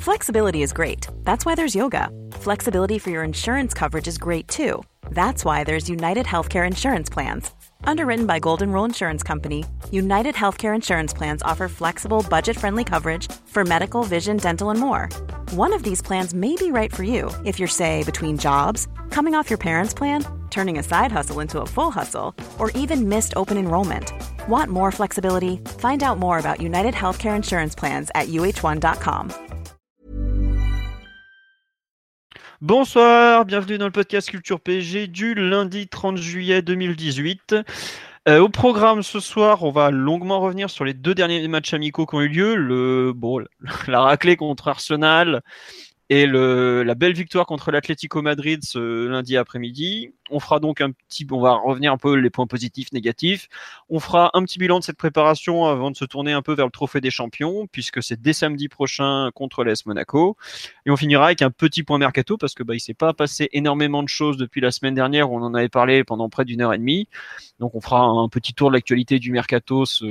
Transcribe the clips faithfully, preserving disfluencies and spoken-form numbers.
Flexibility is great. That's why there's yoga. Flexibility for your insurance coverage is great too. That's why there's United Healthcare Insurance Plans. Underwritten by Golden Rule Insurance Company, United Healthcare Insurance Plans offer flexible, budget-friendly coverage for medical, vision, dental, and more. One of these plans may be right for you if you're, say, between jobs, coming off your parents' plan, turning a side hustle into a full hustle, or even missed open enrollment. Want more flexibility? Find out more about United Healthcare Insurance Plans at U H one dot com. Bonsoir, bienvenue dans le podcast Culture P S G du lundi trente juillet deux mille dix-huit. Euh, au programme ce soir, on va longuement revenir sur les deux derniers matchs amicaux qui ont eu lieu. Le, bon, la raclée contre Arsenal et le, la belle victoire contre l'Atlético Madrid ce lundi après-midi. On fera donc un petit, on va revenir un peu les points positifs, négatifs. On fera un petit bilan de cette préparation avant de se tourner un peu vers le Trophée des Champions, puisque c'est dès samedi prochain contre l'A S Monaco. Et on finira avec un petit point mercato, parce que bah, il s'est pas passé énormément de choses depuis la semaine dernière, où on en avait parlé pendant près d'une heure et demie. Donc on fera un petit tour de l'actualité du mercato ce,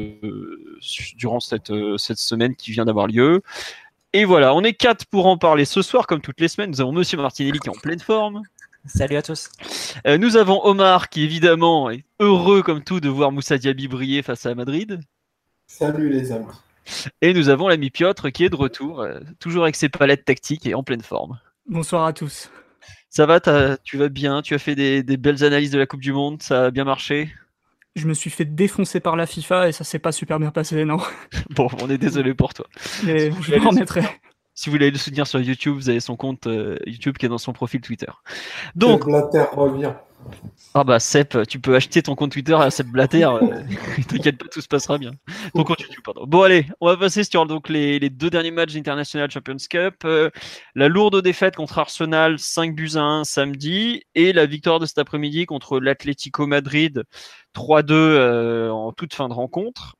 durant cette, cette semaine qui vient d'avoir lieu. Et voilà, on est quatre pour en parler ce soir, comme toutes les semaines. Nous avons Monsieur Martinelli qui est en pleine forme. Salut à tous. Euh, nous avons Omar qui évidemment est heureux comme tout de voir Moussa Diaby briller face à Madrid. Salut les amis. Et nous avons l'ami Piotr qui est de retour, euh, toujours avec ses palettes tactiques et en pleine forme. Bonsoir à tous. Ça va, tu vas bien, tu as fait des, des belles analyses de la Coupe du Monde, ça a bien marché? Je me suis fait défoncer par la FIFA et ça s'est pas super bien passé, non. Bon, on est désolé pour toi. Mais si je m'en remettrai. Si vous voulez le soutenir sur YouTube, vous avez son compte euh, YouTube qui est dans son profil Twitter. Donc, Blatter revient. Ah bah Sep, tu peux acheter ton compte Twitter à Sep Blatter, euh, t'inquiète pas, tout se passera bien. Ton compte YouTube, pardon. Bon allez, on va passer sur donc les, les deux derniers matchs d'International Champions Cup. Euh, la lourde défaite contre Arsenal, cinq buts à un samedi, et la victoire de cet après-midi contre l'Atlético Madrid, trois deux euh, en toute fin de rencontre.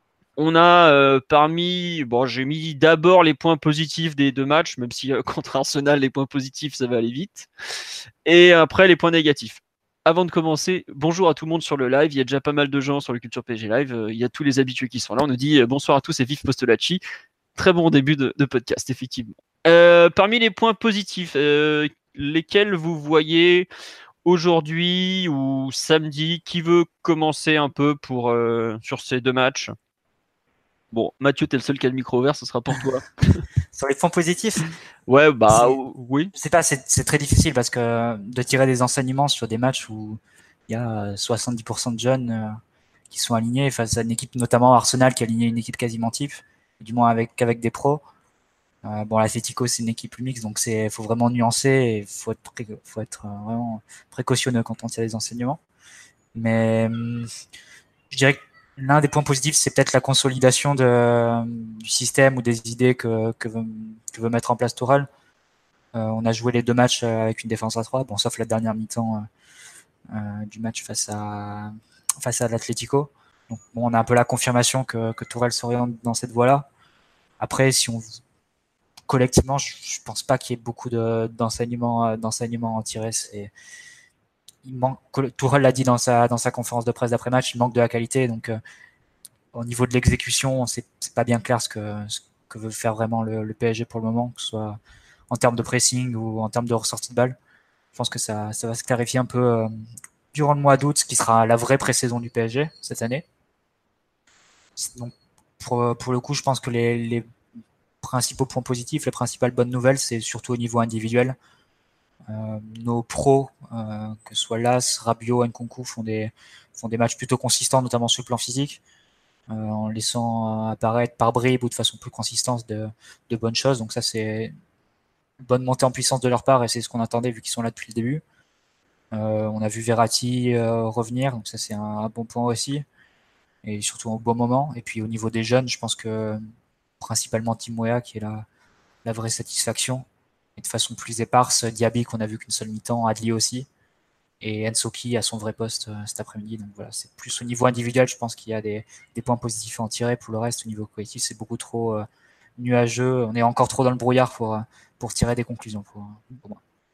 On a euh, parmi, bon j'ai mis d'abord les points positifs des deux matchs, même si euh, contre Arsenal les points positifs ça va aller vite, et après les points négatifs. Avant de commencer, bonjour à tout le monde sur le live. Il y a déjà pas mal de gens sur le Culture P S G Live. Il y a tous les habitués qui sont là. On nous dit bonsoir à tous et vive Postolacci. Très bon début de, de podcast, effectivement. Euh, parmi les points positifs, euh, lesquels vous voyez aujourd'hui ou samedi? Qui veut commencer un peu pour, euh, sur ces deux matchs? Bon, Mathieu, t'es le seul qui a le micro ouvert, ce sera pour toi. Sur les points positifs? Ouais, bah c'est, oui. Je sais pas, c'est, c'est très difficile parce que de tirer des enseignements sur des matchs où il y a soixante-dix pour cent de jeunes euh, qui sont alignés face à une équipe, notamment Arsenal, qui a aligné une équipe quasiment type, du moins avec, avec des pros. Euh, bon, l'Atlético, c'est une équipe mixte, donc c'est, faut vraiment nuancer et faut être, pré, faut être euh, vraiment précautionneux quand on tire des enseignements. Mais hum, je dirais que l'un des points positifs, c'est peut-être la consolidation de, du système ou des idées que, que, veut, que veut mettre en place Tourelle. Euh, on a joué les deux matchs avec une défense à trois, bon, sauf la dernière mi-temps euh, euh, du match face à, face à l'Atlético. Donc, bon, on a un peu la confirmation que, que Tourelle s'oriente dans cette voie-là. Après, si on collectivement, je, je pense pas qu'il y ait beaucoup de, d'enseignements, d'enseignements à en tirer. C'est, il manque, Tourelle l'a dit dans sa, dans sa conférence de presse d'après-match, il manque de la qualité. Donc, euh, au niveau de l'exécution, c'est, c'est pas bien clair ce que, ce que veut faire vraiment le, le P S G pour le moment, que ce soit en termes de pressing ou en termes de ressortie de balle. Je pense que ça, ça va se clarifier un peu euh, durant le mois d'août, ce qui sera la vraie pré-saison du P S G cette année. Donc, pour, pour le coup, je pense que les, les principaux points positifs, les principales bonnes nouvelles, c'est surtout au niveau individuel. Euh, nos pros, euh, que ce soit Las, Rabiot, Nkunku, font des, font des matchs plutôt consistants, notamment sur le plan physique, euh, en laissant apparaître par bribes ou de façon plus consistante de, de bonnes choses. Donc ça, c'est une bonne montée en puissance de leur part et c'est ce qu'on attendait vu qu'ils sont là depuis le début. Euh, on a vu Verratti euh, revenir, donc ça c'est un, un bon point aussi, et surtout au bon moment. Et puis au niveau des jeunes, je pense que principalement Tim Weah qui est la, la vraie satisfaction. Et de façon plus éparse, Diaby qu'on a vu qu'une seule mi-temps, Adli aussi, et Nsoki à son vrai poste euh, cet après-midi. Donc voilà, c'est plus au niveau individuel, je pense qu'il y a des, des points positifs à en tirer. Pour le reste, au niveau collectif, c'est beaucoup trop euh, nuageux. On est encore trop dans le brouillard pour, pour tirer des conclusions pour, pour moi.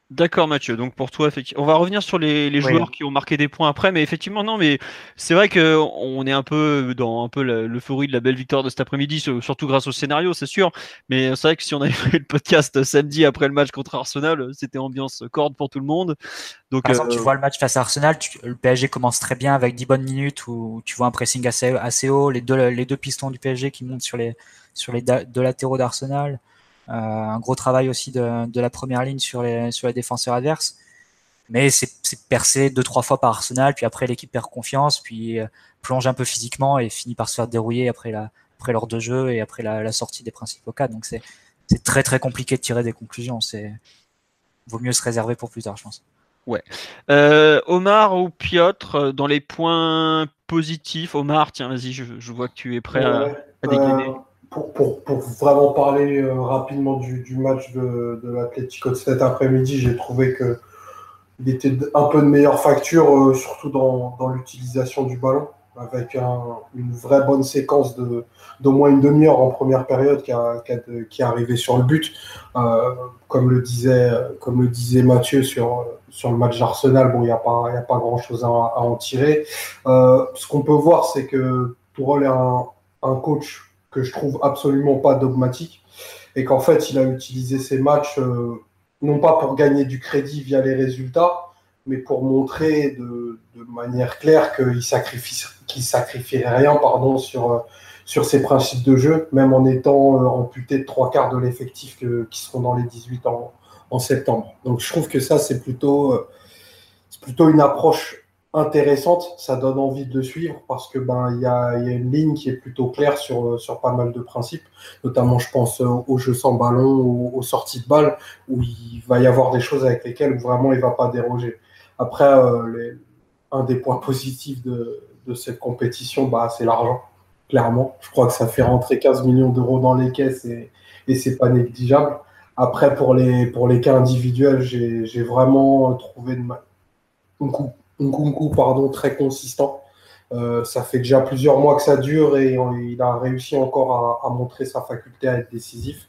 D'accord Mathieu, donc pour toi, effectivement, on va revenir sur les, les Oui. joueurs qui ont marqué des points après, mais effectivement non, mais c'est vrai que on est un peu dans un peu la- l'euphorie de la belle victoire de cet après-midi, sur- surtout grâce au scénario, c'est sûr. Mais c'est vrai que si on avait fait le podcast samedi après le match contre Arsenal, c'était ambiance corde pour tout le monde. Donc Par exemple, tu euh, vois le match face à Arsenal, tu- le P S G commence très bien avec dix bonnes minutes où tu vois un pressing assez, assez haut, les deux, les deux pistons du P S G qui montent sur les, sur les da- deux latéraux d'Arsenal. Euh, un gros travail aussi de, de la première ligne sur les, sur les défenseurs adverses. Mais c'est, c'est percé deux, trois fois par Arsenal, puis après l'équipe perd confiance, puis euh, plonge un peu physiquement et finit par se faire dérouiller après, la, après l'heure de jeu et après la, la sortie des principaux cadres. Donc c'est, c'est très très compliqué de tirer des conclusions. C'est, vaut mieux se réserver pour plus tard, je pense. ouais. Euh, Omar ou Piotr, euh, dans les points positifs, Omar, tiens, vas-y, je, je vois que tu es prêt à, Ouais, à euh, dégainer. pour, pour, pour vraiment parler euh, rapidement du, du match de, de l'Atlético de cet après-midi, j'ai trouvé que il était d- un peu de meilleure facture, euh, surtout dans, dans l'utilisation du ballon, avec un- une vraie bonne séquence de, d'au moins une demi-heure en première période qui, a, qui, a de- qui est arrivée sur le but. Euh, comme le disait, comme le disait Mathieu sur, sur le match d'Arsenal, bon, il n'y a pas, il y a pas grand-chose à, à en tirer. Euh, ce qu'on peut voir, c'est que Tourelle est un, un coach que je trouve absolument pas dogmatique et qu'en fait, il a utilisé ces matchs euh, non pas pour gagner du crédit via les résultats, mais pour montrer de, de manière claire qu'il sacrifie, qu'il sacrifierait rien pardon, sur, euh, sur ses principes de jeu, même en étant euh, amputé de trois quarts de l'effectif que, qui seront dans les dix-huit en, en septembre. Donc je trouve que ça, c'est plutôt, euh, c'est plutôt une approche intéressante, ça donne envie de le suivre parce que ben il y a, y a une ligne qui est plutôt claire sur, sur pas mal de principes, notamment je pense au jeu sans ballon, aux, aux sorties de balle, où il va y avoir des choses avec lesquelles vraiment il va pas déroger. Après, euh, les, un des points positifs de, de cette compétition, bah, c'est l'argent, clairement. Je crois que ça fait rentrer quinze millions d'euros dans les caisses et, et c'est pas négligeable. Après, pour les, pour les cas individuels, j'ai, j'ai vraiment trouvé de ma... Nkunku, Nkunku, pardon, très consistant. Euh, ça fait déjà plusieurs mois que ça dure et on, il a réussi encore à, à montrer sa faculté à être décisif.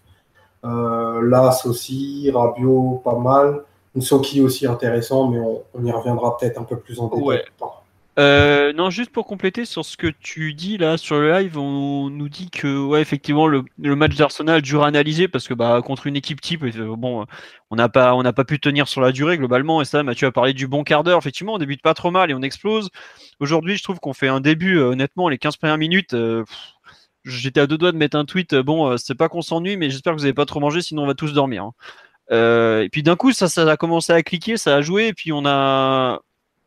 Euh, Las aussi, Rabiot pas mal. Nsoki aussi intéressant, mais on, on y reviendra peut-être un peu plus en détail Ouais. plus tard. Euh, non, juste pour compléter sur ce que tu dis là sur le live, on nous dit que ouais effectivement le, le match d'Arsenal dur à analyser parce que bah contre une équipe type, euh, bon, on n'a pas on n'a pas pu tenir sur la durée globalement et ça Mathieu a parlé du bon quart d'heure. Effectivement, on débute pas trop mal et on explose. Aujourd'hui, je trouve qu'on fait un début euh, honnêtement les quinze premières minutes. Euh, pff, j'étais à deux doigts de mettre un tweet. euh, Bon, euh, c'est pas qu'on s'ennuie, mais j'espère que vous avez pas trop mangé, sinon on va tous dormir, hein. Euh, et puis d'un coup, ça, ça a commencé à cliquer, ça a joué, et puis on a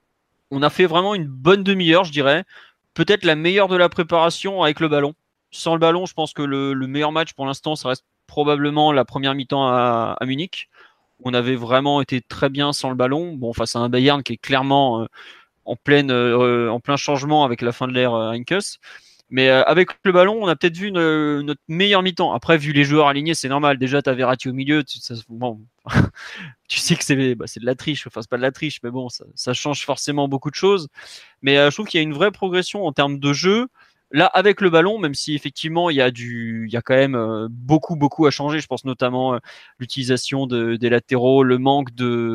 on a fait vraiment une bonne demi-heure, je dirais. Peut-être la meilleure de la préparation avec le ballon. Sans le ballon, je pense que le, le meilleur match pour l'instant, ça reste probablement la première mi-temps à, à Munich. On avait vraiment été très bien sans le ballon. Bon, face à un Bayern qui est clairement euh, en, pleine, euh, en plein changement avec la fin de l'ère euh, Heinkes. Mais euh, avec le ballon, on a peut-être vu une, notre meilleur mi-temps. Après, vu les joueurs alignés, c'est normal. Déjà, tu avais Verratti au milieu. Tu, ça, bon, tu sais que c'est bah, c'est de la triche. Enfin, c'est pas de la triche, mais bon, ça, ça change forcément beaucoup de choses. Mais euh, je trouve qu'il y a une vraie progression en termes de jeu. Là, avec le ballon, même si effectivement il y a du, il y a quand même euh, beaucoup, beaucoup à changer. Je pense notamment euh, l'utilisation de, des latéraux, le manque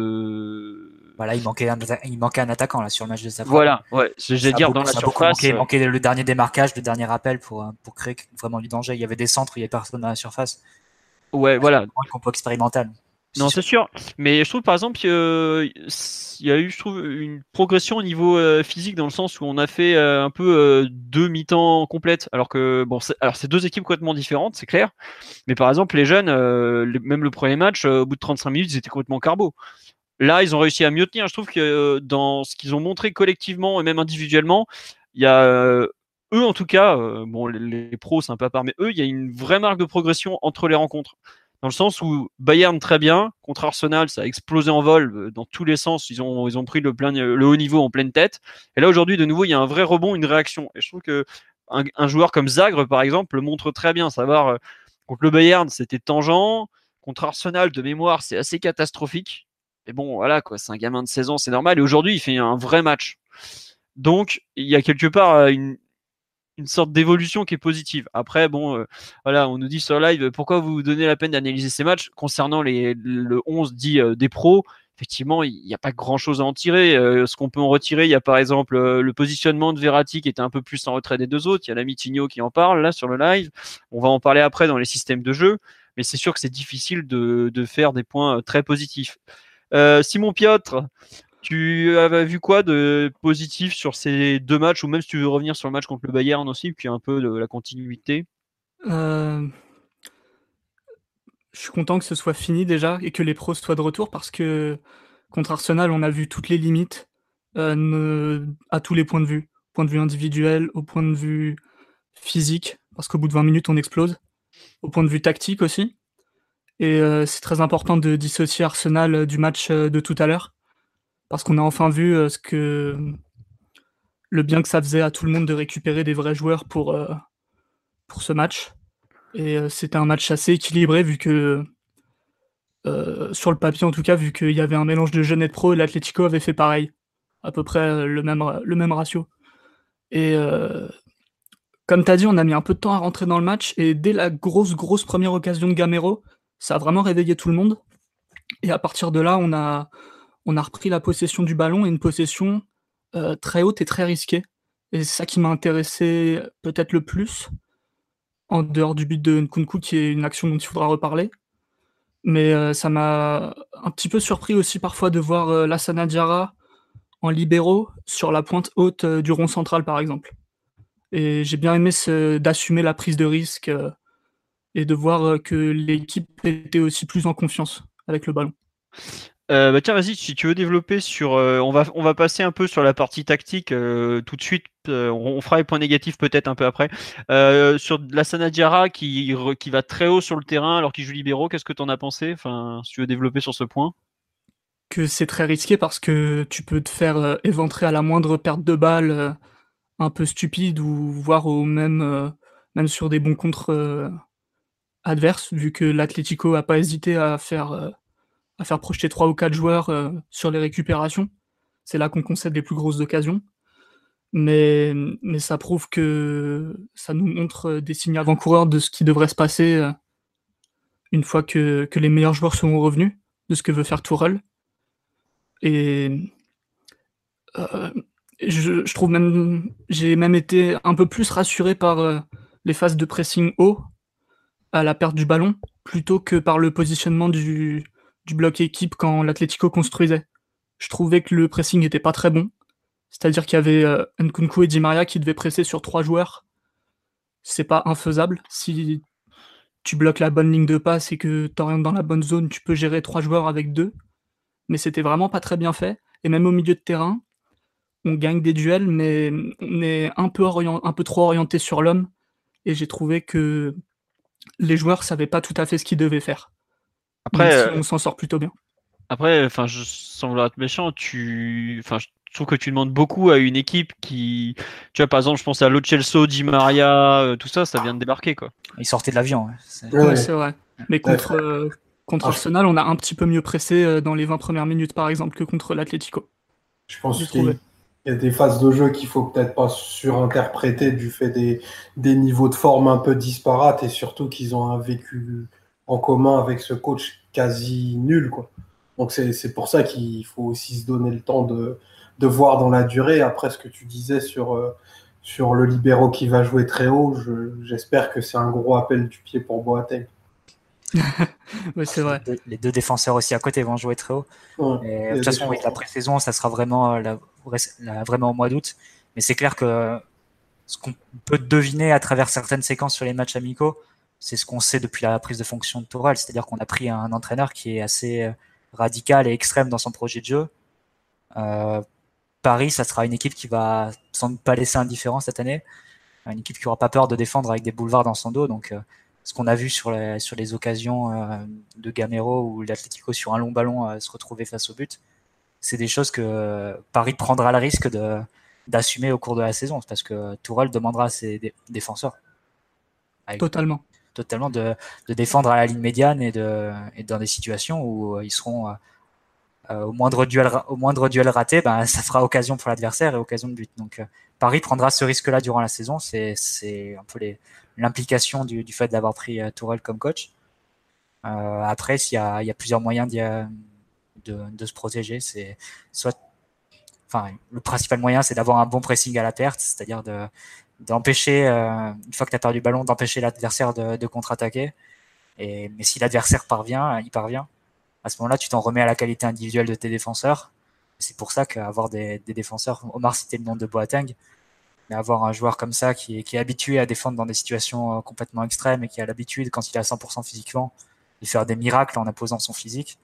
de. Voilà, il manquait un, il manquait un attaquant là sur le match de Safran. Voilà, ouais, j'allais dire beaucoup, dans la ça a beaucoup surface. manqué. Il manquait le dernier démarquage, le dernier appel pour, pour créer vraiment du danger. Il y avait des centres, il n'y avait personne dans la surface. Ouais, voilà. Un compo expérimental. Non, c'est sûr. Mais je trouve, par exemple, euh, il y a eu, je trouve, une progression au niveau euh, physique dans le sens où on a fait euh, un peu euh, deux mi-temps complètes. Alors que, bon, c'est, alors c'est deux équipes complètement différentes, c'est clair. Mais par exemple, les jeunes, euh, le- même le premier match, euh, au bout de trente-cinq minutes, ils étaient complètement carbo. Là, ils ont réussi à mieux tenir. Je trouve que euh, dans ce qu'ils ont montré collectivement et même individuellement, il y a euh, eux en tout cas, euh, bon les, les pros c'est un peu à part, mais eux, il y a une vraie marque de progression entre les rencontres. Dans le sens où Bayern très bien, contre Arsenal, ça a explosé en vol euh, dans tous les sens. Ils ont, ils ont pris le, plein, le haut niveau en pleine tête. Et là aujourd'hui, de nouveau, il y a un vrai rebond, une réaction. Et je trouve que un, un joueur comme Zagre, par exemple, le montre très bien. Savoir euh, contre le Bayern, c'était tangent. Contre Arsenal, de mémoire, c'est assez catastrophique. Mais bon, voilà, quoi, c'est un gamin de seize ans, c'est normal. Et aujourd'hui, il fait un vrai match. Donc, il y a quelque part une, une sorte d'évolution qui est positive. Après, bon, euh, voilà, on nous dit sur live, pourquoi vous vous donnez la peine d'analyser ces matchs concernant les, le onze dit euh, des pros. effectivement, il n'y a pas grand-chose à en tirer. Euh, ce qu'on peut en retirer, il y a par exemple euh, le positionnement de Verratti qui était un peu plus en retrait des deux autres. Il y a l'ami Tigno qui en parle là sur le live. On va en parler après dans les systèmes de jeu, mais c'est sûr que c'est difficile de, de faire des points très positifs. Euh, Simon Piotr, tu avais vu quoi de positif sur ces deux matchs, ou même si tu veux revenir sur le match contre le Bayern aussi, qui est un peu de la continuité? Euh, Je suis content que ce soit fini déjà et que les pros soient de retour parce que contre Arsenal, on a vu toutes les limites euh, ne- à tous les points de vue. Point de vue individuel, au point de vue physique, parce qu'au bout de vingt minutes, on explose. Au point de vue tactique aussi. Et euh, c'est très important de dissocier Arsenal euh, du match euh, de tout à l'heure. Parce qu'on a enfin vu euh, ce que le bien que ça faisait à tout le monde de récupérer des vrais joueurs pour, euh, pour ce match. Et euh, c'était un match assez équilibré vu que Euh, sur le papier en tout cas, vu qu'il y avait un mélange de jeunes et de pros, et l'Atlético avait fait pareil, à peu près euh, le même, le même ratio. Et euh, comme tu as dit, on a mis un peu de temps à rentrer dans le match, et dès la grosse, grosse première occasion de Gamero, ça a vraiment réveillé tout le monde. Et à partir de là, on a, on a repris la possession du ballon, et une possession euh, très haute et très risquée. Et c'est ça qui m'a intéressé peut-être le plus, en dehors du but de Nkunku, qui est une action dont il faudra reparler. Mais euh, ça m'a un petit peu surpris aussi parfois de voir euh, Lassana Diarra en libéraux sur la pointe haute euh, du rond central, par exemple. Et j'ai bien aimé ce, d'assumer la prise de risque euh, et de voir euh, que l'équipe était aussi plus en confiance avec le ballon. Euh, bah tiens, vas-y, si tu veux développer sur, euh, on va, on va passer un peu sur la partie tactique euh, tout de suite. Euh, on, on fera les points négatifs peut-être un peu après. Euh, sur Lassana Diarra qui, re- qui va très haut sur le terrain alors qu'il joue libéraux, qu'est-ce que tu en as pensé? Enfin, si tu veux développer sur ce point. Que c'est très risqué parce que tu peux te faire euh, éventrer à la moindre perte de balle euh, un peu stupide ou voire au même, euh, même sur des bons contres euh, adverses, vu que l'Atlético a pas hésité à faire euh, à faire projeter trois ou quatre joueurs euh, sur les récupérations. C'est là qu'on concède les plus grosses occasions. Mais, mais ça prouve que ça nous montre des signes avant-coureurs de ce qui devrait se passer euh, une fois que, que les meilleurs joueurs seront revenus, de ce que veut faire Tourelle. Et euh, je, je trouve même, j'ai même été un peu plus rassuré par euh, les phases de pressing haut à la perte du ballon, plutôt que par le positionnement du, du bloc équipe quand l'Atlético construisait. Je trouvais que le pressing n'était pas très bon. C'est-à-dire qu'il y avait euh, Nkunku et Di Maria qui devaient presser sur trois joueurs. C'est pas infaisable. Si tu bloques la bonne ligne de passe et que tu orientes dans la bonne zone, tu peux gérer trois joueurs avec deux. Mais c'était vraiment pas très bien fait. Et même au milieu de terrain, on gagne des duels, mais on est un peu, orient... un peu trop orienté sur l'homme. Et j'ai trouvé que les joueurs savaient pas tout à fait ce qu'ils devaient faire. Même Après, si euh, on s'en sort plutôt bien. après, enfin, je, sans vouloir être méchant, tu, enfin, je trouve que tu demandes beaucoup à une équipe qui, tu vois, par exemple, je pense à Lo Celso, Di Maria, euh, tout ça, ça vient de débarquer, quoi. Il sortait de l'avion. Ouais. C'est... Ouais, Ouais, c'est vrai. Mais contre, ouais. euh, contre Ah, Arsenal, on a un petit peu mieux pressé euh, dans les vingt premières minutes, par exemple, que contre l'Atlético. je pense J'ai qu'il trouvé. y a des phases de jeu qu'il faut peut-être pas surinterpréter du fait des, des niveaux de forme un peu disparates et surtout qu'ils ont un vécu en commun avec ce coach quasi nul, quoi. Donc c'est c'est pour ça qu'il faut aussi se donner le temps de, de voir dans la durée. Après ce que tu disais sur, euh, sur le libéro qui va jouer très haut, je- j'espère que c'est un gros appel du pied pour Boateng. Ouais, c'est Les vrai. deux, les deux défenseurs aussi à côté vont jouer très haut. Ouais, Et, il de y a toute des façon, oui, chances, la ouais. pré-saison, ça sera vraiment, la, la- vraiment au mois d'août. Mais c'est clair que ce qu'on peut deviner à travers certaines séquences sur les matchs amicaux, c'est ce qu'on sait depuis la prise de fonction de Tourelle. C'est-à-dire qu'on a pris un entraîneur qui est assez radical et extrême dans son projet de jeu. Euh, Paris, ça sera une équipe qui va sans doute pas laisser indifférent cette année. Une équipe qui aura pas peur de défendre avec des boulevards dans son dos. Donc, euh, ce qu'on a vu sur les, sur les occasions euh, de Gamero ou l'Atlético sur un long ballon euh, se retrouver face au but, c'est des choses que euh, Paris prendra le risque de, d'assumer au cours de la saison, parce que Tourelle demandera à ses dé- défenseurs avec, Totalement. totalement de, de défendre à la ligne médiane et, de, et dans des situations où euh, ils seront euh, euh, au moindre duel au moindre duel raté, ben ça fera occasion pour l'adversaire et occasion de but. Donc euh, Paris prendra ce risque-là durant la saison. C'est c'est un peu les, l'implication du, du fait d'avoir pris euh, Tourelle comme coach. Euh, après, s'il y a, il y a plusieurs moyens d'y, de, de se protéger. C'est soit, enfin, le principal moyen, c'est d'avoir un bon pressing à la perte, c'est-à-dire de, d'empêcher, euh, une fois que tu as perdu le ballon, d'empêcher l'adversaire de, de contre-attaquer. Et, mais si l'adversaire parvient, il parvient, à ce moment-là, tu t'en remets à la qualité individuelle de tes défenseurs. C'est pour ça qu'avoir des, des défenseurs, Omar citait le nom de Boateng, mais avoir un joueur comme ça qui est, qui est habitué à défendre dans des situations complètement extrêmes et qui a l'habitude, quand il est à cent pour cent physiquement, de faire des miracles en imposant son physique.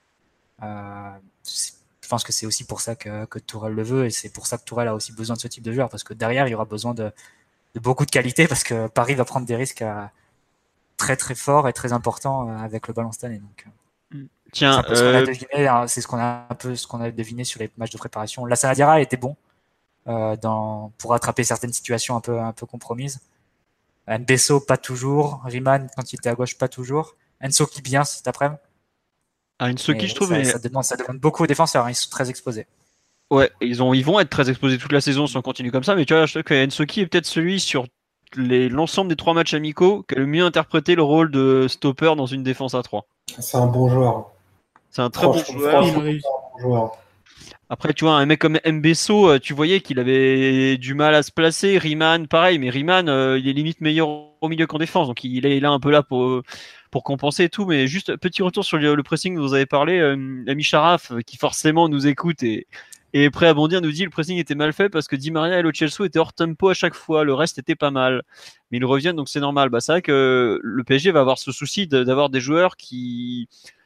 Euh, je pense que c'est aussi pour ça que, que Tourelle le veut, et c'est pour ça que Tourelle a aussi besoin de ce type de joueur, parce que derrière, il y aura besoin de, de beaucoup de qualité, parce que Paris va prendre des risques à, très très forts et très importants avec le ballon cette année. Donc, Tiens, c'est, euh... ce deviné, hein, c'est ce qu'on a un peu ce qu'on a deviné sur les matchs de préparation. Lassana Diarra était bon euh, dans, pour attraper certaines situations un peu un peu compromises. Mbesso pas toujours, Riemann quand il était à gauche pas toujours, Ensoki bien cet après-midi. Ah, Ensoki, je trouve, ça, mais... ça demande ça demande beaucoup aux défenseurs, hein, ils sont très exposés. Ouais, ils ont ils vont être très exposés toute la saison si on continue comme ça, mais tu vois, je trouve que Ensoki est peut-être celui sur les, l'ensemble des trois matchs amicaux qui a le mieux interprété le rôle de stopper dans une défense à trois. C'est un bon joueur. C'est un très bon joueur. Il arrive. Un bon joueur. Après, tu vois, un mec comme Mbesso, tu voyais qu'il avait du mal à se placer. Riemann, pareil, mais Riemann, euh, il est limite meilleur au milieu qu'en défense, donc il est là un peu là pour, pour compenser et tout. Mais juste petit retour sur le, le pressing dont vous avez parlé. Euh, l'ami Sharaf, qui forcément nous écoute et, et est prêt à bondir, nous dit que le pressing était mal fait parce que Di Maria et Lo Celso étaient hors tempo à chaque fois. Le reste était pas mal. Mais ils reviennent, donc c'est normal. Bah, c'est vrai que le P S G va avoir ce souci de, d'avoir des joueurs qui...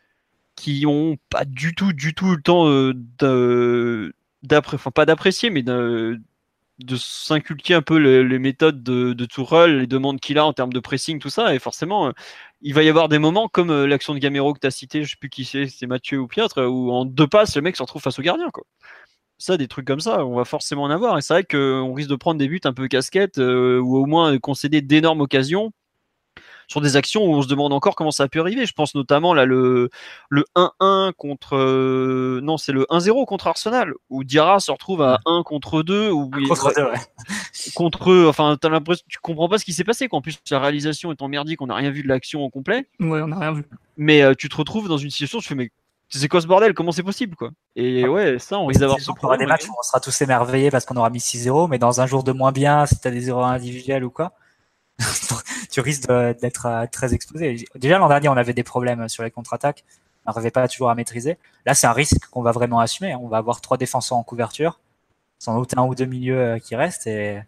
qui ont pas du tout, du tout le temps euh, de, d'après, enfin pas d'apprécier, mais de, de s'inculquer un peu les, les méthodes de, de Tourelle, les demandes qu'il a en termes de pressing, tout ça. Et forcément, euh, il va y avoir des moments comme euh, l'action de Gamero que tu as cité, je sais plus qui c'est, c'est Mathieu ou Pietre, où en deux passes, le mec se retrouve face au gardien, quoi. Ça, des trucs comme ça, on va forcément en avoir. Et c'est vrai qu'on risque de prendre des buts un peu casquettes, euh, ou au moins concéder d'énormes occasions sur des actions où on se demande encore comment ça a pu arriver. Je pense notamment là le le un un contre euh, non, c'est le un zéro contre Arsenal où Diarra se retrouve à un contre deux ou contre deux, ouais. contre eux, enfin t'as l'impression tu comprends pas ce qui s'est passé quoi. En plus la réalisation étant merdique, on n'a rien vu de l'action au complet. Ouais, on n'a rien vu. Mais euh, tu te retrouves dans une situation, tu fais mais c'est quoi ce bordel? Comment c'est possible quoi? Et ouais, ça on risque d'avoir ce problème. Des matchs où on sera tous émerveillés parce qu'on aura mis six zéro, mais dans un jour de moins bien, si t'as des erreurs individuelles ou quoi, tu risques de, d'être très exposé. Déjà l'an dernier, on avait des problèmes sur les contre-attaques, on n'arrivait pas toujours à maîtriser. Là, c'est un risque qu'on va vraiment assumer. On va avoir trois défenseurs en couverture, sans doute un ou deux milieux qui restent, et,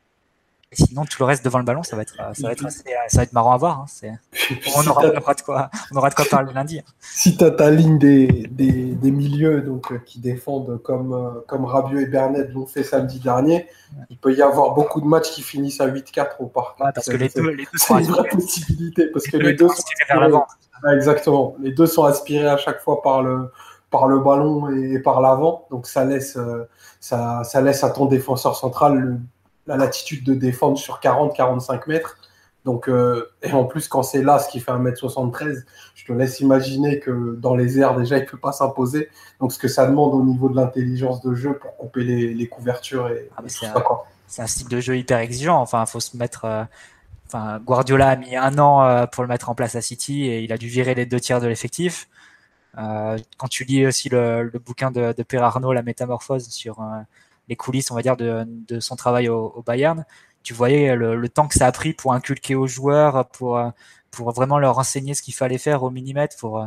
et sinon tout le reste devant le ballon, ça va être, ça va être, assez, ça va être marrant à voir. Hein. C'est... On, aura, on aura de quoi, on aura de quoi parler lundi. Si tu as ta ligne des, des, des milieux donc, euh, qui défendent comme, euh, comme Rabiot et Bernet l'ont fait samedi dernier, ouais. Il peut y avoir beaucoup de matchs qui finissent à huit quatre au parc. Ouais, parce que les deux, les deux sont c'est une vraie possibilité parce que les, les deux sont vers l'avant. Ouais, exactement. Les deux sont aspirés à chaque fois par le par le ballon et par l'avant, donc ça laisse euh, ça, ça laisse à ton défenseur central le, la latitude de défendre sur quarante à quarante-cinq mètres. Donc, euh, et en plus, quand c'est Las qui fait un mètre soixante-treize, je te laisse imaginer que dans les airs, déjà, il ne peut pas s'imposer. Donc, ce que ça demande au niveau de l'intelligence de jeu pour couper les, les couvertures et, ah, et c'est, tout un, ça, quoi. C'est un style de jeu hyper exigeant. Enfin, il faut se mettre... Euh, enfin, Guardiola a mis un an euh, pour le mettre en place à City et il a dû virer les deux tiers de l'effectif. Euh, quand tu lis aussi le, le bouquin de, de Per Arnaud, La Métamorphose, sur euh, les coulisses, on va dire, de, de son travail au, au Bayern, tu voyais le, le temps que ça a pris pour inculquer aux joueurs, pour, pour vraiment leur enseigner ce qu'il fallait faire au millimètre. Pour,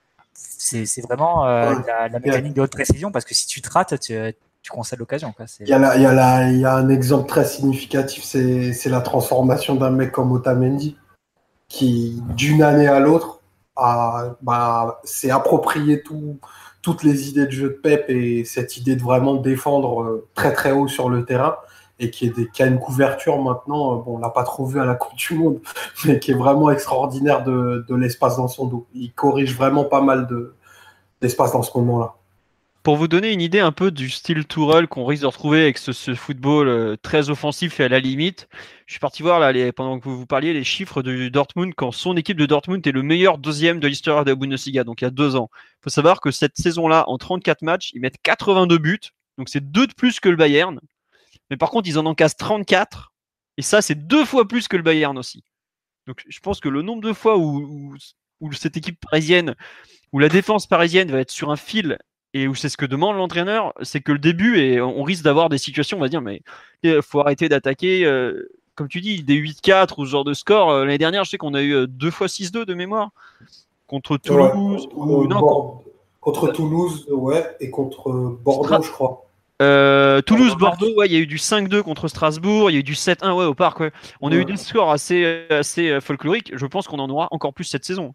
c'est, c'est vraiment euh, ouais, la, la mécanique de haute précision, parce que si tu te rates, tu, tu concèdes l'occasion. Quoi. C'est... Il, y a la, il, y a la, il y a un exemple très significatif, c'est, c'est la transformation d'un mec comme Otamendi, qui, d'une année à l'autre, a, bah, s'est approprié tout, toutes les idées de jeu de Pep et cette idée de vraiment défendre très très haut sur le terrain. Et qui, est des, qui a une couverture maintenant, bon, on l'a pas trop vu à la Coupe du Monde, mais qui est vraiment extraordinaire de, de l'espace dans son dos. Il corrige vraiment pas mal de, d'espace dans ce moment-là. Pour vous donner une idée un peu du style Tourelle qu'on risque de retrouver avec ce, ce football euh, très offensif et à la limite, je suis parti voir là, les, pendant que vous parliez les chiffres de Dortmund quand son équipe de Dortmund est le meilleur deuxième de l'histoire de la Bundesliga, donc il y a deux ans. Il faut savoir que cette saison-là, en trente-quatre matchs, ils mettent quatre-vingt-deux buts, donc c'est deux de plus que le Bayern. Mais par contre, ils en encassent trente-quatre. Et ça, c'est deux fois plus que le Bayern aussi. Donc, je pense que le nombre de fois où, où, où cette équipe parisienne où la défense parisienne va être sur un fil et où c'est ce que demande l'entraîneur, c'est que le début, et on risque d'avoir des situations, on va dire, mais il faut arrêter d'attaquer, euh, comme tu dis, des huit quatre ou ce genre de score. Euh, l'année dernière, je sais qu'on a eu euh, deux fois six deux de mémoire, contre Toulouse, Ouais, ou euh, non, Bord- contre Toulouse, ouais, et contre Bordeaux, Stra- je crois. euh, Toulouse, Bordeaux, Bordeaux, ouais, il y a eu du cinq deux contre Strasbourg, il y a eu du sept un, ouais, au parc, ouais. On a eu Ouais. des scores assez, assez euh, folkloriques. Je pense qu'on en aura encore plus cette saison.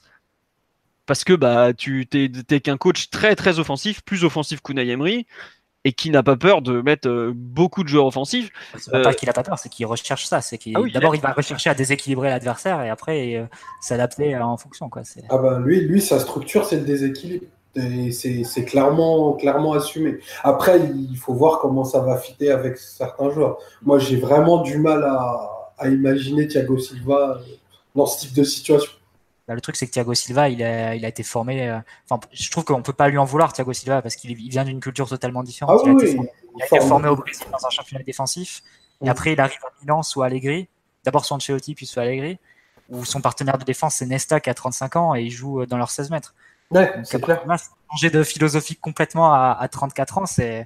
Parce que bah, tu t'es, t'es qu'un coach très très offensif, plus offensif qu'Unai Emery, et qui n'a pas peur de mettre euh, beaucoup de joueurs offensifs. C'est pas, Euh, pas qu'il a pas peur, c'est qu'il recherche ça. C'est qu'il ah oui, d'abord il va rechercher à déséquilibrer l'adversaire et après euh, s'adapter euh, en fonction, quoi. C'est... Ah ben lui, lui, sa structure, c'est le déséquilibre. Et c'est c'est clairement, clairement assumé. Après, il faut voir comment ça va fitter avec certains joueurs. Moi, j'ai vraiment du mal à, à imaginer Thiago Silva dans ce type de situation. Là, le truc, c'est que Thiago Silva, il a, il a été formé. euh, Enfin, je trouve qu'on peut pas lui en vouloir, Thiago Silva, parce qu'il il vient d'une culture totalement différente. Ah Il a été oui, formé, oui, il a été forme. formé au Brésil dans un championnat défensif. Et Mm. après, il arrive à Milan sous Allegri. D'abord sous Ancelotti, puis sous Allegri, où son partenaire de défense, c'est Nesta, qui a trente-cinq ans, et il joue dans leurs seize mètres. Ouais, Donc, c'est après, clair. là, changer de philosophie complètement à, à trente-quatre ans, c'est,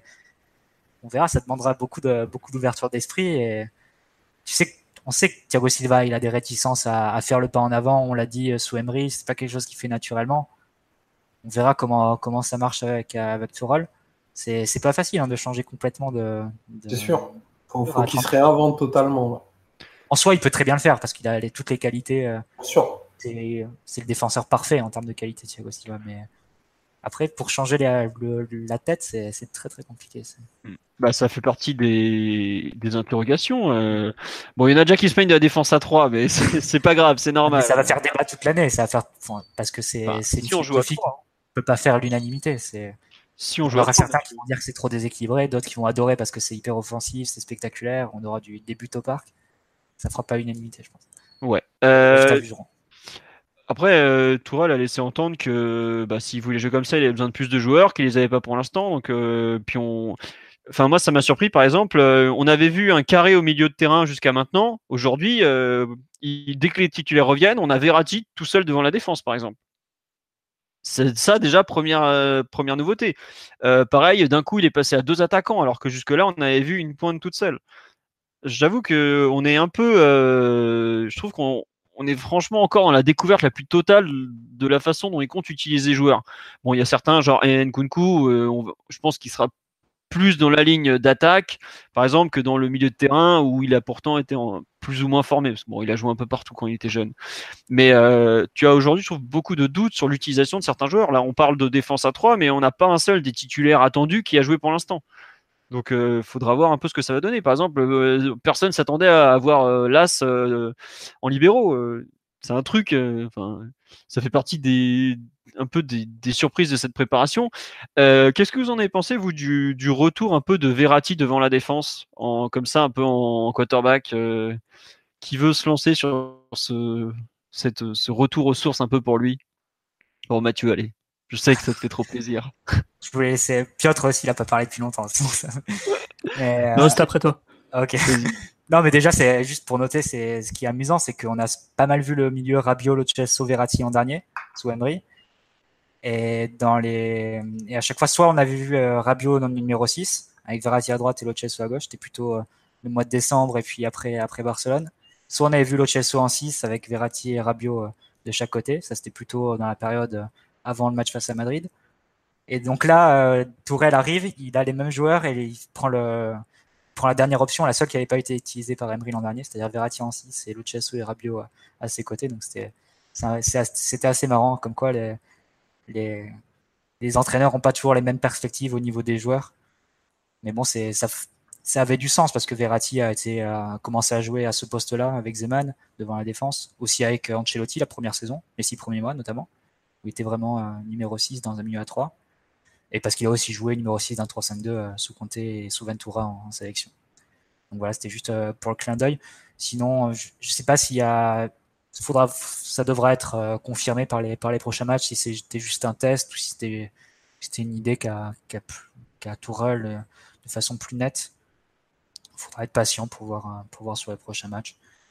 on verra, ça demandera beaucoup de, beaucoup d'ouverture d'esprit. Et tu sais, on sait que Thiago Silva, il a des réticences à, à faire le pas en avant. On l'a dit euh, sous Emery, c'est pas quelque chose qu'il fait naturellement. On verra comment, comment ça marche avec, avec Tourelle. C'est, c'est pas facile hein, de changer complètement de. de... C'est sûr. Faut, faut à qu'il se trente. réinvente totalement. En soi, il peut très bien le faire parce qu'il a les, toutes les qualités. euh, Bien sûr. c'est, c'est le défenseur parfait en termes de qualité, Thiago Silva. Mais après, pour changer la, le, la tête, c'est, c'est très très compliqué. C'est... bah, ça fait partie des, des interrogations. euh. Bon, il y en a déjà qui se plaignent de la défense à trois, mais c'est, c'est pas grave, c'est Mais normal. ça va faire débat toute l'année. Ça va faire enfin, parce que c'est, Enfin, c'est une si on joue à philosophie trois, qu'on peut pas faire l'unanimité. C'est si on Il joue y à aura trois, certains qui vont dire que c'est trop déséquilibré, d'autres qui vont adorer parce que c'est hyper offensif, c'est spectaculaire, on aura du début au parc. Ça fera pas unanimité, je pense. ouais. Les Euh, résultats jugeront. Après, euh, Tourelle a laissé entendre que bah, s'il voulait jouer comme ça, il avait besoin de plus de joueurs, qu'il les avait pas pour l'instant. Donc, euh, puis on, enfin moi, ça m'a surpris. Par exemple, euh, on avait vu un carré au milieu de terrain jusqu'à maintenant. Aujourd'hui, euh, il- dès que les titulaires reviennent, on a Verratti tout seul devant la défense, par exemple. C'est ça déjà première euh, première nouveauté. Euh, pareil, d'un coup, il est passé à deux attaquants, alors que jusque-là, on avait vu une pointe toute seule. J'avoue que on est un peu, euh, je trouve qu'on on est franchement encore dans la découverte la plus totale de la façon dont ils comptent utiliser les joueurs. Bon, il y a certains, genre Nkunku, euh, on, je pense qu'il sera plus dans la ligne d'attaque, par exemple, que dans le milieu de terrain où il a pourtant été en, plus ou moins formé. Parce que bon, il a joué un peu partout quand il était jeune. Mais euh, tu as aujourd'hui, je trouve, beaucoup de doutes sur l'utilisation de certains joueurs. Là, on parle de défense à trois, mais on n'a pas un seul des titulaires attendus qui a joué pour l'instant. Donc, il euh, faudra voir un peu ce que ça va donner. Par exemple, euh, personne s'attendait à avoir euh, Las euh, en libéraux. Euh, c'est un truc. Euh, ça fait partie des un peu des, des surprises de cette préparation. Euh, qu'est-ce que vous en avez pensé, vous, du, du retour un peu de Verratti devant la défense, en, comme ça, un peu en, en quarterback, euh, qui veut se lancer sur ce, cette, ce retour aux sources un peu pour lui? Bon, Mathieu, allez. Je sais que ça te fait trop plaisir. Je voulais laisser Piotr aussi, il a pas parlé depuis longtemps. C'est pour ça. Mais, Non, euh, c'est après toi. ok. Non, mais déjà, c'est juste pour noter, c'est ce qui est amusant, c'est qu'on a pas mal vu le milieu Rabiot, Lo Celso, Verratti en dernier sous Emery. Et dans les et à chaque fois, soit on avait vu euh, Rabiot dans le numéro six avec Verratti à droite et Lo Celso à gauche. C'était plutôt euh, le mois de décembre et puis après après Barcelone. Soit on avait vu Lo Celso en six avec Verratti et Rabiot euh, de chaque côté. Ça, c'était plutôt dans la période euh, avant le match face à Madrid. Et donc là, euh, Tourelle arrive, il a les mêmes joueurs et il prend le prend la dernière option, la seule qui n'avait pas été utilisée par Emery l'an dernier, c'est-à-dire Verratti en six et Lo Celso et Rabiot à, à ses côtés. Donc c'était c'était assez marrant, comme quoi les les les entraîneurs n'ont pas toujours les mêmes perspectives au niveau des joueurs. Mais bon, c'est ça ça avait du sens parce que Verratti a été a commencé à jouer à ce poste-là avec Zeman devant la défense, aussi avec Ancelotti la première saison, les six premiers mois notamment, où il était vraiment euh, numéro six dans un milieu à trois. Et parce qu'il a aussi joué numéro six d'un trois cinq deux euh, sous Conte et sous Ventura en, en sélection. Donc voilà, c'était juste euh, pour le clin d'œil. Sinon, je ne sais pas s'il y a. Faudra, ça devra être euh, confirmé par les, par les prochains matchs, si c'était juste un test ou si c'était si une idée qu'a qu'a, qu'a Tourelle euh, de façon plus nette. Il faudra être patient pour voir, euh, pour voir sur les prochains matchs.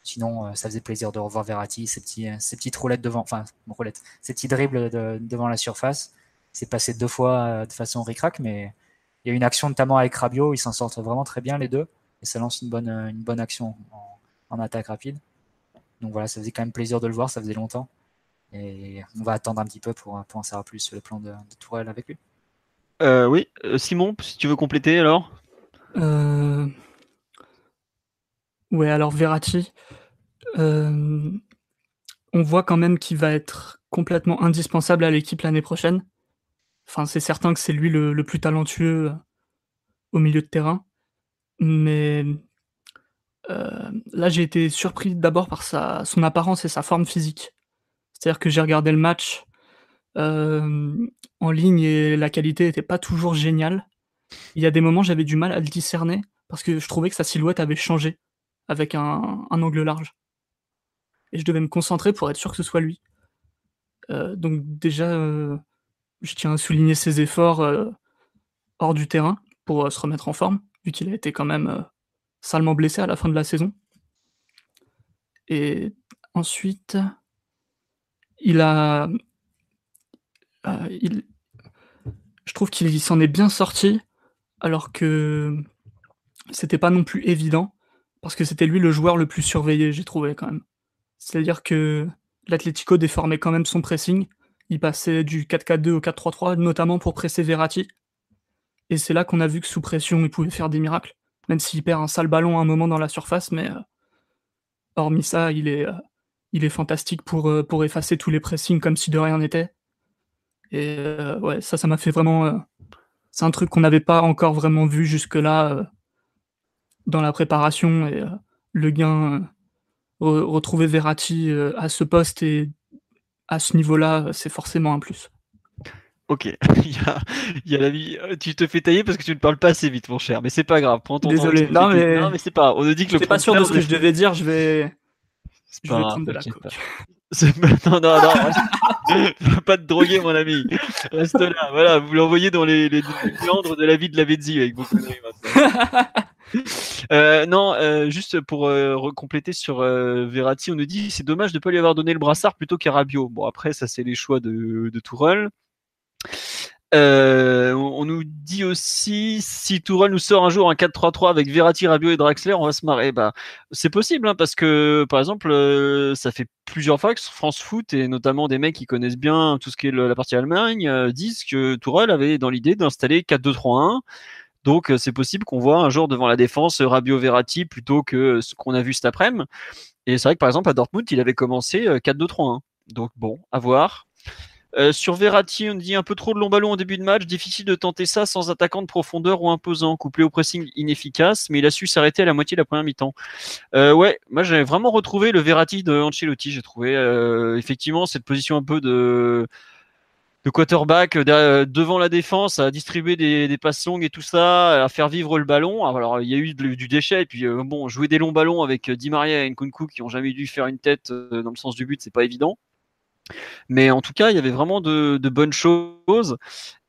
Sinon, euh, ça faisait plaisir de revoir Verratti, ces, petits, ces petites roulettes devant, enfin, roulettes, ces petits dribbles de, devant la surface. C'est passé deux fois euh, de façon ric-rac, mais il y a une action notamment avec Rabiot, ils s'en sortent vraiment très bien les deux, et ça lance une bonne, une bonne action en, en attaque rapide. Donc voilà, ça faisait quand même plaisir de le voir, ça faisait longtemps. Et on va attendre un petit peu pour, pour en savoir plus sur le plan de, de Tourelle avec lui. Euh, oui, euh, Simon, si tu veux compléter alors. Euh... Ouais, alors Verratti, euh... on voit quand même qu'il va être complètement indispensable à l'équipe l'année prochaine. Enfin, c'est certain que c'est lui le, le plus talentueux au milieu de terrain. Mais euh, là, j'ai été surpris d'abord par sa, son apparence et sa forme physique. C'est-à-dire que j'ai regardé le match euh, en ligne et la qualité n'était pas toujours géniale. Il y a des moments, j'avais du mal à le discerner parce que je trouvais que sa silhouette avait changé avec un, un angle large. Et je devais me concentrer pour être sûr que ce soit lui. Euh, donc déjà, euh, je tiens à souligner ses efforts euh, hors du terrain pour euh, se remettre en forme, vu qu'il a été quand même euh, salement blessé à la fin de la saison. Et ensuite, il a... Euh, il... Je trouve qu'il s'en est bien sorti, alors que c'était pas non plus évident, parce que c'était lui le joueur le plus surveillé, j'ai trouvé quand même. C'est-à-dire que l'Atlético déformait quand même son pressing, il passait du quatre quatre deux au quatre trois trois, notamment pour presser Verratti, et c'est là qu'on a vu que sous pression, il pouvait faire des miracles, même s'il perd un sale ballon à un moment dans la surface, mais euh, hormis ça, il est, euh, il est fantastique pour, euh, pour effacer tous les pressings comme si de rien n'était. Et euh, ouais, ça, ça m'a fait vraiment... Euh, c'est un truc qu'on n'avait pas encore vraiment vu jusque-là euh, dans la préparation, et euh, le gain, euh, re- retrouver Verratti euh, à ce poste et à ce niveau-là, c'est forcément un plus. Ok, il y a, il y a la vie. Tu te fais tailler parce que tu ne parles pas assez vite, mon cher, mais c'est pas grave. Prends ton Désolé, temps. non mais... non mais c'est pas. On nous dit que je le n'étais pas sûr de ce que je producteur devais dire, je vais, C'est je pas vais grave, prendre de la t'inquiète coke. pas. C'est pas- Non, non, non, reste- faut pas te droguer, mon ami. Reste là, voilà, vous l'envoyez dans les, les, les méandres de la vie de la Vezzi avec vos conneries maintenant. Euh, non, euh, juste pour euh, recompléter sur euh, Verratti, on nous dit c'est dommage de ne pas lui avoir donné le brassard plutôt qu'à Rabiot. Bon, après, ça, c'est les choix de, de Tourelle. Euh, on nous dit aussi si Tourelle nous sort un jour un quatre trois trois avec Verratti, Rabiot et Draxler, on va se marrer. Bah, c'est possible hein, parce que par exemple, euh, ça fait plusieurs fois que France Foot et notamment des mecs qui connaissent bien tout ce qui est le, la partie Allemagne euh, disent que Tourelle avait dans l'idée d'installer quatre deux trois un. Donc euh, c'est possible qu'on voit un jour devant la défense Rabiot, Verratti plutôt que ce qu'on a vu cet après-midi. Et c'est vrai que par exemple à Dortmund, il avait commencé euh, quatre deux trois un. Donc bon, à voir. Euh, sur Verratti, on dit un peu trop de long ballon en début de match, difficile de tenter ça sans attaquant de profondeur ou imposant, couplé au pressing inefficace, mais il a su s'arrêter à la moitié de la première mi-temps. Euh, ouais, moi j'avais vraiment retrouvé le Verratti de Ancelotti, j'ai trouvé euh, effectivement cette position un peu de, de quarterback de, devant la défense, à distribuer des, des passes longues et tout ça, à faire vivre le ballon. Alors il y a eu de, du déchet, et puis euh, bon, jouer des longs ballons avec Di Maria et Nkunku qui ont jamais dû faire une tête euh, dans le sens du but, c'est pas évident. Mais en tout cas, il y avait vraiment de, de bonnes choses.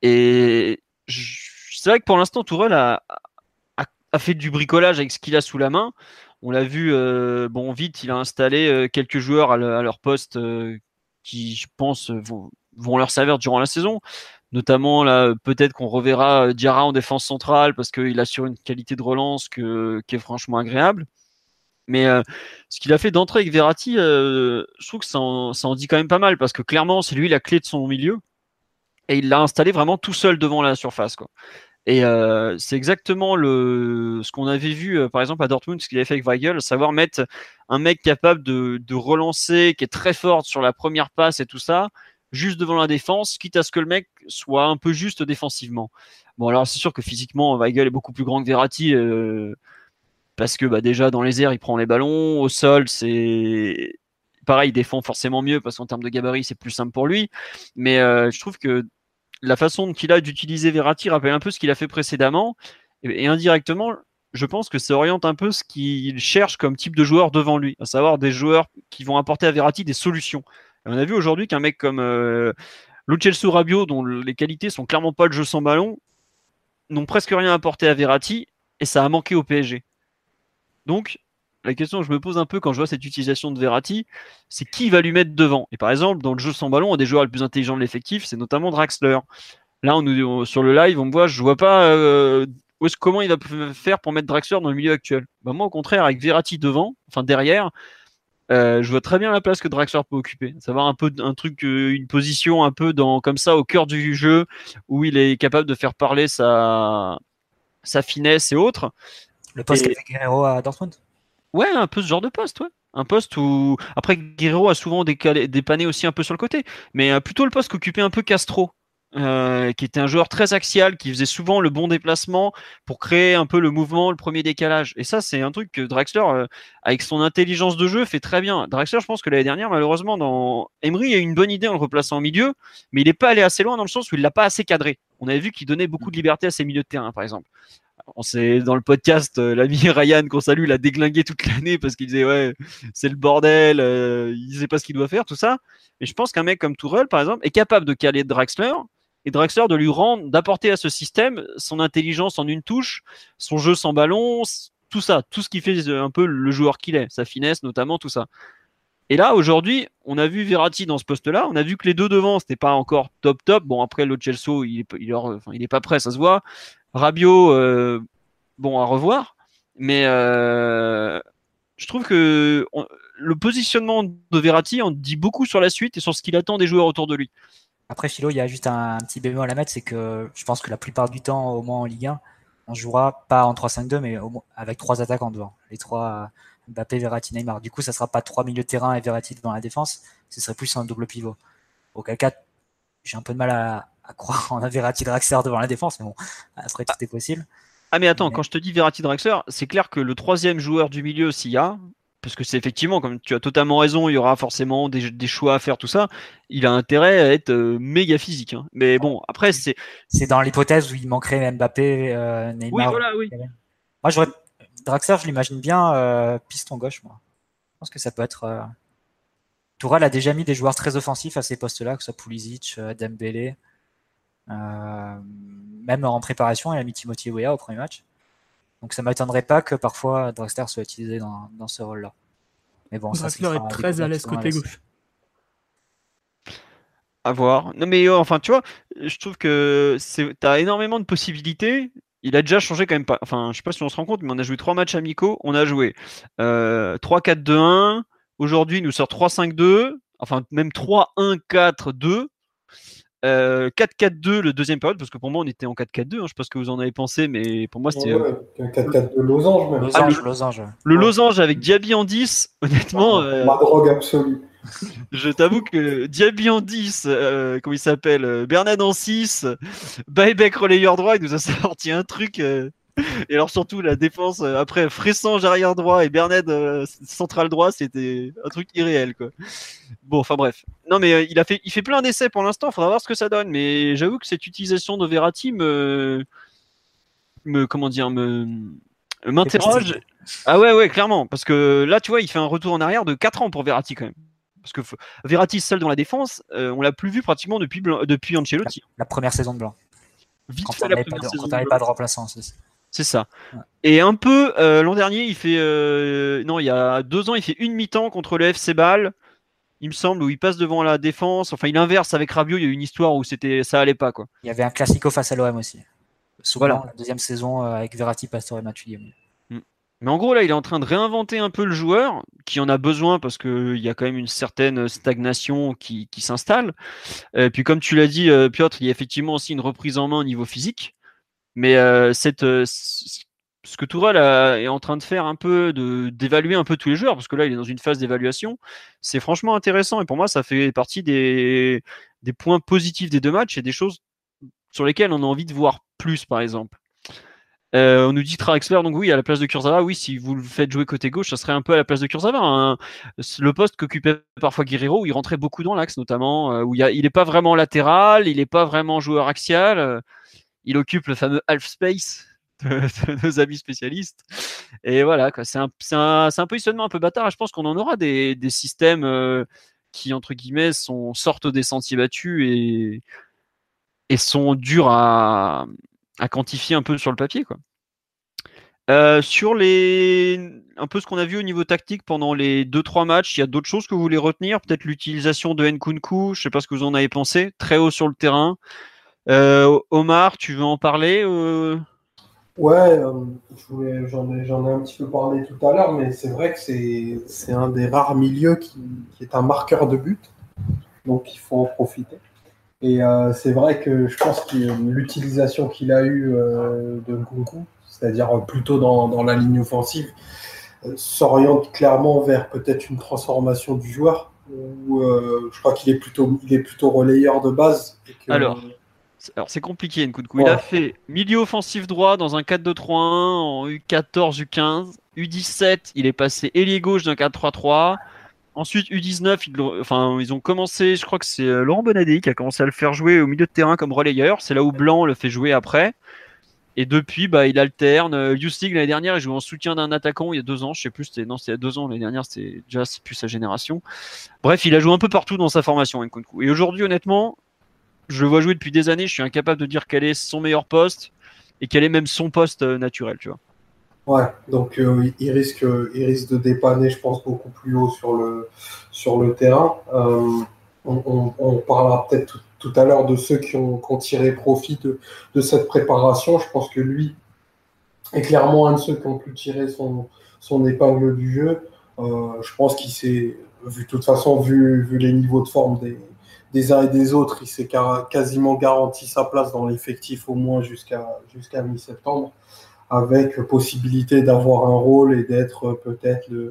Et je, c'est vrai que pour l'instant, Tourelle a, a, a, fait du bricolage avec ce qu'il a sous la main. On l'a vu, euh, bon, vite, il a installé euh, quelques joueurs à, le, à leur poste euh, qui, je pense, vont, vont leur servir durant la saison. Notamment, là, peut-être qu'on reverra Diarra en défense centrale parce qu'il assure une qualité de relance que, qui est franchement agréable. Mais euh, ce qu'il a fait d'entrée avec Verratti, euh, je trouve que ça en, ça en dit quand même pas mal parce que clairement, c'est lui la clé de son milieu et il l'a installé vraiment tout seul devant la surface, quoi. Et euh, c'est exactement le, ce qu'on avait vu, euh, par exemple, à Dortmund, ce qu'il avait fait avec Weigl, savoir mettre un mec capable de, de relancer, qui est très fort sur la première passe et tout ça, juste devant la défense, quitte à ce que le mec soit un peu juste défensivement. Bon, alors c'est sûr que physiquement, Weigl est beaucoup plus grand que Verratti. Euh, parce que bah, déjà dans les airs il prend les ballons, au sol c'est pareil, il défend forcément mieux parce qu'en termes de gabarit c'est plus simple pour lui, mais euh, je trouve que la façon qu'il a d'utiliser Verratti rappelle un peu ce qu'il a fait précédemment, et, et indirectement je pense que ça oriente un peu ce qu'il cherche comme type de joueur devant lui, à savoir des joueurs qui vont apporter à Verratti des solutions. Et on a vu aujourd'hui qu'un mec comme euh, Lo Celso, Rabiot, dont les qualités sont clairement pas le jeu sans ballon, n'ont presque rien apporté à Verratti et ça a manqué au P S G. Donc, la question que je me pose un peu quand je vois cette utilisation de Verratti, c'est qui va lui mettre devant. Et par exemple, dans le jeu sans ballon, un des joueurs les plus intelligents de l'effectif, c'est notamment Draxler. Là, on nous, on, sur le live, on me voit, je vois pas euh, où est-ce, comment il va faire pour mettre Draxler dans le milieu actuel. Bah, moi, au contraire, avec Verratti devant, enfin derrière, euh, je vois très bien la place que Draxler peut occuper. Savoir un peu un truc, euh, une position un peu dans comme ça au cœur du jeu où il est capable de faire parler sa sa finesse et autres. Le poste Et... qu'avait Guerrero à Dortmund. Ouais, un peu ce genre de poste, ouais. Un poste où après Guerrero a souvent décalé, dépanné aussi un peu sur le côté, mais euh, plutôt le poste qu'occupait un peu Castro. Euh, qui était un joueur très axial, qui faisait souvent le bon déplacement pour créer un peu le mouvement, le premier décalage. Et ça, c'est un truc que Draxler, euh, avec son intelligence de jeu, fait très bien. Draxler, je pense que l'année dernière, malheureusement, dans Emery a eu une bonne idée en le replaçant au milieu, mais il n'est pas allé assez loin dans le sens où il l'a pas assez cadré. On avait vu qu'il donnait beaucoup de liberté à ses milieux de terrain, par exemple. On sait dans le podcast, euh, l'ami Ryan qu'on salue l'a déglingué toute l'année parce qu'il disait ouais c'est le bordel, euh, il sait pas ce qu'il doit faire, tout ça. Mais je pense qu'un mec comme Tourelle, par exemple, est capable de caler Draxler et Draxler de lui rendre, d'apporter à ce système son intelligence en une touche, son jeu sans ballon, tout ça, tout ce qui fait un peu le joueur qu'il est, sa finesse notamment, tout ça. Et là, aujourd'hui, on a vu Verratti dans ce poste-là, on a vu que les deux devant, c'était pas encore top top. Bon, après, Lo Celso, il est, il, est, enfin, il est pas prêt, ça se voit. Rabiot, euh, bon, à revoir. Mais euh, je trouve que on, le positionnement de Verratti en dit beaucoup sur la suite et sur ce qu'il attend des joueurs autour de lui. Après, Philo, il y a juste un, un petit bémol à mettre, c'est que je pense que la plupart du temps, au moins en Ligue un, on jouera pas en trois cinq deux, mais au moins avec trois attaquants devant. Les trois, Mbappé, Verratti, Neymar. Du coup, ça sera pas trois milieux de terrain et Verratti devant la défense, ce serait plus un double pivot. Auquel cas, j'ai un peu de mal à, à croire en un Verratti Draxler devant la défense, mais bon, après tout est possible. Ah mais attends, mais... quand je te dis Verratti Draxler, c'est clair que le troisième joueur du milieu, s'il y a, parce que c'est effectivement, comme tu as totalement raison, il y aura forcément des, des choix à faire, tout ça, il a intérêt à être euh, méga physique. Hein. Mais bon, après, c'est... C'est dans l'hypothèse où il manquerait Mbappé, euh, Neymar. Oui, voilà, oui. Moi, j'aurais... Draxler, je l'imagine bien euh, piston gauche, moi. Je pense que ça peut être... Euh... Tourelle a déjà mis des joueurs très offensifs à ces postes-là, que ce soit Pulisic, euh, Dembélé. Euh... Même en préparation, il a mis Timothy Weah au premier match. Donc ça ne m'étonnerait pas que parfois Draxler soit utilisé dans, dans ce rôle-là. Mais bon, Draxler ça, est très à l'aise côté gauche. À voir. Non mais euh, enfin tu vois, je trouve que c'est t'as énormément de possibilités. Il a déjà changé quand même pas. Enfin, je sais pas si on se rend compte, mais on a joué trois matchs amicaux. On a joué euh, trois quatre deux un. Aujourd'hui, il nous sort trois cinq deux. Enfin, même trois un quatre deux. Euh, quatre quatre deux le deuxième période, parce que pour moi on était en quatre quatre deux, hein, je sais pas ce que vous en avez pensé, mais pour moi c'était... Ouais, ouais, quatre quatre deux losange même. Losange, ah, le, losange. Le ouais. losange avec Diaby en dix, honnêtement... Euh... Ma drogue absolue. Je t'avoue que Diaby en dix, euh, comment il s'appelle, euh, Bernard en six, Baebek relayeur droit, il nous a sorti un truc... Euh... Et alors surtout la défense, euh, après Fressange arrière droit et Bernard euh, central droit, c'était un truc irréel quoi. Bon, enfin bref. Non mais euh, il a fait, il fait plein d'essais pour l'instant. Faudra voir ce que ça donne. Mais j'avoue que cette utilisation de Verratti me, me comment dire, me m'interroge. Ah ouais ouais clairement parce que là tu vois il fait un retour en arrière de quatre ans pour Verratti quand même. Parce que Verratti seul dans la défense, euh, on l'a plus vu pratiquement depuis Blanc, depuis Ancelotti. La, la première saison de Blanc. Vite quand fait on la n'avait pas, première de, pas de remplaçant. C'est, c'est ça. Ouais. Et un peu euh, l'an dernier, il fait euh, non, il y a deux ans, il fait une mi-temps contre le F C Bâle, il me semble, où il passe devant la défense. Enfin, il inverse avec Rabiot. Il y a eu une histoire où c'était ça allait pas quoi. Il y avait un classico face à l'O M aussi. Souvent voilà. La deuxième saison euh, avec Verratti, Pastore et Matuidi. Mais en gros, là, il est en train de réinventer un peu le joueur, qui en a besoin parce qu'il y a quand même une certaine stagnation qui, qui s'installe. Et puis, comme tu l'as dit, euh, Piotr, il y a effectivement aussi une reprise en main au niveau physique. Mais euh, cette, euh, ce que Tourelle a, est en train de faire un peu, de, d'évaluer un peu tous les joueurs, parce que là, il est dans une phase d'évaluation, c'est franchement intéressant. Et pour moi, ça fait partie des, des points positifs des deux matchs et des choses sur lesquelles on a envie de voir plus, par exemple. Euh, on nous dit Draxler, donc oui, à la place de Kurzawa, oui, si vous le faites jouer côté gauche, ça serait un peu à la place de Kurzawa. Hein. Le poste qu'occupait parfois Guerrero, où il rentrait beaucoup dans l'axe, notamment, euh, où il n'est pas vraiment latéral, il n'est pas vraiment joueur axial, euh, il occupe le fameux half space de, de nos amis spécialistes. Et voilà, quoi, c'est, un, c'est, un, c'est un positionnement un peu bâtard. Je pense qu'on en aura des, des systèmes euh, qui, entre guillemets, sont, sortent des sentiers battus et, et sont durs à. à quantifier un peu sur le papier, quoi. Euh, sur les un peu ce qu'on a vu au niveau tactique pendant les deux trois matchs, il y a d'autres choses que vous voulez retenir? Peut-être l'utilisation de Nkunku, je sais pas ce que vous en avez pensé, très haut sur le terrain. Euh, Omar, tu veux en parler? euh Ouais, euh, je voulais, j'en ai, j'en ai un petit peu parlé tout à l'heure, mais c'est vrai que c'est, c'est un des rares milieux qui, qui est un marqueur de but, donc il faut en profiter. Et euh, c'est vrai que je pense que l'utilisation qu'il a eue euh, de Nkunku, c'est-à-dire plutôt dans, dans la ligne offensive, euh, s'oriente clairement vers peut-être une transformation du joueur. Où, euh, je crois qu'il est plutôt, il est plutôt relayeur de base. Et que, Alors, c'est- alors c'est compliqué Nkunku. Il a ouais, fait milieu offensif droit dans un quatre deux trois un en U quatorze, U quinze, U dix-sept, il est passé ailier gauche d'un quatre trois trois. Ensuite, U dix-neuf, ils, l'ont- enfin, ils ont commencé, je crois que c'est euh, Laurent Bonadé qui a commencé à le faire jouer au milieu de terrain comme relayeur. C'est là où Blanc le fait jouer après. Et depuis, bah, il alterne. Euh, Youth League, l'année dernière, il jouait en soutien d'un attaquant il y a deux ans. Je sais plus, c'était, non, c'était il y a deux ans. L'année dernière, c'était déjà, c'est plus sa génération. Bref, il a joué un peu partout dans sa formation, Nkunku. Et aujourd'hui, honnêtement, je le vois jouer depuis des années. Je suis incapable de dire quel est son meilleur poste et quel est même son poste euh, naturel, tu vois. ouais, donc euh, il risque, il risque de dépanner, je pense, beaucoup plus haut sur le, sur le terrain. Euh, on, on- on parlera peut-être tout, tout à l'heure de ceux qui ont, qui ont tiré profit de, de cette préparation. Je pense que lui est clairement un de ceux qui ont pu tirer son, son épingle du jeu. Euh, je pense qu'il s'est, vu de toute façon, vu, vu les niveaux de forme des, des uns et des autres, il s'est car- quasiment garanti sa place dans l'effectif au moins jusqu'à jusqu'à mi-septembre, avec possibilité d'avoir un rôle et d'être peut-être le,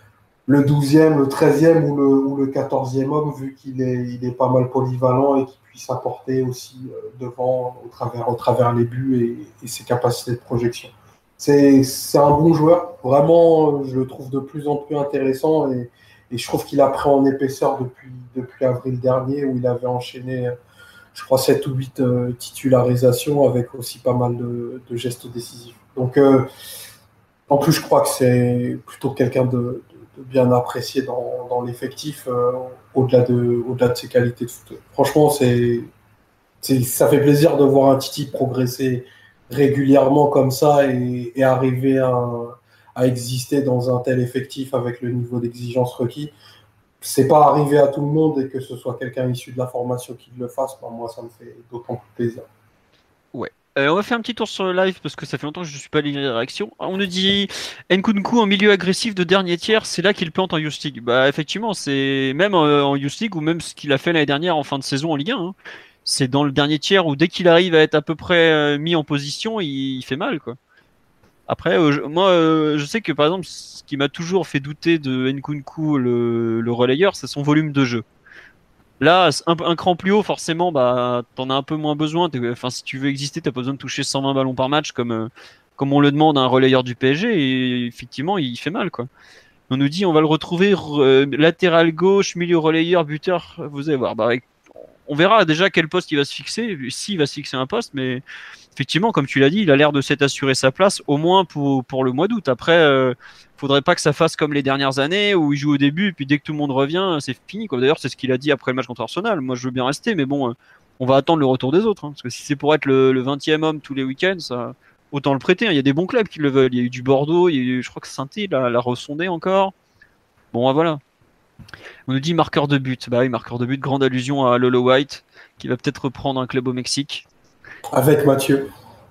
le douzième, le treizième ou le, ou le quatorzième homme, vu qu'il est, il est pas mal polyvalent et qu'il puisse apporter aussi euh, devant, au travers, au travers les buts et, et ses capacités de projection. C'est, c'est un bon joueur, vraiment, je le trouve de plus en plus intéressant et, et je trouve qu'il a pris en épaisseur depuis, depuis avril dernier où il avait enchaîné, je crois, sept ou huit euh, titularisations avec aussi pas mal de, de gestes décisifs. Donc, euh, en plus, je crois que c'est plutôt quelqu'un de, de- de bien apprécié dans, dans l'effectif, euh, au-delà de, au-delà de ses qualités de foot. Franchement, c'est, c'est- ça fait plaisir de voir un Titi progresser régulièrement comme ça et, et arriver à, à exister dans un tel effectif avec le niveau d'exigence requis. C'est pas arrivé à tout le monde et que ce soit quelqu'un issu de la formation qui le fasse, ben, moi, ça me fait d'autant plus plaisir. Ouais. Euh, on va faire un petit tour sur le live parce que ça fait longtemps que je ne suis pas allé lire les réactions. On nous dit Nkunku en milieu agressif de dernier tiers, c'est là qu'il plante en Youth League. Bah effectivement, c'est même euh, en Youth League ou même ce qu'il a fait l'année dernière en fin de saison en Ligue un, hein. C'est dans le dernier tiers où dès qu'il arrive à être à peu près euh, mis en position, il, il fait mal quoi. Après, euh, je- moi, euh, je sais que par exemple, ce qui m'a toujours fait douter de Nkunku, le, le relayeur, c'est son volume de jeu. Là, un, un cran plus haut, forcément, bah, t'en as un peu moins besoin. T'es- Enfin, si tu veux exister, t'as pas besoin de toucher cent vingt ballons par match comme, euh, comme on le demande à un relayeur du P S G. Et effectivement, il fait mal, quoi. On nous dit, on va le retrouver euh, latéral gauche, milieu relayeur, buteur. Vous allez voir. Bah, avec- on verra déjà quel poste il va se fixer, s'il va se fixer un poste. Mais effectivement, comme tu l'as dit, il a l'air de s'être assuré sa place, au moins pour, pour le mois d'août. Après, euh, faudrait pas que ça fasse comme les dernières années où il joue au début et puis dès que tout le monde revient, c'est fini, quoi. D'ailleurs, c'est ce qu'il a dit après le match contre Arsenal. Moi, je veux bien rester, mais bon, euh, on va attendre le retour des autres, hein, parce que si c'est pour être le, le vingtième homme tous les week-ends, ça, autant le prêter, hein. Il y a des bons clubs qui le veulent. Il y a eu du Bordeaux, il y a eu, je crois que Saint-Étienne l'a, l'a ressondé encore. Bon, ah, voilà. On nous dit marqueur de but. Bah oui, marqueur de but, grande allusion à Lolo White, qui va peut-être reprendre un club au Mexique. Avec Mathieu.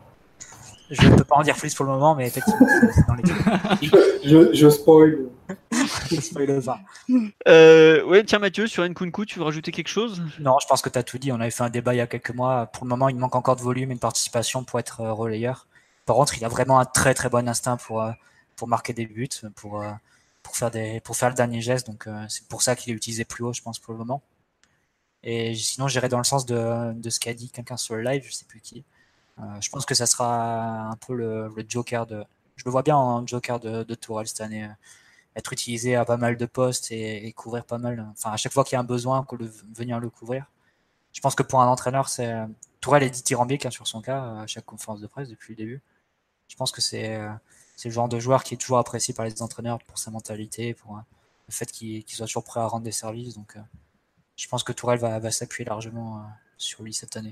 Je ne peux pas en dire plus pour le moment, mais effectivement, c'est c'est dans l'équipe. Je, je spoil. Je spoil pas. Euh, ouais, tiens Mathieu, sur Nkunku, tu veux rajouter quelque chose? Non, je pense que tu as tout dit. On avait fait un débat il y a quelques mois. Pour le moment, il manque encore de volume et de participation pour être euh, relayeur. Par contre, il a vraiment un très très bon instinct pour, euh, pour marquer des buts, pour, euh, pour, faire des, pour faire le dernier geste. Donc, euh, c'est pour ça qu'il est utilisé plus haut, je pense, pour le moment. Et sinon, j'irai dans le sens de, de ce qu'a dit quelqu'un sur le live, je sais plus qui. Euh, je pense que ça sera un peu le, le joker de. Je le vois bien en joker de, de Tourelle cette année. Être utilisé à pas mal de postes et, et couvrir pas mal. Enfin, à chaque fois qu'il y a un besoin, qu'on le, venir le couvrir. Je pense que pour un entraîneur, c'est. Tourelle est dithyrambique hein, sur son cas à chaque conférence de presse depuis le début. Je pense que c'est, c'est le genre de joueur qui est toujours apprécié par les entraîneurs pour sa mentalité, pour le fait qu'il, qu'il soit toujours prêt à rendre des services. Donc, je pense que Tourelle va, va s'appuyer largement sur lui cette année.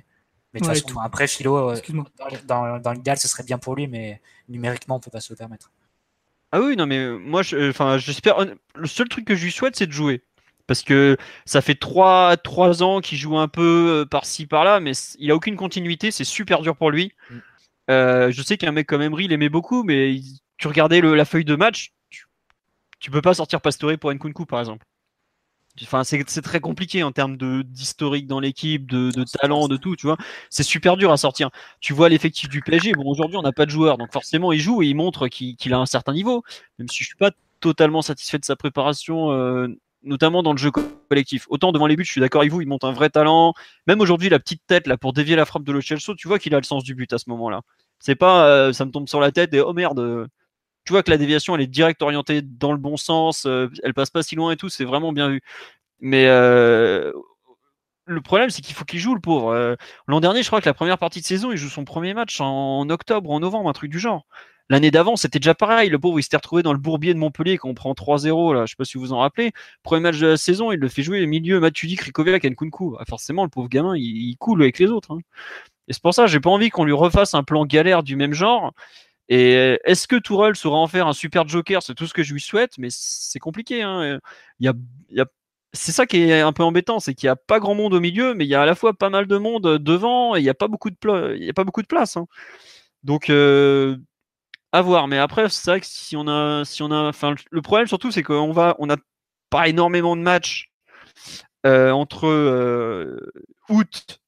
Mais de toute Ouais, façon, tout- après, Philo, euh, Excuse-moi. dans, dans, dans l'idéal, ce serait bien pour lui, mais numériquement, on peut pas se le permettre. Ah oui, non, mais euh, moi, je- enfin, j'espère. Le seul truc que je lui souhaite, c'est de jouer. Parce que ça fait trois, trois ans qu'il joue un peu euh, par-ci, par-là, mais c- il a aucune continuité, c'est super dur pour lui. Mm. Euh, je sais qu'un mec comme Emery l'aimait beaucoup, mais il- tu regardais le- la feuille de match, tu, tu peux pas sortir Pastore pour Nkunku, par exemple. Enfin, c'est c'est très compliqué en termes de d'historique dans l'équipe, de, de Non, c'est clair, talent, ça. de tout, tu vois. C'est super dur à sortir. Tu vois l'effectif du P S G. Bon, aujourd'hui, on n'a pas de joueur, donc forcément, il joue et il montre qu'il qu'il a un certain niveau. Même si je suis pas totalement satisfait de sa préparation, euh, notamment dans le jeu co- collectif. Autant devant les buts, je suis d'accord avec vous, il monte un vrai talent. Même aujourd'hui, la petite tête là pour dévier la frappe de Lo Celso, tu vois qu'il a le sens du but à ce moment-là. C'est pas, euh, ça me tombe sur la tête et oh merde. euh, Tu vois que la déviation, elle est direct orientée dans le bon sens, euh, elle passe pas si loin et tout, c'est vraiment bien vu. Mais euh, le problème, c'est qu'il faut qu'il joue, le pauvre. Euh, L'an dernier, je crois que la première partie de saison, il joue son premier match en, en octobre, en novembre, un truc du genre. L'année d'avant, c'était déjà pareil. Le pauvre, il s'était retrouvé dans le bourbier de Montpellier quand on prend trois zéro. Là. Je sais pas si vous vous en rappelez. Premier match de la saison, il le fait jouer au milieu Matuidi, Krikoviak, Nkunku. Ah, forcément, le pauvre gamin, il, il coule avec les autres. Hein. Et c'est pour ça, j'ai pas envie qu'on lui refasse un plan galère du même genre. Et est-ce que Tourelle saura en faire un super joker? C'est tout ce que je lui souhaite, mais c'est compliqué. Hein. Il y a, il y a... C'est ça qui est un peu embêtant, c'est qu'il n'y a pas grand monde au milieu, mais il y a à la fois pas mal de monde devant et il n'y a pas beaucoup de, pla... il y a pas beaucoup de place. Hein. Donc, euh, à voir. Mais après, c'est vrai que si on a, si on a, enfin, le problème surtout, c'est qu'on va, on a pas énormément de matchs euh, entre euh, août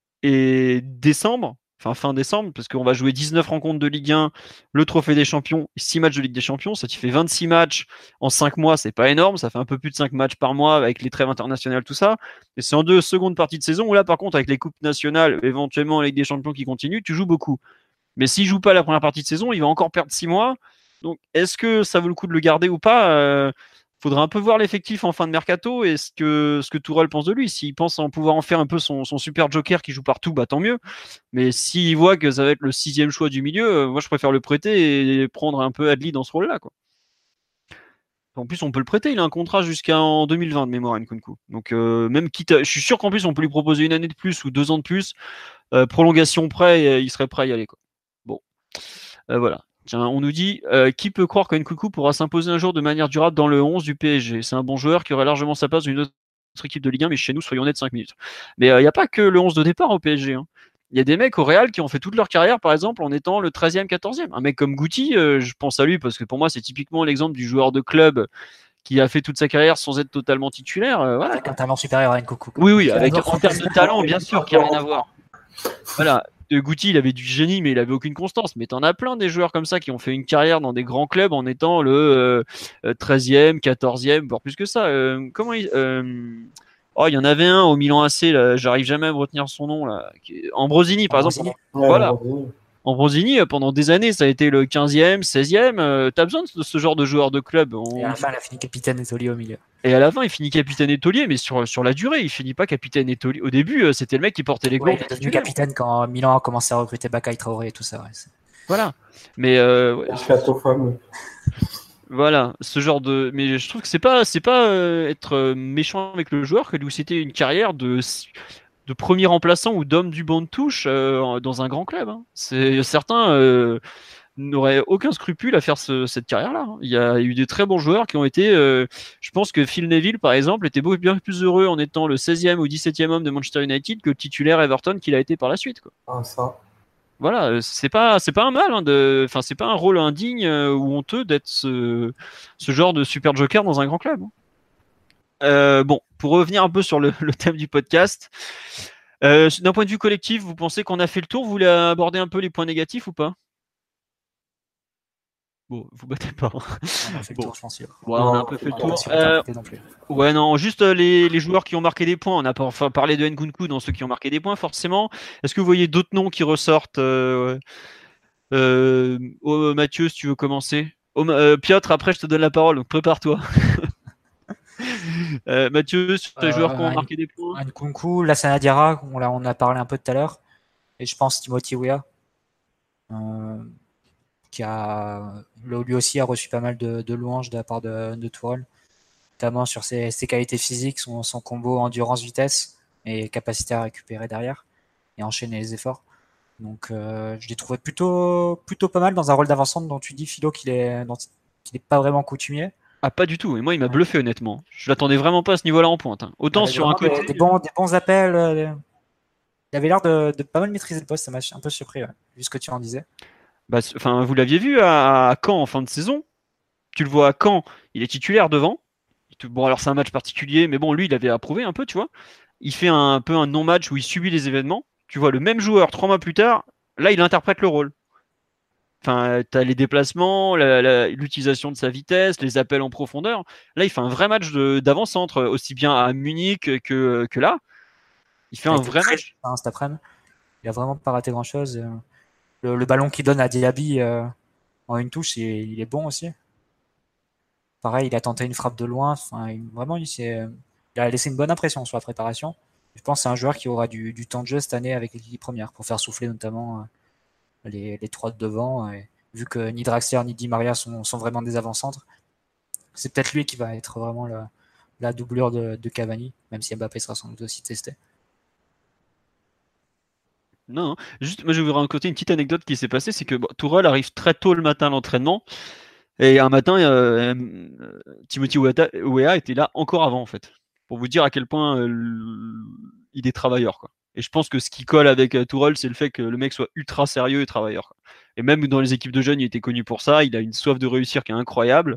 et décembre, enfin fin décembre, parce qu'on va jouer dix-neuf rencontres de Ligue un, le Trophée des Champions, six matchs de Ligue des Champions, ça te fait vingt-six matchs en cinq mois, c'est pas énorme, ça fait un peu plus de cinq matchs par mois avec les trêves internationales, tout ça. Et c'est en deux secondes parties de saison où là, par contre, avec les coupes nationales, éventuellement avec des champions qui continuent, tu joues beaucoup. Mais s'il joue pas la première partie de saison, il va encore perdre six mois. Donc, est-ce que ça vaut le coup de le garder ou pas euh, Faudra un peu voir l'effectif en fin de mercato et ce que, ce que Tourelle pense de lui. S'il pense en pouvoir en faire un peu son, son super joker qui joue partout, bah tant mieux. Mais s'il voit que ça va être le sixième choix du milieu, euh, moi je préfère le prêter et prendre un peu Adli dans ce rôle-là. Quoi. En plus, on peut le prêter. Il a un contrat jusqu'en deux mille vingt de mémoire, Nkunku. Donc, euh, même quitte, à... je suis sûr qu'en plus, on peut lui proposer une année de plus ou deux ans de plus. Euh, prolongation prêt, euh, il serait prêt à y aller. Quoi. Bon, euh, voilà. Tiens, on nous dit euh, qui peut croire qu'Nkunku pourra s'imposer un jour de manière durable dans le onze du P S G? C'est un bon joueur qui aurait largement sa place dans une autre équipe de Ligue un, mais chez nous, soyons honnêtes, cinq minutes. Mais il euh, n'y a pas que le onze de départ au P S G. Hein. Il y a des mecs au Real qui ont fait toute leur carrière, par exemple, en étant le treizième, quatorzième. Un mec comme Guti, euh, je pense à lui parce que pour moi, c'est typiquement l'exemple du joueur de club qui a fait toute sa carrière sans être totalement titulaire. Euh, voilà. Avec un talent supérieur à Nkunku. Oui, oui, avec en termes de talent, bien sûr, qui n'a rien à voir. Voilà. De Guti, il avait du génie, mais il avait aucune constance. Mais t'en as plein des joueurs comme ça qui ont fait une carrière dans des grands clubs en étant le euh, treizième, quatorzième, voire plus que ça. Euh, comment il. Euh... Oh, il y en avait un au Milan A C, là, j'arrive jamais à me retenir son nom. Là. Ambrosini, par Ambrosini. exemple. Voilà. Ambrosini, pendant des années, ça a été le quinzième, seizième. Euh, T'as besoin de ce genre de joueur de club. On... Et à la fin, il a fini capitaine étoilé au milieu. Et à la fin, il finit capitaine étolier, mais sur, sur la durée, il finit pas capitaine étolier. Au début, euh, c'était le mec qui portait les gants. Ouais, il est devenu capitaine quand Milan a commencé à recruter Bakay Traoré et tout ça. Ouais. Voilà. Mais euh, ouais, fameux. Voilà, ce genre de. Mais je trouve que c'est pas, c'est pas euh, être méchant avec le joueur que de lui citer une carrière de de premier remplaçant ou d'homme du banc de touche euh, dans un grand club. Hein. C'est certains. Euh, n'aurait aucun scrupule à faire ce, cette carrière-là. Il y a eu des très bons joueurs qui ont été. Euh, je pense que Phil Neville, par exemple, était beaucoup bien plus heureux en étant le seizième ou dix-septième homme de Manchester United que le titulaire Everton qu'il a été par la suite. Quoi. Ah, ça. Voilà, c'est pas, c'est pas un mal, hein, de, enfin, c'est pas un rôle indigne euh, ou honteux d'être ce, ce genre de super joker dans un grand club. Hein. Euh, bon, pour revenir un peu sur le, le thème du podcast, euh, d'un point de vue collectif, vous pensez qu'on a fait le tour? Vous voulez aborder un peu les points négatifs ou pas? Bon, vous battez pas. On a fait le bon. tour, je pense. Ouais, on a un peu fait le tour. Euh... Ouais, non, juste euh, les, les joueurs qui ont marqué des points. On a pas enfin, parlé de Nkunku dans ceux qui ont marqué des points, forcément. Est-ce que vous voyez d'autres noms qui ressortent euh, euh, oh, Mathieu, si tu veux commencer. Oh, euh, Piotr, après, je te donne la parole, donc prépare-toi. euh, Mathieu, sur les euh, joueurs qui ont marqué des points. Nkunku, Lassana Diarra, on, on a parlé un peu tout à l'heure. Et je pense Timothy Weah. Euh... qui a lui aussi a reçu pas mal de, de louanges de la part de, de Tourelle, notamment sur ses, ses qualités physiques, son, son combo endurance-vitesse et capacité à récupérer derrière. et enchaîner les efforts. Donc euh, je l'ai trouvé plutôt plutôt pas mal dans un rôle d'avancante dont tu dis Philo qu'il est dont qu'il n'est pas vraiment coutumier. Ah, pas du tout. Et moi, il m'a bluffé, honnêtement. Je l'attendais vraiment pas à ce niveau-là en pointe. Hein. Autant Avec sur un vraiment côté. des, des bons des bons appels. euh, il avait l'air de, de pas mal maîtriser le poste. Ça m'a un peu surpris, ouais, vu ce que tu en disais. Bah, c- enfin, vous l'aviez vu à, à Caen en fin de saison. Tu le vois à Caen, il est titulaire devant. Il te- Bon, alors c'est un match particulier, mais bon, lui, il avait approuvé un peu, tu vois. Il fait un, un peu un non-match où il subit les événements. Tu vois le même joueur trois mois plus tard. Là, il interprète le rôle. Enfin, t'as les déplacements, la- la- l'utilisation de sa vitesse, les appels en profondeur. Là, il fait un vrai match de- d'avant-centre, aussi bien à Munich que, que là. Il fait Il a un été vrai très match. fin, cet après-midi. Il a vraiment pas raté grand-chose. euh. Le, le ballon qu'il donne à Diaby euh, en une touche, il, il est bon aussi. Pareil, il a tenté une frappe de loin. Enfin, il- vraiment, il, s'est- il a laissé une bonne impression sur la préparation. Je pense que c'est un joueur qui aura du, du temps de jeu cette année avec l'équipe première pour faire souffler notamment euh, les, les trois de devant. Et vu que ni Draxler ni Di Maria sont, sont vraiment des avant-centres, c'est peut-être lui qui va être vraiment le- la doublure de, de Cavani, même si Mbappé sera sans doute aussi testé. Non, hein. Juste, moi je vais vous raconter une petite anecdote qui s'est passée, c'est que bon, Tourelle arrive très tôt le matin à l'entraînement, et un matin, euh, euh, Timothy Weah Weah était là encore avant en fait, pour vous dire à quel point euh, l- il est travailleur quoi. Et je pense que ce qui colle avec euh, Tourelle, c'est le fait que le mec soit ultra sérieux et travailleur. Quoi. Et même dans les équipes de jeunes, il était connu pour ça. Il a une soif de réussir qui est incroyable.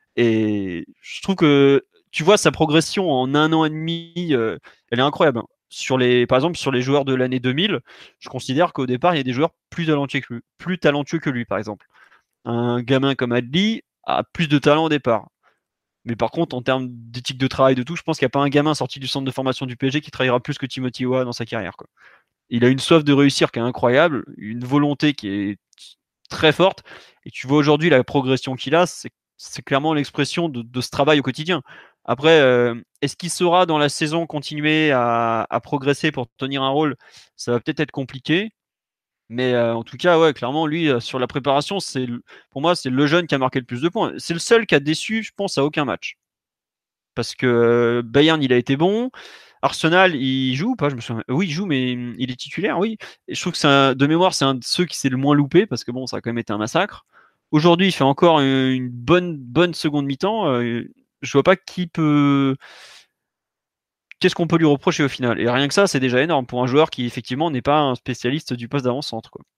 Et je trouve que tu vois sa progression en un an et demi, euh, elle est incroyable. Hein. Sur les, par exemple, sur les joueurs de l'année deux mille, je considère qu'au départ, il y a des joueurs plus talentueux que lui, plus talentueux que lui, par exemple. Un gamin comme Adli a plus de talent au départ. Mais par contre, en termes d'éthique de travail, de tout, je pense qu'il n'y a pas un gamin sorti du centre de formation du P S G qui travaillera plus que Timothy Weah dans sa carrière. Quoi. Il a une soif de réussir qui est incroyable, une volonté qui est très forte. Et tu vois aujourd'hui la progression qu'il a, c'est, c'est clairement l'expression de, de ce travail au quotidien. Après, euh, est-ce qu'il saura dans la saison continuer à, à progresser pour tenir un rôle? Ça va peut-être être compliqué. Mais euh, en tout cas, ouais, clairement, lui, euh, sur la préparation, c'est le- pour moi, c'est le jeune qui a marqué le plus de points. C'est le seul qui a déçu, je pense, à aucun match. Parce que euh, Bayern, il a été bon. Arsenal, il joue ou pas? Je me souviens. Oui, il joue, mais hum, il est titulaire, oui. Et je trouve que c'est un- de mémoire, c'est un de ceux qui s'est le moins loupé, parce que bon, ça a quand même été un massacre. Aujourd'hui, il fait encore une, une bonne, bonne seconde mi-temps. Euh, je vois pas qui peut. Qu'est-ce qu'on peut lui reprocher au final? Et rien que ça, c'est déjà énorme pour un joueur qui, effectivement, n'est pas un spécialiste du poste d'avant-centre, quoi.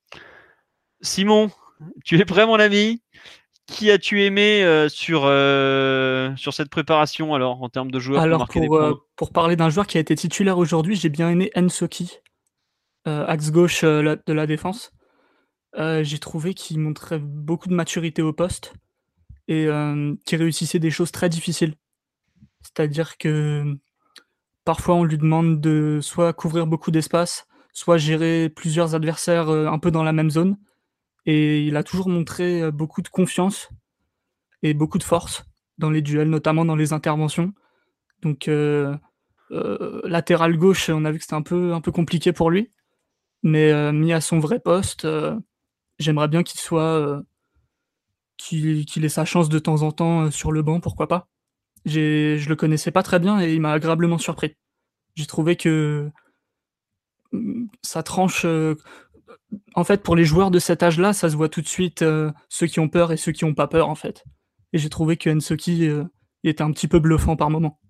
Simon, tu es prêt, mon ami? Qui as-tu aimé euh, sur, euh, sur cette préparation, alors, en termes de joueurs qui ont Alors marqué des pour, euh, points? pour parler d'un joueur qui a été titulaire aujourd'hui, j'ai bien aimé Ensoki, euh, axe gauche euh, la- de la défense. Euh, j'ai trouvé qu'il montrait beaucoup de maturité au poste et euh, qu'il réussissait des choses très difficiles. C'est-à-dire que parfois on lui demande de soit couvrir beaucoup d'espace, soit gérer plusieurs adversaires euh, un peu dans la même zone. Et il a toujours montré euh, beaucoup de confiance et beaucoup de force dans les duels, notamment dans les interventions. Donc euh, euh, latéral gauche, on a vu que c'était un peu, un peu compliqué pour lui. Mais euh, mis à son vrai poste, euh, j'aimerais bien qu'il soit euh, qu'il qu'il ait sa chance de temps en temps euh, sur le banc, pourquoi pas. J'ai, je le connaissais pas très bien et il m'a agréablement surpris. J'ai trouvé que mm, sa tranche, euh, en fait, pour les joueurs de cet âge-là, ça se voit tout de suite euh, ceux qui ont peur et ceux qui ont pas peur, en fait. Et j'ai trouvé que Ensoki euh, il était un petit peu bluffant par moment.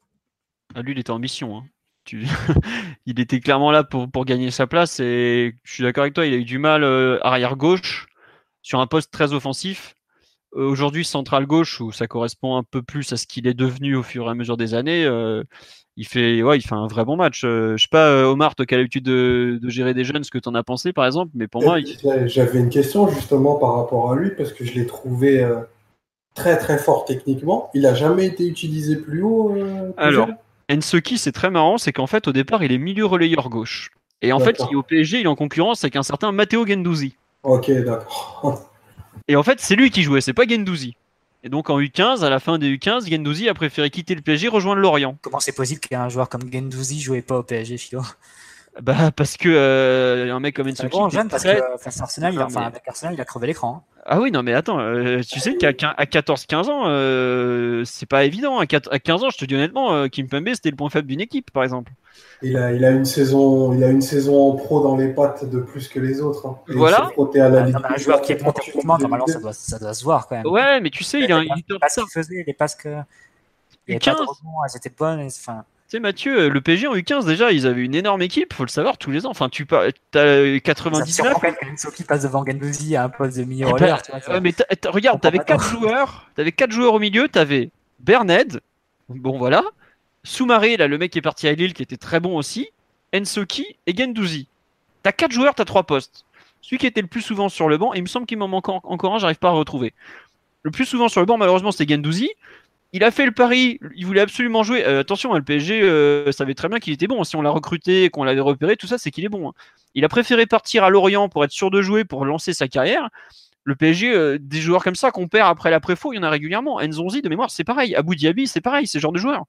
Ah, lui, il était en mission. Hein. Tu... il était clairement là pour, pour gagner sa place et je suis d'accord avec toi, il a eu du mal euh, arrière gauche sur un poste très offensif. Euh, aujourd'hui, central gauche, où ça correspond un peu plus à ce qu'il est devenu au fur et à mesure des années, euh, il, fait, ouais, il fait un vrai bon match. Euh, je sais pas, euh, Omar, toi qui as l'habitude de, de gérer des jeunes, ce que tu en as pensé par exemple, mais pour moi, il... J'avais une question justement par rapport à lui, parce que je l'ai trouvé euh, très très fort techniquement. Il n'a jamais été utilisé plus haut, euh, plus Alors, jeune. Ensoki, c'est très marrant, c'est qu'en fait, au départ, il est milieu relayeur gauche. Et en fait, il est au P S G, il est en concurrence avec un certain Matteo Guendouzi. Ok, d'accord. Et en fait, c'est lui qui jouait, c'est pas Guendouzi. Et donc en U quinze, à la fin des U quinze, Guendouzi a préféré quitter le P S G, rejoindre Lorient. Comment c'est possible qu'un joueur comme Guendouzi jouait pas au P S G, Philo? Bah parce que euh, un mec comme C'est Ensoki. bon, qui jeune, est parce très- que face à Arsenal, il a, Non, enfin, mais- avec Arsenal, il a crevé l'écran. hein. Ah oui, non mais attends, euh, tu sais qu'à quin- à quatorze quinze ans, euh, c'est pas évident. À quat- à quinze ans, je te dis honnêtement, euh, Kimpembe c'était le point faible d'une équipe, par exemple. Il a, il a une saison, il a une saison en pro dans les pattes de plus que les autres. hein. Et Voilà. il s'est frotté à la Ah, Ligue non, mais un des joueur qui est bon Champions, techniquement, comme normalement, je ça l'ai doit, ça doit se voir quand même. Ouais, mais tu sais, il a un Les il passes- est les passes ça. qu'il faisait, les passes que. Il n'y avait pas de rebond, elles étaient bonnes. et- Enfin, Tu sais, Mathieu, le P S G en U quinze, déjà, ils avaient une énorme équipe, faut le savoir, tous les ans. Enfin, tu par- t'as ça quatre-vingt-dix-neuf. surprend quand même que Ensoki passe devant Gendouzi à un poste de milieu Eh ben, relais. tu vois, ça- ouais, mais t'as- t'as- regarde, comprends t'avais pas quatre trop. joueurs, t'avais quatre joueurs au milieu, t'avais Berned, bon voilà, Soumaré, là, le mec qui est parti à Lille, qui était très bon aussi, Ensoki et Gendouzi. T'as quatre joueurs, t'as trois postes. Celui qui était le plus souvent sur le banc, et il me semble qu'il m'en manque en- encore un, j'arrive pas à retrouver. Le plus souvent sur le banc, malheureusement, c'était Gendouzi. Il a fait le pari, il voulait absolument jouer. Euh, attention, hein, le P S G euh, savait très bien qu'il était bon. Si on l'a recruté, qu'on l'avait repéré, tout ça, c'est qu'il est bon. hein. Il a préféré partir à Lorient pour être sûr de jouer, pour lancer sa carrière. Le P S G, euh, des joueurs comme ça qu'on perd après l'après-faux, il y en a régulièrement. Nzonzi, de mémoire, c'est pareil. Abou Diaby, c'est pareil, c'est ce genre de joueur.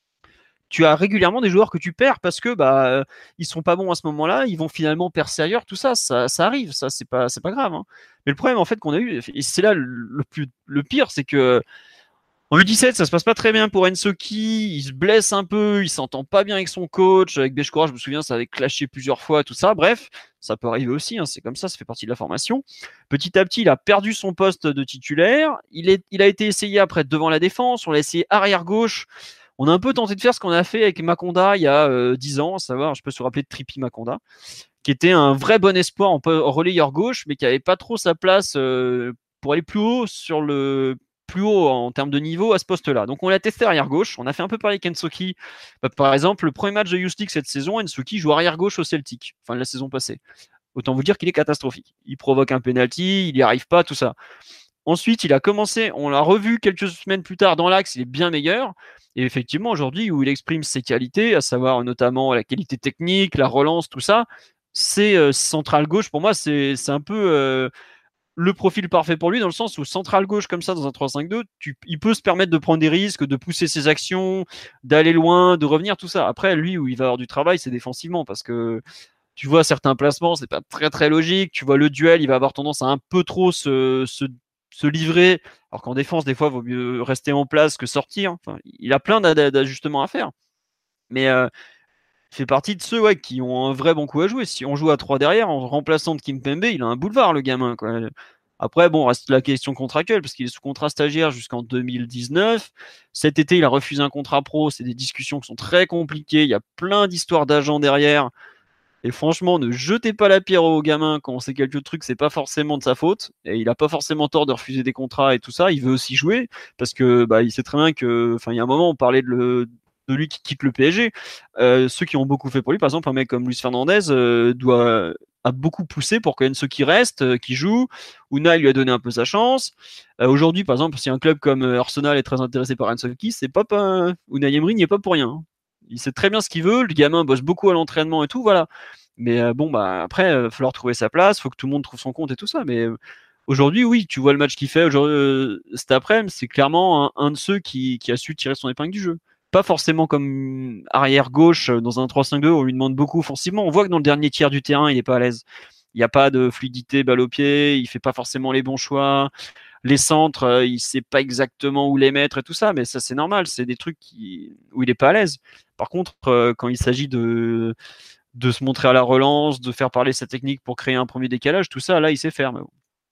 Tu as régulièrement des joueurs que tu perds parce que bah euh, ils sont pas bons à ce moment-là, ils vont finalement percer ailleurs, tout ça, ça, ça arrive, ça c'est pas c'est pas grave. hein. Mais le problème en fait qu'on a eu, et c'est là le, le plus le pire, c'est que en U dix-sept, ça se passe pas très bien pour Ensoki, il se blesse un peu, il s'entend pas bien avec son coach, avec Bechekoura, je me souviens, ça avait clashé plusieurs fois, tout ça. Bref, ça peut arriver aussi, hein, c'est comme ça, ça fait partie de la formation. Petit à petit, il a perdu son poste de titulaire, il, est, il a été essayé après devant la défense, on l'a essayé arrière gauche. On a un peu tenté de faire ce qu'on a fait avec Makonda il y a euh, dix ans, à savoir, je peux se rappeler de Trippi Makonda, qui était un vrai bon espoir en, en relayeur gauche, mais qui avait pas trop sa place euh, pour aller plus haut sur le plus haut en termes de niveau à ce poste-là. Donc on l'a testé arrière gauche. On a fait un peu parler avec Ensoki. Bah, par exemple, le premier match de Youth League cette saison, Ensoki joue arrière gauche au Celtic, fin de la saison passée. Autant vous dire qu'il est catastrophique. Il provoque un penalty, il n'y arrive pas, tout ça. Ensuite, il a commencé, on l'a revu quelques semaines plus tard dans l'axe, il est bien meilleur. Et effectivement, aujourd'hui, où il exprime ses qualités, à savoir notamment la qualité technique, la relance, tout ça, c'est euh, central gauche. Pour moi, c'est c'est un peu euh, le profil parfait pour lui, dans le sens où central gauche comme ça dans un trois cinq deux, tu, il peut se permettre de prendre des risques, de pousser ses actions, d'aller loin, de revenir, tout ça. Après, lui, où il va avoir du travail, c'est défensivement, parce que tu vois certains placements, c'est pas très très logique. Tu vois le duel, il va avoir tendance à un peu trop se, se, se livrer, alors qu'en défense, des fois, il vaut mieux rester en place que sortir. Enfin, il a plein d'ajustements à faire. Mais euh, il fait partie de ceux ouais, qui ont un vrai bon coup à jouer. Si on joue à trois derrière, en remplaçant de Kimpembe, il a un boulevard, le gamin. Quoi. Après, bon, reste la question contractuelle, parce qu'il est sous contrat stagiaire jusqu'en deux mille dix-neuf. Cet été, il a refusé un contrat pro. C'est des discussions qui sont très compliquées. Il y a plein d'histoires d'agents derrière. Et franchement, ne jetez pas la pierre au gamin quand on sait quelques trucs, c'est pas forcément de sa faute. Et il a pas forcément tort de refuser des contrats et tout ça. Il veut aussi jouer parce que bah, il sait très bien que, enfin, il y a un moment, on parlait de, le, de lui qui quitte le P S G. Euh, ceux qui ont beaucoup fait pour lui, par exemple, un mec comme Luis Fernandez euh, doit a beaucoup poussé pour que ceux qui restent, euh, qui jouent. Unai lui a donné un peu sa chance. Euh, Aujourd'hui, par exemple, si un club comme Arsenal est très intéressé par Ensoki, c'est pas, pas Unai Emery n'y est pas pour rien. Hein. Il sait très bien ce qu'il veut, le gamin bosse beaucoup à l'entraînement et tout, voilà. Mais euh, bon, bah après, il euh, va falloir trouver sa place, il faut que tout le monde trouve son compte et tout ça. Mais euh, aujourd'hui, oui, tu vois le match qu'il fait aujourd'hui, euh, cet après-midi, c'est clairement un, un de ceux qui, qui a su tirer son épingle du jeu. Pas forcément comme arrière gauche dans un trois cinq deux, on lui demande beaucoup offensivement. On voit que dans le dernier tiers du terrain, il n'est pas à l'aise. Il n'y a pas de fluidité, balle au pied, il fait pas forcément les bons choix. Les centres, euh, il sait pas exactement où les mettre et tout ça, mais ça c'est normal, c'est des trucs qui... où il est pas à l'aise. Par contre, euh, quand il s'agit de de se montrer à la relance, de faire parler sa technique pour créer un premier décalage, tout ça, là, il sait faire. Mais bon.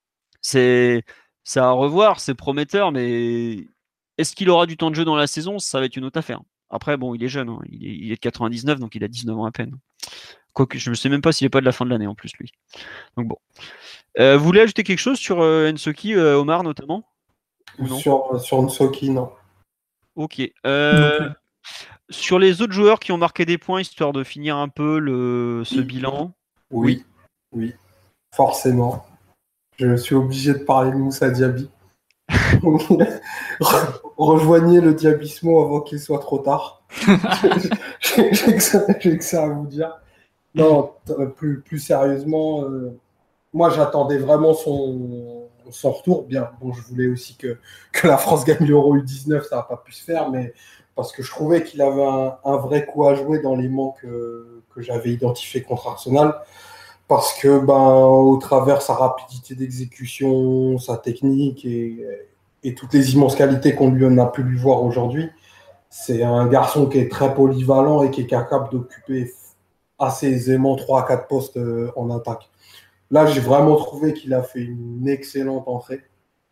C'est c'est à revoir, c'est prometteur, mais est-ce qu'il aura du temps de jeu dans la saison? Ça va être une autre affaire. Après, bon, il est jeune, hein. il, est, il est de quatre-vingt-dix-neuf, donc il a dix-neuf ans à peine. Quoique, je ne sais même pas s'il n'est pas de la fin de l'année en plus, lui. Donc bon. Euh, vous voulez ajouter quelque chose sur euh, Ensoki, euh, Omar notamment? Ou non sur, sur Ensoki, non. Ok. Euh, sur les autres joueurs qui ont marqué des points, histoire de finir un peu le, ce oui. bilan. Oui, oui, oui, forcément. Je suis obligé de parler de Moussa Diaby. Rejoignez le Diabismo avant qu'il soit trop tard. J'ai que, ça, j'ai que ça à vous dire. Non, plus, plus sérieusement, euh, moi j'attendais vraiment son, son retour. Bien, bon, je voulais aussi que, que la France gagne l'Euro U dix-neuf, ça n'a pas pu se faire, mais parce que je trouvais qu'il avait un, un vrai coup à jouer dans les manques euh, que j'avais identifiés contre Arsenal. Parce que, ben, au travers sa rapidité d'exécution, sa technique et, et toutes les immenses qualités qu'on lui en a pu lui voir aujourd'hui, c'est un garçon qui est très polyvalent et qui est capable d'occuper assez aisément trois à quatre postes euh, en attaque. Là, j'ai vraiment trouvé qu'il a fait une excellente entrée.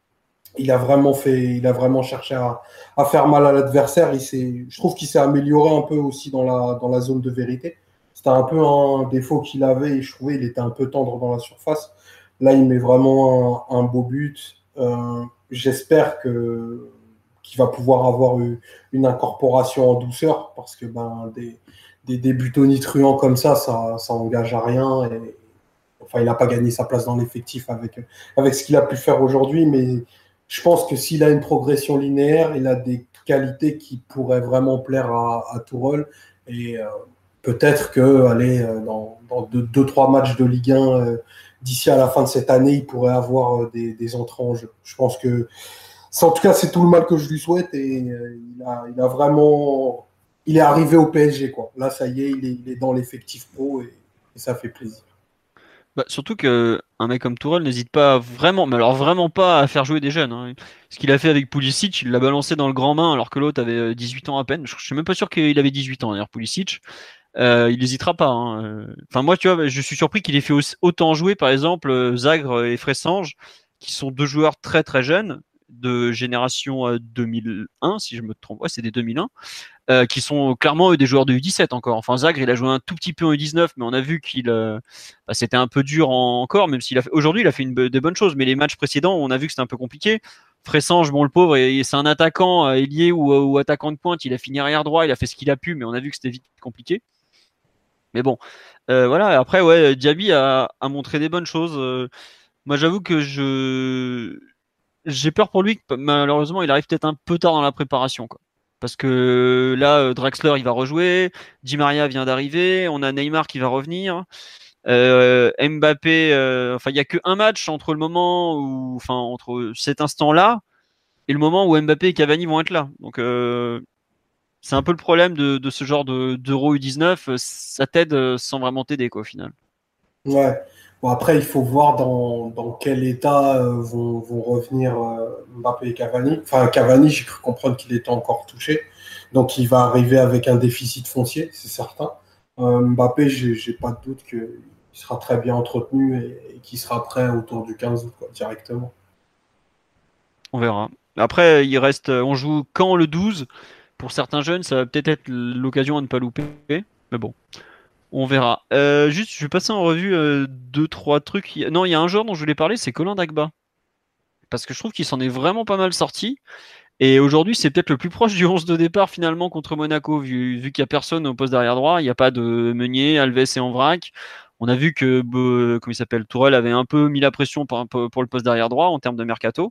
Il a vraiment fait, il a vraiment cherché à, à faire mal à l'adversaire. Il s'est, je trouve qu'il s'est amélioré un peu aussi dans la, dans la zone de vérité. C'était un peu un défaut qu'il avait et je trouvais qu'il était un peu tendre dans la surface. Là, il met vraiment un, un beau but. Euh, j'espère que, qu'il va pouvoir avoir une, une incorporation en douceur parce que ben, des, des, des buts tonitruants comme ça, ça, ça engage à rien. Et, enfin, il n'a pas gagné sa place dans l'effectif avec, avec ce qu'il a pu faire aujourd'hui, mais je pense que s'il a une progression linéaire, il a des qualités qui pourraient vraiment plaire à, à Tourelle. Et euh, peut-être que, allez, dans, dans deux, deux, trois matchs de Ligue un, euh, d'ici à la fin de cette année, il pourrait avoir euh, des, des entrées en jeu. Je pense que, en tout cas, c'est tout le mal que je lui souhaite. Et euh, il, a, il a vraiment, il est arrivé au P S G, quoi. Là, ça y est, il est, il est dans l'effectif pro et, et ça fait plaisir. Bah, surtout qu'un mec comme Tourelle n'hésite pas vraiment, mais alors vraiment pas à faire jouer des jeunes. Hein. Ce qu'il a fait avec Pulisic, il l'a balancé dans le grand bain alors que l'autre avait dix-huit ans à peine. Je suis même pas sûr qu'il avait dix-huit ans d'ailleurs, Pulisic. Euh, il n'hésitera pas. Hein. Enfin, moi, tu vois, je suis surpris qu'il ait fait autant jouer, par exemple, Zagre et Fressange, qui sont deux joueurs très très jeunes, de génération deux mille un, si je me trompe. Ouais, c'est des deux mille un. Euh, qui sont clairement eux, des joueurs de U dix-sept encore. Enfin, Zagre, il a joué un tout petit peu en U dix-neuf, mais on a vu qu'il euh, bah, c'était un peu dur en, encore, même s'il a fait, aujourd'hui, il a fait une, des bonnes choses, mais les matchs précédents, on a vu que c'était un peu compliqué. Fressange, bon, le pauvre, et, et c'est un attaquant, euh, ailier ou, ou attaquant de pointe, il a fini arrière droit, il a fait ce qu'il a pu, mais on a vu que c'était vite compliqué. Mais bon, euh, voilà, après, ouais, Diaby a, a montré des bonnes choses. Euh, moi, j'avoue que je j'ai peur pour lui, que malheureusement, il arrive peut-être un peu tard dans la préparation, quoi. Parce que là, Draxler, il va rejouer. Di Maria vient d'arriver. On a Neymar qui va revenir. Euh, Mbappé, euh, enfin, il n'y a qu'un match entre le moment où, enfin, entre cet instant-là et le moment où Mbappé et Cavani vont être là. Donc, euh, c'est un peu le problème de, de ce genre de, d'Euro U dix-neuf. Ça t'aide sans vraiment t'aider, quoi, au final. Ouais. Bon, après, il faut voir dans, dans quel état euh, vont, vont revenir euh, Mbappé et Cavani. Enfin, Cavani, j'ai cru comprendre qu'il était encore touché. Donc, il va arriver avec un déficit foncier, c'est certain. Euh, Mbappé, j'ai, j'ai pas de doute qu'il sera très bien entretenu et, et qu'il sera prêt autour du quinze août, quoi, directement. On verra. Après, il reste, on joue quand le douze. Pour certains jeunes, ça va peut-être être l'occasion à ne pas louper. Mais bon. On verra. Euh, juste, je vais passer en revue euh, deux, trois trucs. Non, il y a un joueur dont je voulais parler, c'est Colin Dagba. Parce que je trouve qu'il s'en est vraiment pas mal sorti. Et aujourd'hui, c'est peut-être le plus proche du onze de départ finalement contre Monaco, vu, vu qu'il n'y a personne au poste d'arrière droit. Il n'y a pas de Meunier, Alves et Envrac. On a vu que, euh, comment il s'appelle, Tourelle avait un peu mis la pression pour, pour le poste d'arrière droit en termes de mercato.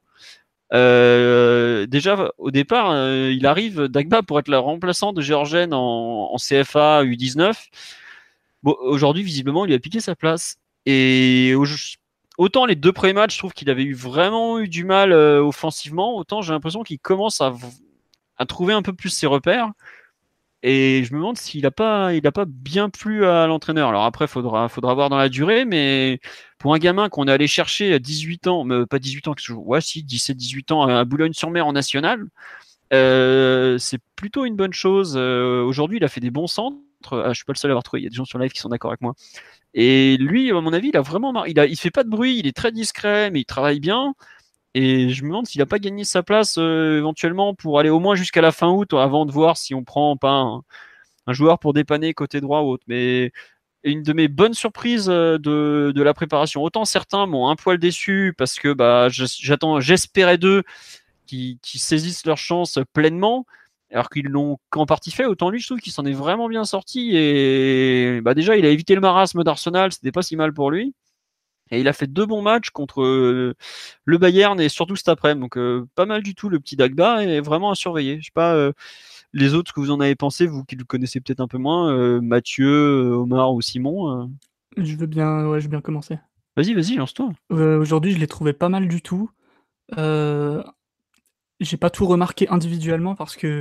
Euh, déjà, au départ, euh, il arrive, Dagba, pour être le remplaçant de Georgen en, en C F A U dix-neuf. Bon, aujourd'hui, visiblement, il lui a piqué sa place. Et autant les deux premiers matchs, je trouve qu'il avait eu vraiment eu du mal euh, offensivement, autant j'ai l'impression qu'il commence à, à trouver un peu plus ses repères. Et je me demande s'il n'a pas, il a pas bien plu à l'entraîneur. Alors après, faudra, faudra voir dans la durée, mais pour un gamin qu'on est allé chercher à dix-huit ans, mais pas dix-huit ans, ouais, si, dix-sept dix-huit ans à Boulogne-sur-Mer en national, euh, c'est plutôt une bonne chose. Euh, aujourd'hui, il a fait des bons centres. Ah, je suis pas le seul à avoir trouvé. Il y a des gens sur live qui sont d'accord avec moi. Et lui, à mon avis, il a vraiment mar... il a, il fait pas de bruit, il est très discret, mais il travaille bien. Et je me demande s'il a pas gagné sa place euh, éventuellement pour aller au moins jusqu'à la fin août avant de voir si on prend pas un, un joueur pour dépanner côté droit ou autre. Mais une de mes bonnes surprises de, de la préparation. Autant certains m'ont un poil déçu parce que bah j'attends, j'espérais d'eux qui, qui saisissent leur chance pleinement. Alors qu'ils l'ont qu'en partie fait, autant lui, je trouve qu'il s'en est vraiment bien sorti. Et bah déjà, il a évité le marasme d'Arsenal, c'était pas si mal pour lui. Et il a fait deux bons matchs contre euh, le Bayern et surtout cet après-midi. Donc euh, pas mal du tout le petit Dagba et vraiment à surveiller. Je sais pas euh, les autres ce que vous en avez pensé, vous qui le connaissez peut-être un peu moins, euh, Mathieu, Omar ou Simon. Euh... Je veux bien, ouais, je veux bien commencer. Vas-y, vas-y, lance-toi. Euh, aujourd'hui, je l'ai trouvé pas mal du tout. Euh, j'ai pas tout remarqué individuellement parce que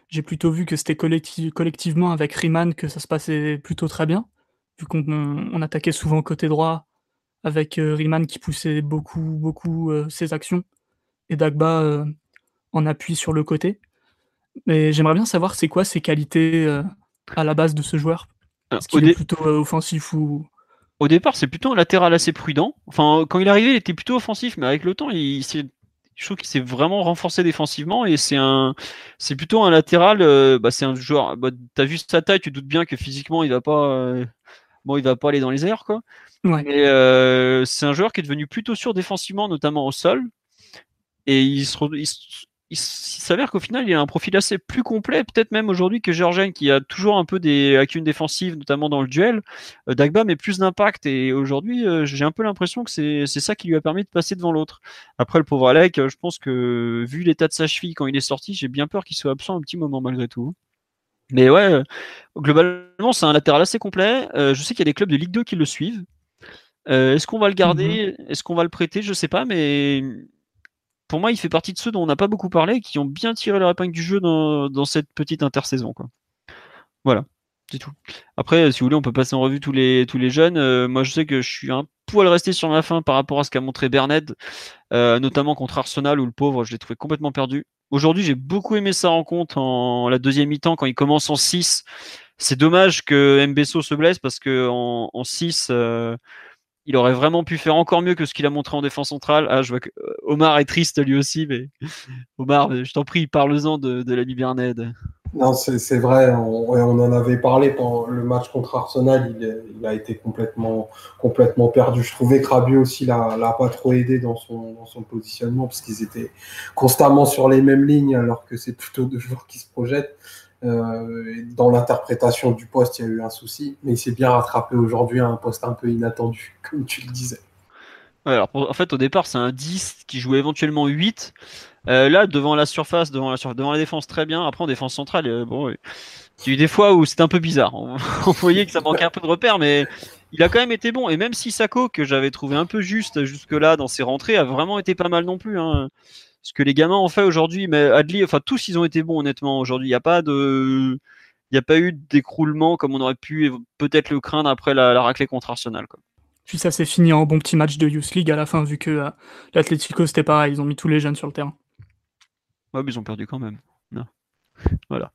j'ai plutôt vu que c'était collecti- collectivement avec Riemann que ça se passait plutôt très bien, vu qu'on on, on attaquait souvent côté droit avec euh, Riemann qui poussait beaucoup, beaucoup euh, ses actions et Dagba euh, en appui sur le côté. Mais j'aimerais bien savoir c'est quoi ses qualités euh, à la base de ce joueur. Alors, Est-ce au, qu'il est dé- plutôt euh, offensif ou... au départ, c'est plutôt un latéral assez prudent. Enfin, quand il est arrivé, il était plutôt offensif, mais avec le temps, il, s'est- je trouve qu'il s'est vraiment renforcé défensivement et c'est un, c'est plutôt un latéral. Euh, bah, c'est un joueur. Bah, t'as vu sa taille, tu te doutes bien que physiquement, il va pas, euh, bon, il va pas aller dans les airs, quoi. Ouais. Mais euh, c'est un joueur qui est devenu plutôt sûr défensivement, notamment au sol. Et il se, re- il se- il s- il s'avère qu'au final, il a un profil assez plus complet, peut-être même aujourd'hui que Georgen, qui a toujours un peu des lacunes défensives, notamment dans le duel. Euh, Dagba met plus d'impact et aujourd'hui, euh, j'ai un peu l'impression que c'est c'est ça qui lui a permis de passer devant l'autre. Après, le pauvre Alec, euh, je pense que vu l'état de sa cheville quand il est sorti, j'ai bien peur qu'il soit absent un petit moment malgré tout. Mais ouais, euh, globalement, c'est un latéral assez complet. Euh, je sais qu'il y a des clubs de Ligue deux qui le suivent. Euh, est-ce qu'on va le Mhm. garder? Est-ce qu'on va le prêter? Je sais pas, mais pour moi, il fait partie de ceux dont on n'a pas beaucoup parlé et qui ont bien tiré leur épingle du jeu dans, dans cette petite intersaison, quoi. Voilà, c'est tout. Après, si vous voulez, on peut passer en revue tous les, tous les jeunes. Euh, moi, je sais que je suis un poil resté sur ma faim par rapport à ce qu'a montré Berned, euh, notamment contre Arsenal, où le pauvre, je l'ai trouvé complètement perdu. Aujourd'hui, j'ai beaucoup aimé sa rencontre en la deuxième mi-temps quand il commence en six. C'est dommage que Mbesso se blesse parce que en, en six, euh, il aurait vraiment pu faire encore mieux que ce qu'il a montré en défense centrale. Ah, je vois que euh, Omar est triste lui aussi, mais Omar, je t'en prie, parle-en de, de l'ami Berned. Non, c'est c'est vrai, on, et on en avait parlé pendant le match contre Arsenal, il, est- il a été complètement, complètement perdu. Je trouvais que Rabiot aussi l'a l'a pas trop aidé dans son, dans son positionnement, parce qu'ils étaient constamment sur les mêmes lignes, alors que c'est plutôt deux joueurs qui se projettent. Euh, et dans l'interprétation du poste, il y a eu un souci, mais il s'est bien rattrapé aujourd'hui à un poste un peu inattendu, comme tu le disais. Ouais, alors, pour- en fait, au départ, c'est un dix qui jouait éventuellement huit. Euh, là, devant la surface, devant la, sur- devant la défense, très bien. Après, en défense centrale, euh, bon, ouais. Il y a eu des fois où c'était un peu bizarre. On, on voyait que ça manquait un peu de repères, mais il a quand même été bon. Et même si Sako, que j'avais trouvé un peu juste jusque-là dans ses rentrées, a vraiment été pas mal non plus, hein. Ce que les gamins ont fait aujourd'hui, mais Adli, enfin tous, ils ont été bons honnêtement aujourd'hui. Il n'y a pas de, il n'y a pas eu d'écroulement comme on aurait pu peut-être le craindre après la, la raclée contre Arsenal, quoi. Puis ça s'est fini en bon petit match de Youth League à la fin, vu que euh, l'Atlético c'était pareil, ils ont mis tous les jeunes sur le terrain. Ouais, mais ils ont perdu quand même. Non. Voilà.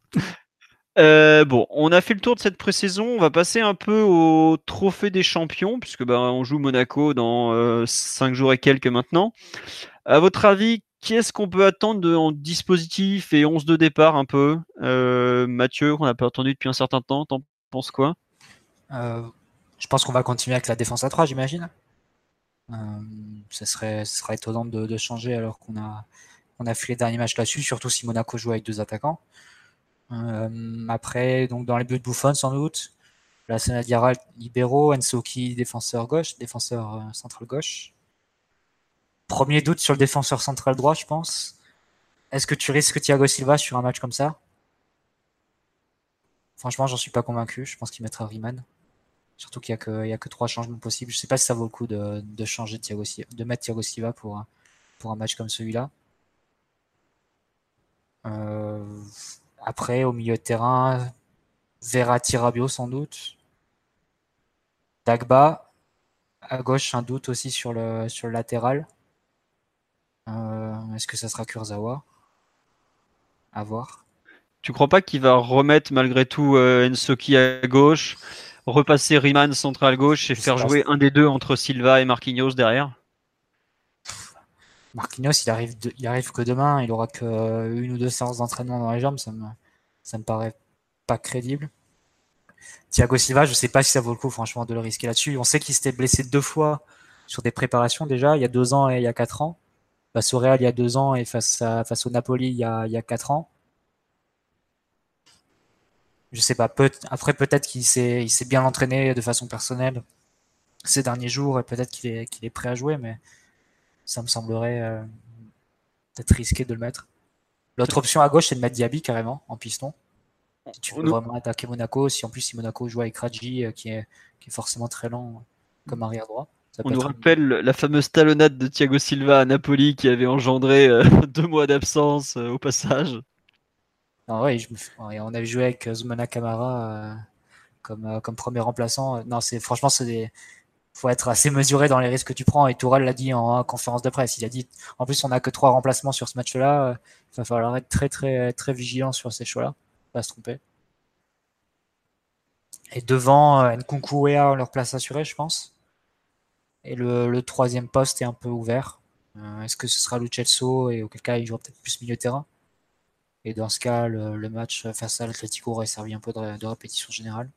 Euh, bon, on a fait le tour de cette pré-saison. On va passer un peu au trophée des champions, puisque bah, on joue Monaco dans euh, cinq jours et quelques maintenant. À votre avis, qu'est-ce qu'on peut attendre de, en dispositif et onze de départ un peu? Euh, Mathieu, qu'on n'a pas entendu depuis un certain temps, t'en penses quoi? Euh, je pense qu'on va continuer avec la défense à trois, j'imagine. Euh, ça serait, ce serait étonnant de, de changer alors qu'on a, on a fait les derniers matchs là-dessus, surtout si Monaco joue avec deux attaquants. Euh, après, donc dans les buts de Buffon sans doute, la Diarra libéraux, Ensoki défenseur gauche, défenseur euh, central gauche. Premier doute sur le défenseur central droit, je pense. Est-ce que tu risques Thiago Silva sur un match comme ça? Franchement, j'en suis pas convaincu. Je pense qu'il mettra Riemann. Surtout qu'il y a que, il y a que trois changements possibles. Je sais pas si ça vaut le coup de, de changer Thiago, de mettre Thiago Silva pour un, pour un match comme celui-là. Euh, après, au milieu de terrain, Verratti, Rabiot sans doute. Dagba. À gauche, un doute aussi sur le, sur le latéral. Euh, est-ce que ça sera Kurzawa? À voir. Tu crois pas qu'il va remettre malgré tout euh, Ensoki à gauche, repasser Riemann central gauche et Je sais faire pas. jouer un des deux entre Silva et Marquinhos derrière? Marquinhos, il arrive, de, il arrive que demain. Il aura que une ou deux séances d'entraînement dans les jambes. Ça me, ça me paraît pas crédible. Thiago Silva, je sais pas si ça vaut le coup, franchement, de le risquer là-dessus. On sait qu'il s'était blessé deux fois sur des préparations déjà, il y a deux ans et il y a quatre ans. Face au Real il y a deux ans et face, à, face au Napoli il y a, il y a quatre ans. Je sais pas. Peut, après, peut-être qu'il s'est, il s'est bien entraîné de façon personnelle ces derniers jours et peut-être qu'il est, qu'il est prêt à jouer, mais ça me semblerait euh, peut-être risqué de le mettre. L'autre option à gauche, c'est de mettre Diaby carrément en piston. Si tu veux Nous- vraiment attaquer Monaco, si en plus si Monaco joue avec Radji euh, qui est, qui est forcément très lent euh, comme arrière droit. Ça On peut nous être une- rappelle la fameuse talonnade de Thiago Silva à Napoli qui avait engendré euh, deux mois d'absence euh, au passage. Non, ouais, je me... ouais, on avait joué avec Zoumana Camara euh, comme, euh, comme premier remplaçant. Non, c'est franchement, c'est des... faut être assez mesuré dans les risques que tu prends. Et Tourelle l'a dit en conférence de presse. Il a dit, en plus, on n'a que trois remplacements sur ce match-là. Il va falloir être très, très, très vigilant sur ces choix-là. Pas se tromper. Et devant, euh, Nkunku et Wea ont leur place assurée, je pense. Et le, le troisième poste est un peu ouvert. Euh, est-ce que ce sera Lo Celso et auquel cas il jouera peut-être plus milieu terrain? Et dans ce cas, le, le match face à l'Atlético aurait servi un peu de, de répétition générale.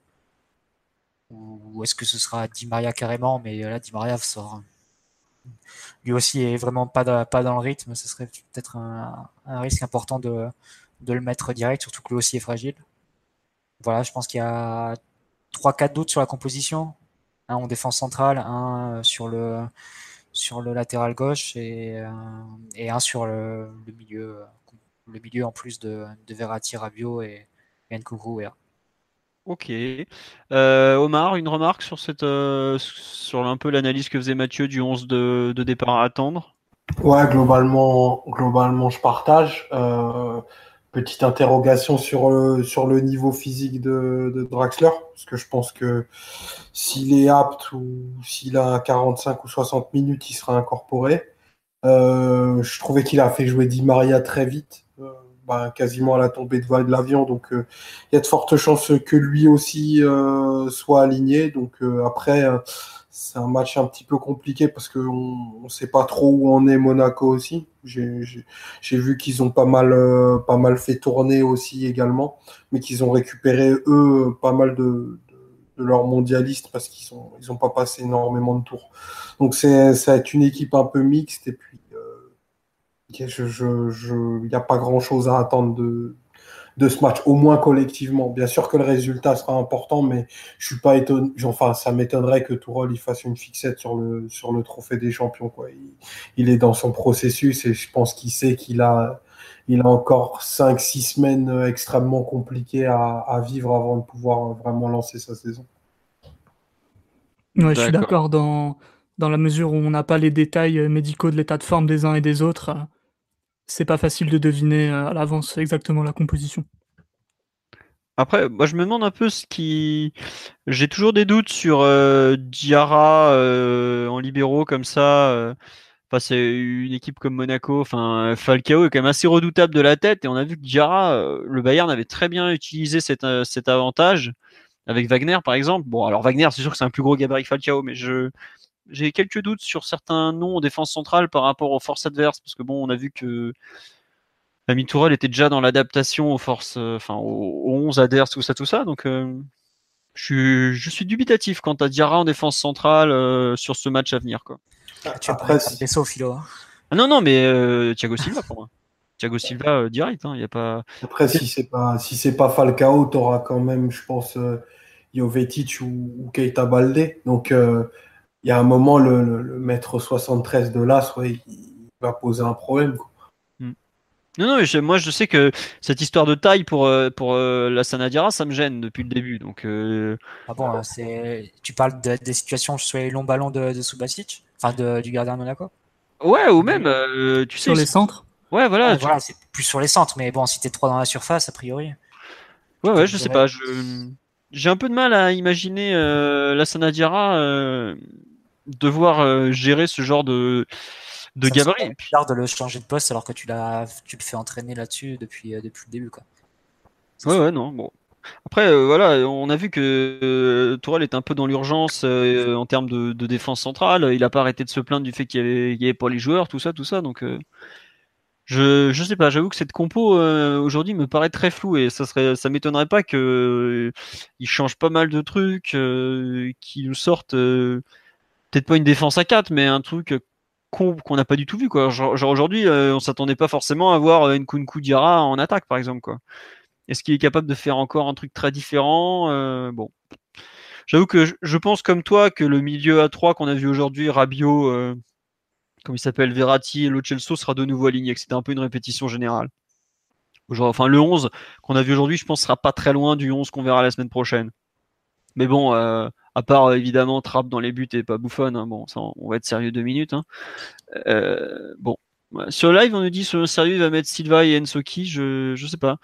Ou, ou est-ce que ce sera Di Maria carrément? Mais là, Di Maria sort. Lui aussi est vraiment pas, de, pas dans le rythme. Ce serait peut-être un, un risque important de, de le mettre direct, surtout que lui aussi est fragile. Voilà, je pense qu'il y a trois quatre doutes sur la composition. Un en défense centrale, un sur le, sur le latéral gauche et, euh, et un sur le, le milieu. Le milieu en plus de, de Verratti, Rabiot et, et Nkunku. Ouais. Ok. Euh, Omar, une remarque sur cette, euh, sur un peu l'analyse que faisait Mathieu du onze de, de départ à attendre? Ouais, globalement, globalement, je partage. Euh, petite interrogation sur le, sur le niveau physique de, de Draxler, parce que je pense que s'il est apte ou s'il a quarante-cinq ou soixante minutes, il sera incorporé. Euh, je trouvais qu'il a fait jouer Di Maria très vite, euh, bah, quasiment à la tombée de vol de l'avion. Donc, il euh, y a de fortes chances que lui aussi euh, soit aligné. Donc, euh, après, euh, c'est un match un petit peu compliqué parce qu'on ne sait pas trop où en est Monaco aussi. J'ai, j'ai, j'ai vu qu'ils ont pas mal, euh, pas mal fait tourner aussi également, mais qu'ils ont récupéré, eux, pas mal de, de, de leurs mondialistes parce qu'ils n'ont ils ont pas passé énormément de tours. Donc, c'est, ça va être une équipe un peu mixte et puis il je, n'y a pas grand-chose à attendre de, de ce match, au moins collectivement. Bien sûr que le résultat sera important, mais je suis pas étonné. Enfin, ça m'étonnerait que Tourelle il fasse une fixette sur le, sur le trophée des champions, quoi. Il, il est dans son processus et je pense qu'il sait qu'il a, il a encore cinq six semaines extrêmement compliquées à, à vivre avant de pouvoir vraiment lancer sa saison. Ouais, je suis d'accord dans, dans la mesure où on n'a pas les détails médicaux de l'état de forme des uns et des autres. C'est pas facile de deviner à l'avance exactement la composition. Après, moi je me demande un peu ce qui. J'ai toujours des doutes sur euh, Diarra euh, en libéraux comme ça. Euh... Enfin, c'est une équipe comme Monaco. Enfin, Falcao est quand même assez redoutable de la tête et on a vu que Diarra, euh, le Bayern avait très bien utilisé cet, euh, cet avantage avec Wagner par exemple. Bon, alors Wagner, c'est sûr que c'est un plus gros gabarit que Falcao, mais je j'ai quelques doutes sur certains noms en défense centrale par rapport aux forces adverses parce que bon, on a vu que Ami Tourelle était déjà dans l'adaptation aux forces, euh, enfin aux, aux onze adverses, tout ça, tout ça. Donc, euh, je suis, je suis dubitatif quant à Diarra en défense centrale euh, sur ce match à venir, quoi. Tu as après, c'est ça au philo. Hein. Ah non, non, mais euh, Thiago Silva pour moi. Thiago Silva euh, direct, hein, y a pas. Après, si c'est pas, si c'est pas Falcao, t'auras quand même, je pense, euh, Jovetic ou, ou Keita Baldé. Donc, il euh, y a un moment, le, le, le mètre soixante-treize de l'As, ouais, il va poser un problème, quoi. Non, non, mais je, moi je sais que cette histoire de taille pour, euh, pour euh, la Sanadiara, ça me gêne depuis le début. Donc, euh... ah bon, euh, c'est... tu parles de, des situations sur les longs ballons de, de Subasic, enfin de, du gardien de Monaco. Ouais, ou même, euh, tu sais. Sur les centres. Ouais, voilà. Ouais, tu... voilà, c'est plus sur les centres, mais bon, si t'es trois dans la surface, a priori. Ouais, ouais, je sais pas. Je... J'ai un peu de mal à imaginer euh, la Sanadiara euh, devoir euh, gérer ce genre de. de ça gabarit. C'est bizarre de le changer de poste alors que tu l'as, tu le fais entraîner là-dessus depuis, euh, depuis le début, quoi. Ouais, ouais, non, bon. Après, euh, voilà, on a vu que euh, Tourelle est un peu dans l'urgence euh, en termes de, de défense centrale. Il a pas arrêté de se plaindre du fait qu'il y avait, il y avait pas les joueurs, tout ça, tout ça. Donc, euh, je, je sais pas. J'avoue que cette compo euh, aujourd'hui me paraît très floue et ça serait, ça m'étonnerait pas que euh, il change pas mal de trucs, euh, qui nous sortent euh, peut-être pas une défense à quatre, mais un truc qu'on qu'on n'a pas du tout vu, quoi. Genre, genre aujourd'hui, euh, on s'attendait pas forcément à voir euh, Nkunku Diarra en attaque, par exemple, quoi. Est-ce qu'il est capable de faire encore un truc très différent euh, Bon, j'avoue que je, je pense comme toi que le milieu à trois qu'on a vu aujourd'hui, Rabiot, euh, comme il s'appelle, Verratti et Lo Celso sera de nouveau aligné, que c'était un peu une répétition générale. Genre, enfin, le onze qu'on a vu aujourd'hui, je pense, sera pas très loin du onze qu'on verra la semaine prochaine. Mais bon, euh, à part évidemment Trapp dans les buts et pas Buffon, hein, bon, ça, on va être sérieux deux minutes. Hein. Euh, bon, sur live, on nous dit sur le sérieux, il va mettre Silva et Ensoki, je, je sais pas.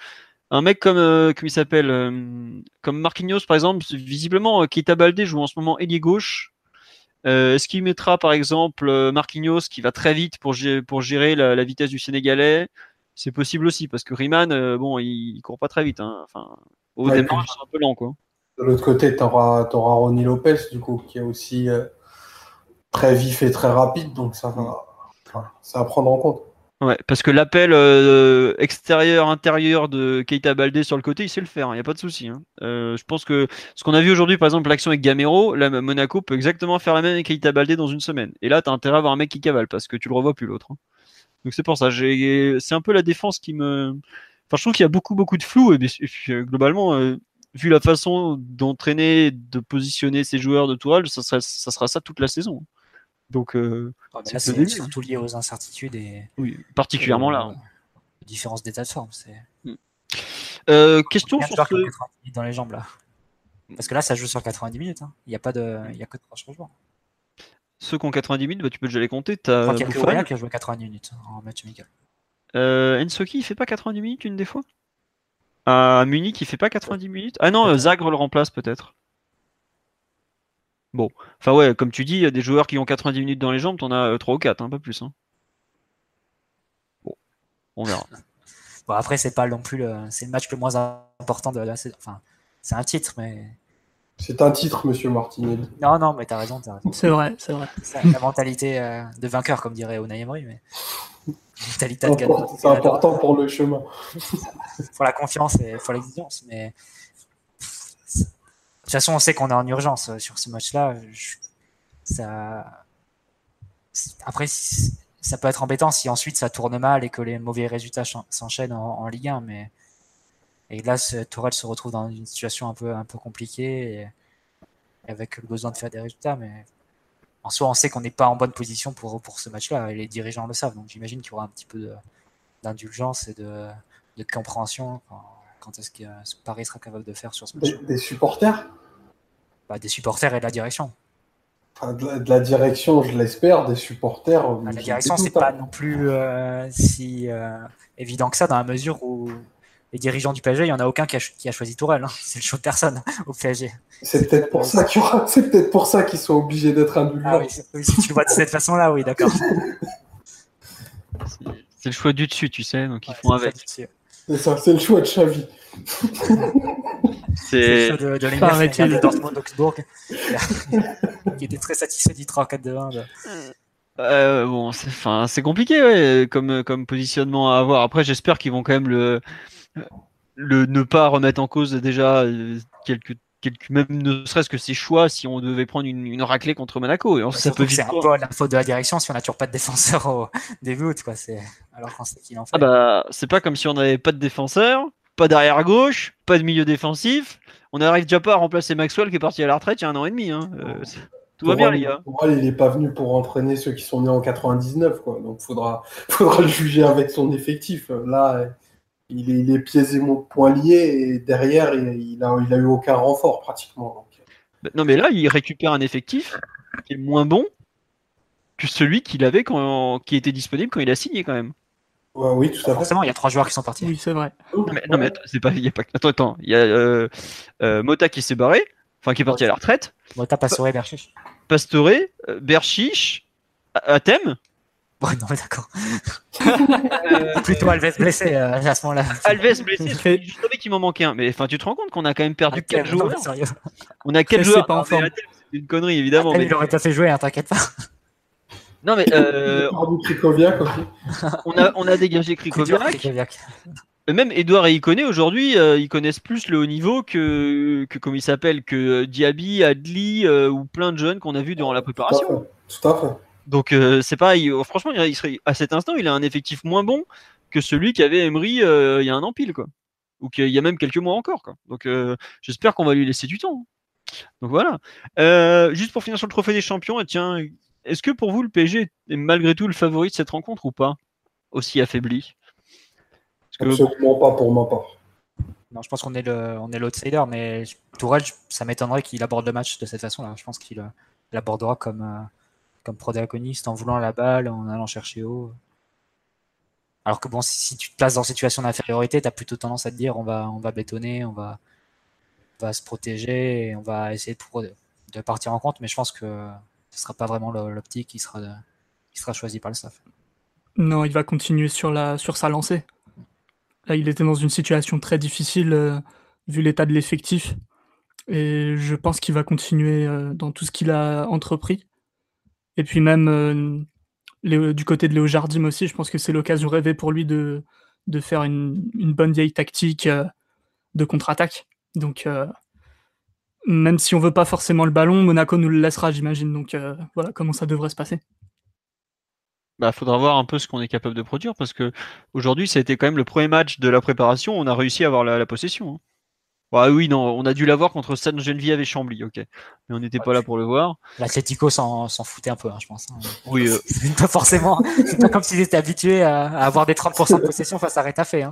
un mec comme, euh, comme il s'appelle, euh, comme Marquinhos par exemple, visiblement, euh, Keita Baldé joue en ce moment ailier gauche. Euh, est-ce qu'il mettra par exemple euh, Marquinhos qui va très vite pour, gé- pour gérer la, la vitesse du Sénégalais? C'est possible aussi parce que Riemann, euh, bon, il, il court pas très vite. Hein. Enfin, au Ouais, démarrage, c'est un peu lent, quoi. de l'autre côté, tu auras, Ronny Lopez, du coup, qui est aussi euh, très vif et très rapide, donc ça va, enfin, ça va prendre en compte. Ouais, parce que l'appel euh, extérieur-intérieur de Keita Baldé sur le côté, il sait le faire, il n'y a pas de souci. Hein. Euh, je pense que ce qu'on a vu aujourd'hui, par exemple, l'action avec Gamero, là, Monaco peut exactement faire la même avec Keita Baldé dans une semaine. Et là, tu as intérêt à avoir un mec qui cavale, parce que tu le revois plus l'autre. Hein. Donc c'est pour ça, j'ai... c'est un peu la défense qui me... Enfin, je trouve qu'il y a beaucoup, beaucoup de flou, et, et puis, euh, globalement, euh, vu la façon d'entraîner, de positionner ces joueurs de Tourelle, ça sera, ça sera ça toute la saison. Donc, euh, Oh, mais c'est là, le c'est début. surtout lié aux incertitudes et Oui, particulièrement aux, là. aux différences d'état de forme. C'est... Euh, question Il y a sur joueurs qui ont ce... quatre-vingt-dix minutes dans les jambes là. Parce que là, ça joue sur quatre-vingt-dix minutes. Hein. Il n'y a pas de, il y a que trois changements. Ceux qui ont quatre-vingt-dix minutes, bah, tu peux déjà les compter. Je T'as crois qu'il y a que Buffon. Aurier qui a joué quatre-vingt-dix minutes en match amical. Euh, Ensoki, il fait pas quatre-vingt-dix minutes une des fois? À Munich, il fait pas quatre-vingt-dix minutes? Ah non, euh, Zagre le remplace peut-être. Bon, enfin ouais, comme tu dis, il y a des joueurs qui ont quatre-vingt-dix minutes dans les jambes, t'en as euh, trois ou quatre, hein, pas plus. Hein. Bon, on verra. Bon, après, c'est pas non plus le, c'est le match le moins important de la saison. Enfin, c'est un titre, mais. C'est un titre, monsieur Martinelli. Non, non, mais t'as raison, t'as raison. C'est vrai, c'est vrai. C'est la mentalité euh, de vainqueur, comme dirait Unai Emery, mais. Mentalité de gagnant. C'est important pour le chemin. Pour la confiance et pour l'exigence, mais. De toute façon, on sait qu'on est en urgence sur ce match-là. Je... Ça. Après, ça peut être embêtant si ensuite ça tourne mal et que les mauvais résultats s'enchaînent en, en Ligue un, mais et là, Tourelle se retrouve dans une situation un peu un peu compliquée et... avec le besoin de faire des résultats, mais en soi, on sait qu'on n'est pas en bonne position pour pour ce match-là et les dirigeants le savent. Donc, j'imagine qu'il y aura un petit peu de... d'indulgence et de, de compréhension quand, quand est-ce que Paris sera capable de faire sur ce match. Des, des supporters bah, des supporters et de la direction. Enfin, de, la, de la direction, je l'espère, des supporters. Bah, la direction, c'est pas non plus euh, si euh, évident que ça, dans la mesure où les dirigeants du P S G, il n'y en a aucun qui a, qui a choisi Tourelle. Hein. C'est le choix de personne au P S G. C'est, c'est peut-être pour ça qu'il y aura... c'est peut-être pour ça qu'ils sont obligés d'être indulgents. Ah oui, oui, si tu le vois de cette façon-là, oui, d'accord. C'est, c'est le choix du dessus, tu sais, donc ils ouais, font avec. C'est ça, c'est le choix de Xavi. C'est, c'est le choix de, de l'Emerson, de Dortmund d'Augsbourg, qui était très satisfait du trois quatre deux un. De... Euh, bon, c'est, enfin, c'est compliqué, ouais, comme, comme positionnement à avoir. Après, j'espère qu'ils vont quand même le, le ne pas remettre en cause déjà euh, quelques, quelques, même ne serait-ce que ses choix si on devait prendre une, une raclée contre Monaco. Et on, ouais, ça peut vite c'est un peu la faute de la direction si on n'a toujours pas de défenseur au début août, quoi. C'est alors qu'on sait qu'il en fait. Ah bah, c'est pas comme si on n'avait pas de défenseur, pas d'arrière gauche, pas de milieu défensif. On n'arrive déjà pas à remplacer Maxwell qui est parti à la retraite il y a un an et demi. Hein. Euh, tout va bien, les gars. Pour moi, il n'est pas venu pour entraîner ceux qui sont nés en quatre-vingt-dix-neuf, quoi. Donc, faudra, faudra le juger avec son effectif. Là, il est, il est pieds et poings liés et derrière, il, il, a, il a eu aucun renfort pratiquement. Donc. Bah, non, mais là, il récupère un effectif qui est moins bon que celui qu'il avait quand, qui était disponible quand il a signé, quand même. Ouais, oui, tout à fait. Forcément, il y a trois joueurs qui sont partis. Oui, c'est vrai. Non, mais, non, mais c'est pas, il y a pas. Attends, attends. Il y a euh, euh, Mota qui s'est barré, enfin qui est parti à la retraite. Mota, Pastore, Berchiche. Pastore, euh, Berchiche, Athème. Ouais, non, mais d'accord. euh, Plutôt Alves blessé euh, à ce moment-là. Alves blessé, je savais qu'il m'en manquait un. Mais enfin, tu te rends compte qu'on a quand même perdu quatre ah, joueurs. Sérieux. On a quatre joueurs. Pas en forme. C'est une connerie, évidemment. Athème, mais... il aurait pas fait jouer, hein, t'inquiète pas. Non, mais euh, Krikoviak aussi. on, a, on a dégagé Krikoviak. Même Edouard et Ikoné, aujourd'hui, euh, ils connaissent plus le haut niveau que, que comment il s'appelle, que Diaby, Adli euh, ou plein de jeunes qu'on a vus durant la préparation. Tout à fait. Tout à fait. Donc, euh, c'est pas. Il, franchement, il serait, à cet instant, il a un effectif moins bon que celui qu'avait Emery euh, il y a un an pile, quoi. Ou qu'il y a même quelques mois encore, quoi. Donc, euh, j'espère qu'on va lui laisser du temps. Donc, voilà. Euh, juste pour finir sur le trophée des champions, tiens, est-ce que pour vous, le P S G est malgré tout le favori de cette rencontre ou pas? Aussi affaibli? Que... Absolument pas pour ma part. Non, je pense qu'on est le, on est l'outsider, mais Tourelle, ça m'étonnerait qu'il aborde le match de cette façon-là. Je pense qu'il l'abordera comme, euh, comme protagoniste en voulant la balle, en allant chercher haut. Alors que bon, si, si tu te places dans situation d'infériorité, tu as plutôt tendance à te dire on va, on va bétonner, on va, on va se protéger et on va essayer de, pro- de partir en compte. Mais je pense que ce sera pas vraiment le- l'optique qui sera, qui sera choisie par le staff. Non, il va continuer sur, la, sur sa lancée. Là, il était dans une situation très difficile euh, vu l'état de l'effectif. Et je pense qu'il va continuer euh, dans tout ce qu'il a entrepris. Et puis même euh, Léo- du côté de Léo Jardim aussi, je pense que c'est l'occasion rêvée pour lui de, de faire une, une bonne vieille tactique euh, de contre-attaque. Donc euh, même si on veut pas forcément le ballon, Monaco nous le laissera, j'imagine. Donc euh, voilà comment ça devrait se passer. Bah, faudra voir un peu ce qu'on est capable de produire parce que aujourd'hui, ça a été quand même le premier match de la préparation. On a réussi à avoir la, la possession. Hein. Bah oui, non, on a dû l'avoir contre Stade Geneviève et Chambly, ok. Mais on n'était Ouais, pas là pour le voir. L'Atlético s'en, s'en foutait un peu, hein, je pense. Hein. Oui, euh, C'est pas forcément. C'est pas comme s'ils étaient habitués à, à avoir des trente pour cent de possession face à Retafe. Hein.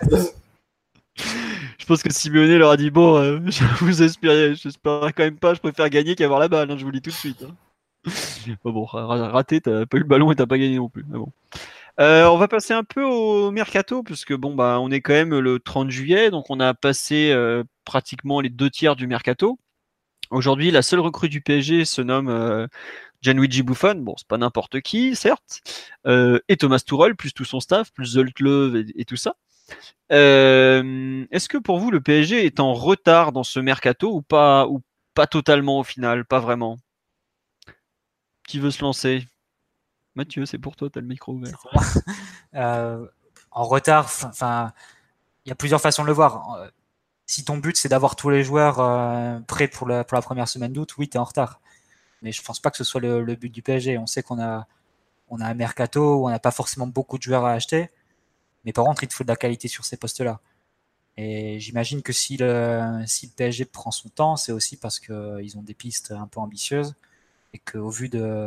je pense que Simeone leur a dit bon, euh, je vous espérais, j'espérais quand même pas, je préfère gagner qu'avoir la balle, hein, je vous le dis tout de suite. Hein. Bon, bon, ra- raté, t'as pas eu le ballon et t'as pas gagné non plus. Mais bon. Euh, on va passer un peu au mercato, puisque bon, bah, on est quand même le trente juillet, donc on a passé euh, pratiquement les deux tiers du mercato. Aujourd'hui, la seule recrue du P S G se nomme euh, Gianluigi Buffon. Bon, c'est pas n'importe qui, certes, euh, et Thomas Tuchel, plus tout son staff, plus Zoltlov et, et tout ça. Euh, est-ce que pour vous, le P S G est en retard dans ce mercato ou pas, ou pas totalement au final, pas vraiment? Qui veut se lancer? Mathieu, c'est pour toi, t'as le micro ouvert. Euh, en retard, enfin, il y a plusieurs façons de le voir. Si ton but c'est d'avoir tous les joueurs euh, prêts pour la, pour la première semaine d'août, oui, tu es en retard. Mais je pense pas que ce soit le, le but du P S G. On sait qu'on a, on a un mercato où on n'a pas forcément beaucoup de joueurs à acheter, mais par contre, il te faut de la qualité sur ces postes-là. Et j'imagine que si le, si le P S G prend son temps, c'est aussi parce qu'ils ont des pistes un peu ambitieuses et qu'au vu de,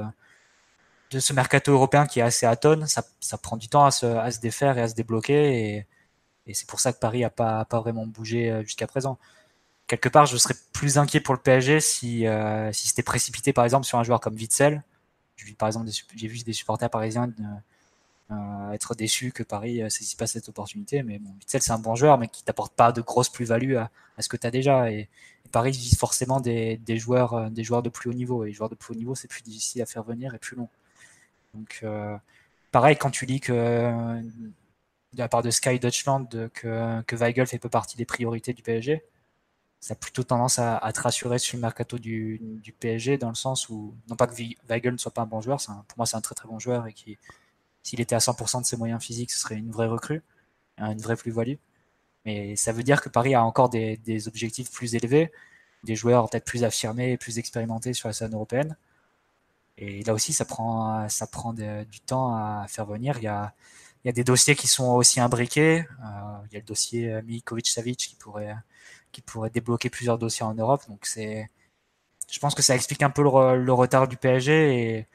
de ce mercato européen qui est assez atone, ça, ça prend du temps à se, à se défaire et à se débloquer. Et, et c'est pour ça que Paris n'a pas, pas vraiment bougé jusqu'à présent. Quelque part, je serais plus inquiet pour le P S G si, euh, si c'était précipité, par exemple, sur un joueur comme Witsel. J'ai vu, par exemple, des, j'ai vu des supporters parisiens euh, être déçus que Paris ne saisit pas cette opportunité. Mais bon, Witsel, c'est un bon joueur, mais qui t'apporte pas de grosses plus-values à, à ce que tu as déjà. Et, et Paris vise forcément des, des, joueurs, des joueurs de plus haut niveau. Et les joueurs de plus haut niveau, c'est plus difficile à faire venir et plus long. Donc, euh, pareil, quand tu lis que euh, de la part de Sky Deutschland que, que Weigl fait peu partie des priorités du P S G, ça a plutôt tendance à, à te rassurer sur le mercato du, du P S G dans le sens où, non pas que Weigl ne soit pas un bon joueur, c'est un, pour moi c'est un très très bon joueur et qui, s'il était à cent pour cent de ses moyens physiques, ce serait une vraie recrue, une vraie plus-value. Mais ça veut dire que Paris a encore des, des objectifs plus élevés, des joueurs peut-être plus affirmés et plus expérimentés sur la scène européenne. Et là aussi, ça prend, ça prend de, du temps à faire venir. Il y a, il y a des dossiers qui sont aussi imbriqués. Euh, il y a le dossier Milinkovic-Savic qui pourrait, qui pourrait débloquer plusieurs dossiers en Europe. Donc c'est, je pense que ça explique un peu le, le retard du P S G et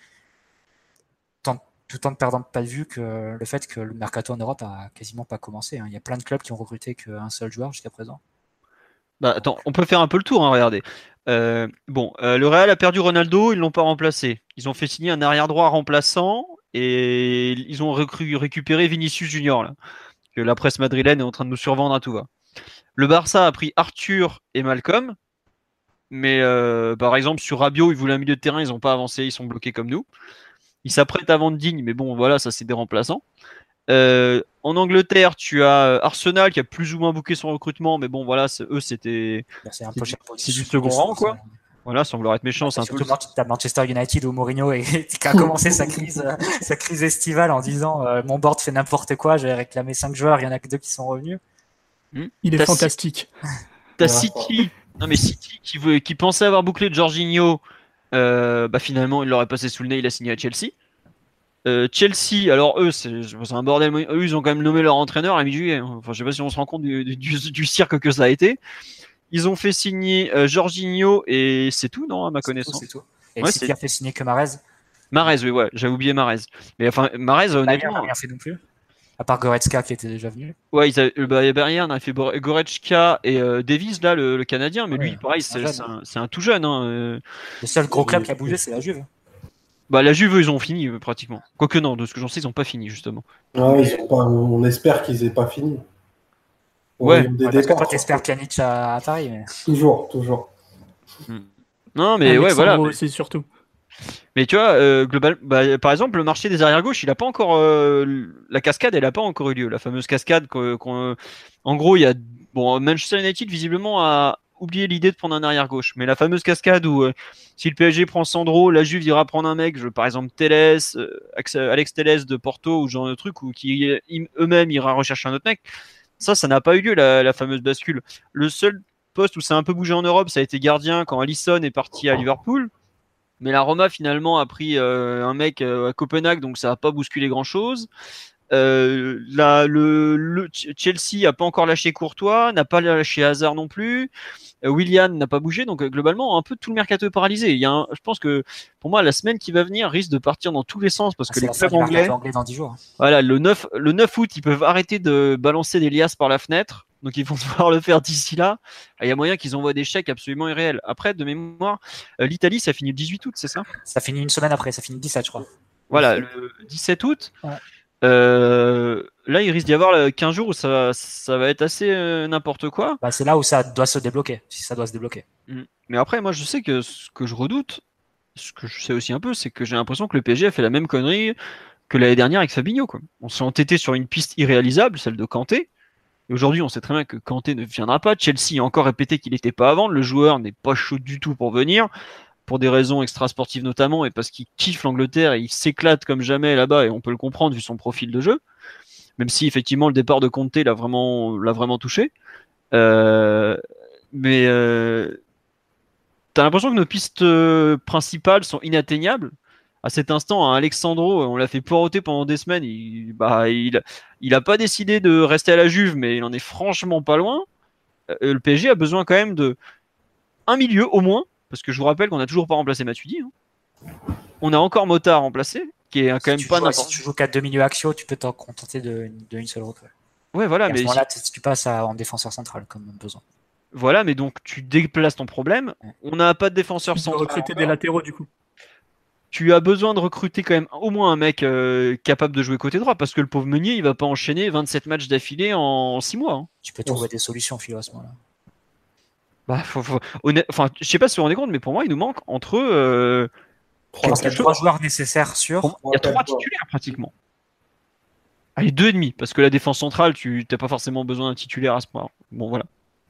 tant, tout en ne perdant pas de vue que le fait que le mercato en Europe a quasiment pas commencé. Hein. Il y a plein de clubs qui ont recruté qu'un seul joueur jusqu'à présent. Bah attends, on peut faire un peu le tour, hein, regardez. Euh, bon, euh, le Real a perdu Ronaldo, ils l'ont pas remplacé. Ils ont fait signer un arrière droit remplaçant et ils ont recru, récupéré Vinicius Junior là, que la presse madrilène est en train de nous survendre à tout va. Le Barça a pris Arthur et Malcolm, mais euh, par exemple sur Rabiot, ils voulaient un milieu de terrain, ils n'ont pas avancé, ils sont bloqués comme nous. Ils s'apprêtent à vendre Digne, mais bon voilà, ça c'est des remplaçants. Euh, en Angleterre, tu as Arsenal qui a plus ou moins bouqué son recrutement, mais bon, voilà, c'est, eux, c'était. Bah, c'est un peu C'est, c'est du second rang, quoi. Ça. Voilà, sans vouloir être méchant, bah, c'est un surtout peu. Surtout, Manchester United où Mourinho et, qui a commencé sa crise, sa crise estivale en disant euh, mon board fait n'importe quoi, j'avais réclamé cinq joueurs, il y en a que deux qui sont revenus. Hmm. Il est T'as fantastique. T'as City, non mais City qui, veut, qui pensait avoir bouclé Jorginho, euh, bah finalement, il l'aurait passé sous le nez, il a signé à Chelsea. Euh, Chelsea, alors eux, c'est, c'est un bordel. Eux, ils ont quand même nommé leur entraîneur à mi-juillet. Enfin, je sais pas si on se rend compte du, du, du cirque que ça a été. Ils ont fait signer euh, Jorginho et c'est tout, non, à ma c'est connaissance. Tout, c'est tout. Et ouais, City c'est... a fait signer que Mahrez. Mahrez, oui, ouais, j'avais oublié Mahrez. Mais enfin, Mahrez, honnêtement. n'a rien fait non plus. À part Goretzka qui était déjà venu. Ouais, ils avaient, bah, Barrière, on a fait Goretzka et euh, Davies, là, le, le Canadien. Mais ouais, lui, pareil, c'est, c'est, un, c'est un tout jeune. Hein. Le seul gros club qui a bougé, c'est la Juve. Bah, la Juve, eux, ils ont fini euh, pratiquement. Quoique non, de ce que j'en sais, ils n'ont pas fini justement. Ouais, ils ont pas, on espère qu'ils aient pas fini. Au Ouais. royaume des Ouais, parce que départs. toi, t'espères Pjanic à, à Paris. Mais... Toujours, toujours. Non, mais ouais, voilà. Alexandro Mais, aussi, surtout. mais tu vois, euh, global, bah, par exemple, le marché des arrières gauche, il a pas encore euh, la cascade, elle a pas encore eu lieu. La fameuse cascade qu'on, qu'on- en gros, il y a bon Manchester United visiblement a oublié l'idée de prendre un arrière gauche, mais la fameuse cascade où euh, si le P S G prend Sandro, la Juve ira prendre un mec, je, par exemple Telles, euh, Ax- Alex Telles de Porto ou ce genre de truc, ou qui euh, im- eux-mêmes ira rechercher un autre mec. Ça, ça n'a pas eu lieu la, la fameuse bascule. Le seul poste où ça a un peu bougé en Europe, ça a été gardien quand Alisson est parti à Liverpool. Mais la Roma finalement a pris euh, un mec euh, à Copenhague, donc ça n'a pas bousculé grand-chose. Euh, la- le, le Chelsea a pas encore lâché Courtois, n'a pas lâché Hazard non plus. Euh, Willian n'a pas bougé, donc euh, globalement un peu tout le mercato est paralysé. Il y a un- je pense que pour moi la semaine qui va venir risque de partir dans tous les sens parce Ah, que c'est les la fin clubs du mercato anglais, anglais dans dix jours. voilà, le neuf, le neuf août, ils peuvent arrêter de balancer des liasses par la fenêtre. Donc ils vont devoir le faire d'ici là. Il y a moyen qu'ils envoient des chèques absolument irréels. Après, de mémoire, euh, l'Italie, ça finit le dix-huit août, c'est ça? Ça finit une semaine après, ça finit le dix-sept, je crois. Voilà, le dix-sept août. Ouais. Euh, là, il risque d'y avoir euh, quinze jours où ça, ça va être assez euh, n'importe quoi. Bah, c'est là où ça doit se débloquer, si ça doit se débloquer. Mm. Mais après, moi, je sais que ce que je redoute, ce que je sais aussi un peu, c'est que j'ai l'impression que le P S G a fait la même connerie que l'année dernière avec Fabinho, quoi. On s'est entêté sur une piste irréalisable, celle de Kanté. Et aujourd'hui, on sait très bien que Kanté ne viendra pas. Chelsea a encore répété qu'il n'était pas à vendre. Le joueur n'est pas chaud du tout pour venir, pour des raisons extrasportives notamment, et parce qu'il kiffe l'Angleterre et il s'éclate comme jamais là-bas, et on peut le comprendre vu son profil de jeu. Même si effectivement le départ de Conte l'a vraiment, l'a vraiment touché. Euh, mais euh, t'as l'impression que nos pistes euh, principales sont inatteignables. À cet instant, hein, Alexandro, on l'a fait poireauter pendant des semaines. Il, bah, il, il a pas décidé de rester à la Juve, mais il en est franchement pas loin. Euh, le P S G a besoin quand même de un milieu au moins, parce que je vous rappelle qu'on n'a toujours pas remplacé Matuidi. Hein. On a encore Mota à remplacer, qui est quand Si même tu pas joues, n'importe. si tu joues quatre deux milieux axiaux, tu peux t'en contenter de, de une seule recrue. Ouais, voilà, Et à mais ce moment-là, tu, tu passes à, en défenseur central comme besoin. voilà, mais donc tu déplaces ton problème. On n'a pas de défenseur Tu dois central. recruter des latéraux, du coup. Tu as besoin de recruter quand même au moins un mec euh, capable de jouer côté droit, parce que le pauvre Meunier, il va pas enchaîner vingt-sept matchs d'affilée en six mois. Hein. Tu peux trouver des solutions, Philo, à ce moment-là. Bah, faut, faut, honnête, enfin, je sais pas si vous vous rendez compte, mais pour moi, il nous manque entre. Euh, Je pense qu'il y a trois joueurs nécessaires sur. pour moi, il y a trois titulaires pratiquement. Allez, deux et demi, parce que la défense centrale, tu n'as pas forcément besoin d'un titulaire à ce point. Bon, voilà.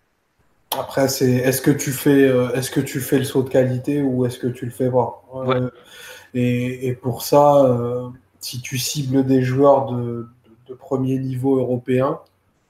Après, c'est est-ce que tu fais, euh, est-ce que tu fais le saut de qualité ou est-ce que tu le fais pas euh, Ouais. et, et pour ça, euh, si tu cibles des joueurs de, de, de premier niveau européen,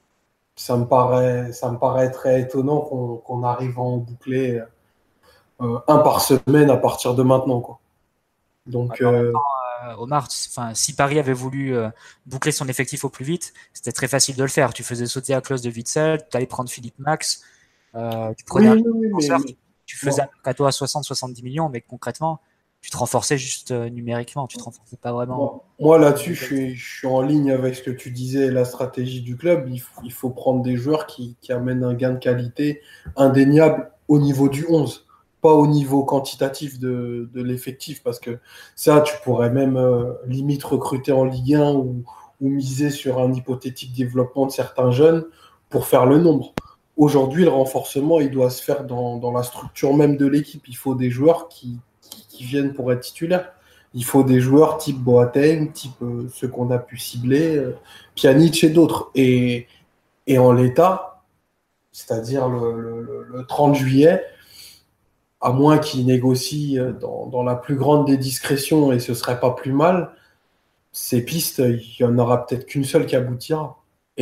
ça me paraît, ça me paraît très étonnant qu'on qu'on arrive à en boucler euh, un par semaine à partir de maintenant, quoi. Donc, En même euh, temps, euh, Omar, enfin, si Paris avait voulu euh, boucler son effectif au plus vite, c'était très facile de le faire. Tu faisais sauter la clause de Witzel, tu allais prendre Philippe Max, euh, tu prenais oui, un oui, oui, mais, défenseur, mais- tu faisais bon. un mercato à soixante soixante-dix millions, mais concrètement, tu te renforçais juste euh, numériquement, tu te renforçais pas vraiment. Bon, moi là-dessus, je suis, je suis en ligne avec ce que tu disais, la stratégie du club. Il faut, il faut prendre des joueurs qui, qui amènent un gain de qualité indéniable au niveau du onze, pas au niveau quantitatif de, de l'effectif, parce que ça, tu pourrais même euh, limite recruter en Ligue un ou, ou miser sur un hypothétique développement de certains jeunes pour faire le nombre. Aujourd'hui, le renforcement, il doit se faire dans, dans la structure même de l'équipe. Il faut des joueurs qui, qui, qui viennent pour être titulaires. Il faut des joueurs type Boateng, type euh, ceux qu'on a pu cibler, euh, Pjanic et d'autres. Et, et en l'état, c'est-à-dire le, le- le- le trente juillet, à moins qu'ils négocient euh, dans, dans la plus grande des discrétions, et ce serait pas plus mal, ces pistes, il y en aura peut-être qu'une seule qui aboutira.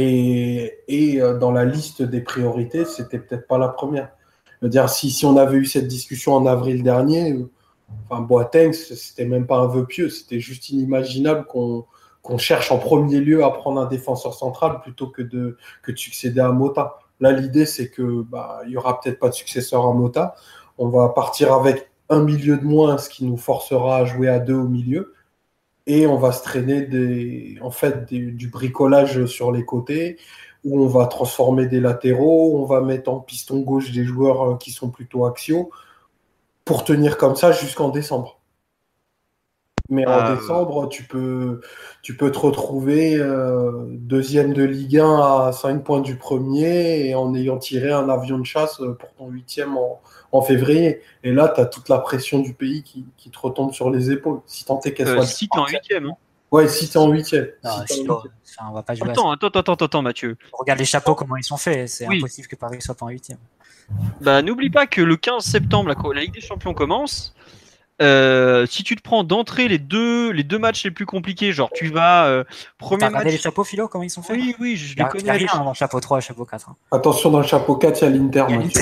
Et, et euh, dans la liste des priorités, c'était peut-être pas la première. Je veux dire, si, si on avait eu cette discussion en avril dernier, euh, enfin, Boateng, c'était même pas un vœu pieux, c'était juste inimaginable qu'on qu'on cherche en premier lieu à prendre un défenseur central plutôt que de, que de succéder à Mota. Là, l'idée, c'est que bah, il y aura peut-être pas de successeur à Mota. On va partir avec un milieu de moins, ce qui nous forcera à jouer à deux au milieu. Et on va se traîner des, en fait, des- du bricolage sur les côtés, où on va transformer des latéraux, on va mettre en piston gauche des joueurs euh, qui sont plutôt axiaux, pour tenir comme ça jusqu'en décembre. Mais en Euh, décembre, tu peux, tu peux te retrouver euh, deuxième de Ligue un à cinq points du premier et en ayant tiré un avion de chasse pour ton huitième en, en février. Et là, tu as toute la pression du pays qui, qui te retombe sur les épaules. Si tant est qu'elle euh, soit si t'es en huitième. Hein. Ouais, si t'es en huitième. Non, Si t'es en Philo, huitième. enfin, on va pas jouer à Attends, ça. attends, attends, attends, attends, Mathieu. Regarde les chapeaux, comment ils sont faits. C'est Oui. impossible que Paris soit pas en huitième. Bah, n'oublie pas que le quinze septembre, la, la Ligue des Champions commence. Euh, si tu te prends d'entrée les deux, les deux matchs les plus compliqués, genre tu vas euh, premier T'as regardé match. les chapeaux, Philo, comment ils sont faits? Oui, oui, je Il les n'y a, connais. rien dans le chapeau trois, chapeau quatre. Hein. Attention, dans le chapeau quatre, il y a l'Inter, Il y a Mathieu.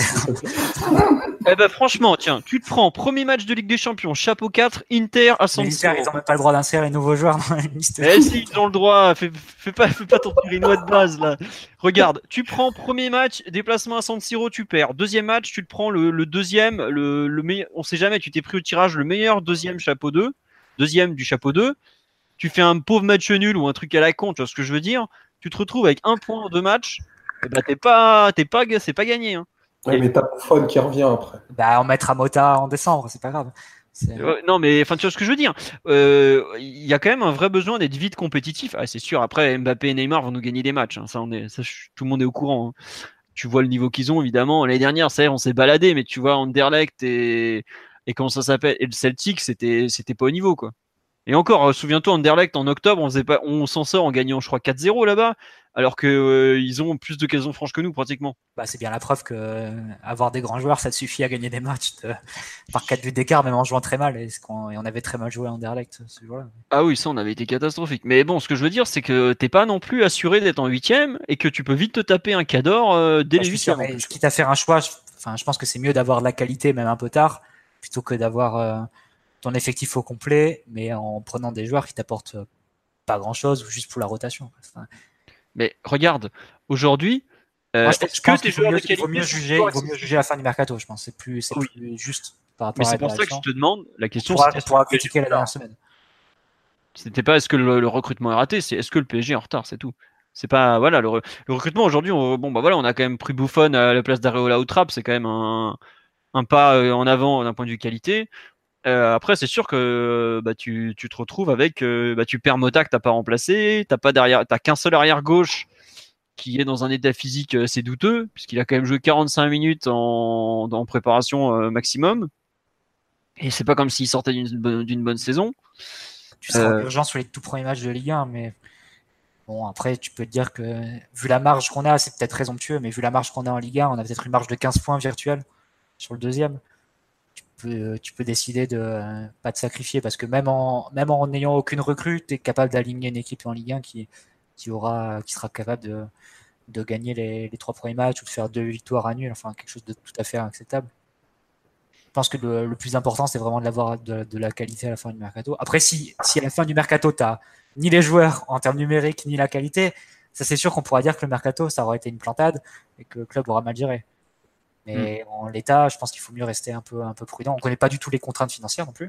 Eh ben franchement, tiens, tu te prends premier match de Ligue des Champions, chapeau quatre, Inter à San Mais Siro. l'Inter, ils n'ont même pas le droit d'insérer les nouveaux joueurs dans la liste. Eh si, ils ont le droit, fais, fais pas, fais pas ton turinois de base là. Regarde, tu prends premier match, déplacement à San Siro, tu perds. Deuxième match, tu te prends le, le deuxième, le, le meilleur, on sait jamais, tu t'es pris au tirage le meilleur deuxième chapeau deux, deuxième du chapeau deux. Tu fais un pauvre match nul ou un truc à la con, tu vois ce que je veux dire? Tu te retrouves avec un point en deux matchs, eh ben t'es pas, t'es pas, c'est pas gagné. Hein. Ouais, mais t'as Buffon qui revient après. Bah, on mettra Mota en décembre, c'est pas grave. C'est... Euh, non, mais enfin, tu vois ce que je veux dire. Euh, Il y a quand même un vrai besoin d'être vite compétitif. Ah, c'est sûr. Après, Mbappé et Neymar vont nous gagner des matchs. Hein. Ça, on est, ça, tout le monde est au courant. Hein. Tu vois le niveau qu'ils ont, évidemment. L'année dernière, ça, on s'est baladé, mais tu vois Anderlecht et et comment ça s'appelle et le Celtic, c'était, c'était pas au niveau, quoi. Et encore, euh, souviens-toi, Anderlecht en octobre, on faisait pas, on s'en sort en gagnant, je crois, quatre zéro là-bas, alors que euh, ils ont plus d'occasions franches que nous, pratiquement. Bah, c'est bien la preuve que euh, avoir des grands joueurs, ça te suffit à gagner des matchs de... par quatre buts d'écart, même en jouant très mal. Et, qu'on... et on avait très mal joué à Anderlecht ce jour-là. Ah oui, ça, on avait été catastrophique. Mais bon, ce que je veux dire, c'est que t'es pas non plus assuré d'être en huitième et que tu peux vite te taper un cador euh, dès Bah, les je suis sûr, huitièmes. mais quitte à faire un choix, je... Enfin, je pense que c'est mieux d'avoir de la qualité, même un peu tard, plutôt que d'avoir euh, ton effectif au complet, mais en prenant des joueurs qui t'apportent pas grand-chose ou juste pour la rotation. Enfin, Mais regarde, aujourd'hui, euh, moi, je, est-ce je que pense tes qu'il faut joueurs mieux, de il faut mieux qualité juger, il vaut mieux juger la fin du mercato, je pense. C'est plus, c'est Oui. plus juste par rapport Mais à c'est la pour ça que je direction. te demande, la On question, pourra, c'était on pourra est-ce que le P S G critiquer est la en dernière retard. semaine. C'était pas est-ce que le, le recrutement est raté, c'est est-ce que le P S G est en retard, c'est tout. C'est pas voilà le, re- le recrutement aujourd'hui. On, bon bah voilà, on a quand même pris Buffon à la place d'Areola Outrap, c'est quand même un, un pas euh, en avant d'un point de vue qualité. Euh, après, c'est sûr que bah, tu, tu te retrouves avec, euh, bah, tu perds Mota que t'as pas remplacé, t'as pas derrière, t'as qu'un seul arrière gauche qui est dans un état physique assez douteux, puisqu'il a quand même joué quarante-cinq minutes en, en préparation euh, maximum. Et c'est pas comme s'il sortait d'une bonne, d'une bonne saison. Tu seras en Euh, urgence sur les tout premiers matchs de Ligue un, mais bon, après, tu peux te dire que vu la marge qu'on a, c'est peut-être présomptueux, mais vu la marge qu'on a en Ligue un, on a peut-être une marge de quinze points virtuels sur le deuxième. Tu peux, tu peux décider de euh, pas te sacrifier parce que même en, même en n'ayant aucune recrue, tu es capable d'aligner une équipe en Ligue un qui, qui, aura, qui sera capable de, de gagner les, les trois premiers matchs ou de faire deux victoires à nul, enfin quelque chose de tout à fait acceptable. Je pense que le, le plus important, c'est vraiment de l'avoir de, de la qualité à la fin du mercato. Après, si, si à la fin du mercato, tu n'as ni les joueurs en termes numériques, ni la qualité, ça c'est sûr qu'on pourra dire que le mercato, ça aurait été une plantade et que le club aura mal géré. Mais mm. en l'état, je pense qu'il faut mieux rester un peu, un peu prudent. On ne connaît pas du tout les contraintes financières non plus.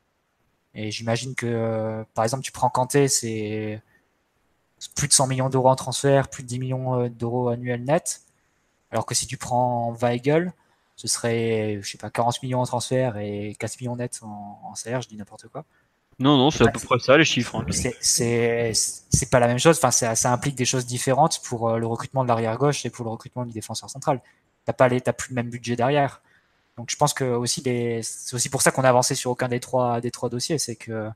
Et j'imagine que, euh, par exemple, tu prends Kanté, c'est plus de cent millions d'euros en transfert, plus de dix millions d'euros annuels net. Alors que si tu prends Weigl, ce serait, je sais pas, quarante millions en transfert et quatre millions nets en, en salaire, je dis n'importe quoi. Non, non, c'est à peu près ça les chiffres. Hein. C'est, c'est, c'est pas la même chose. Enfin, ça, ça implique des choses différentes pour le recrutement de l'arrière gauche et pour le recrutement du défenseur central. T'as pas les, t'as plus le même budget derrière. Donc, je pense que aussi les, c'est aussi pour ça qu'on a avancé sur aucun des trois, des trois dossiers, c'est que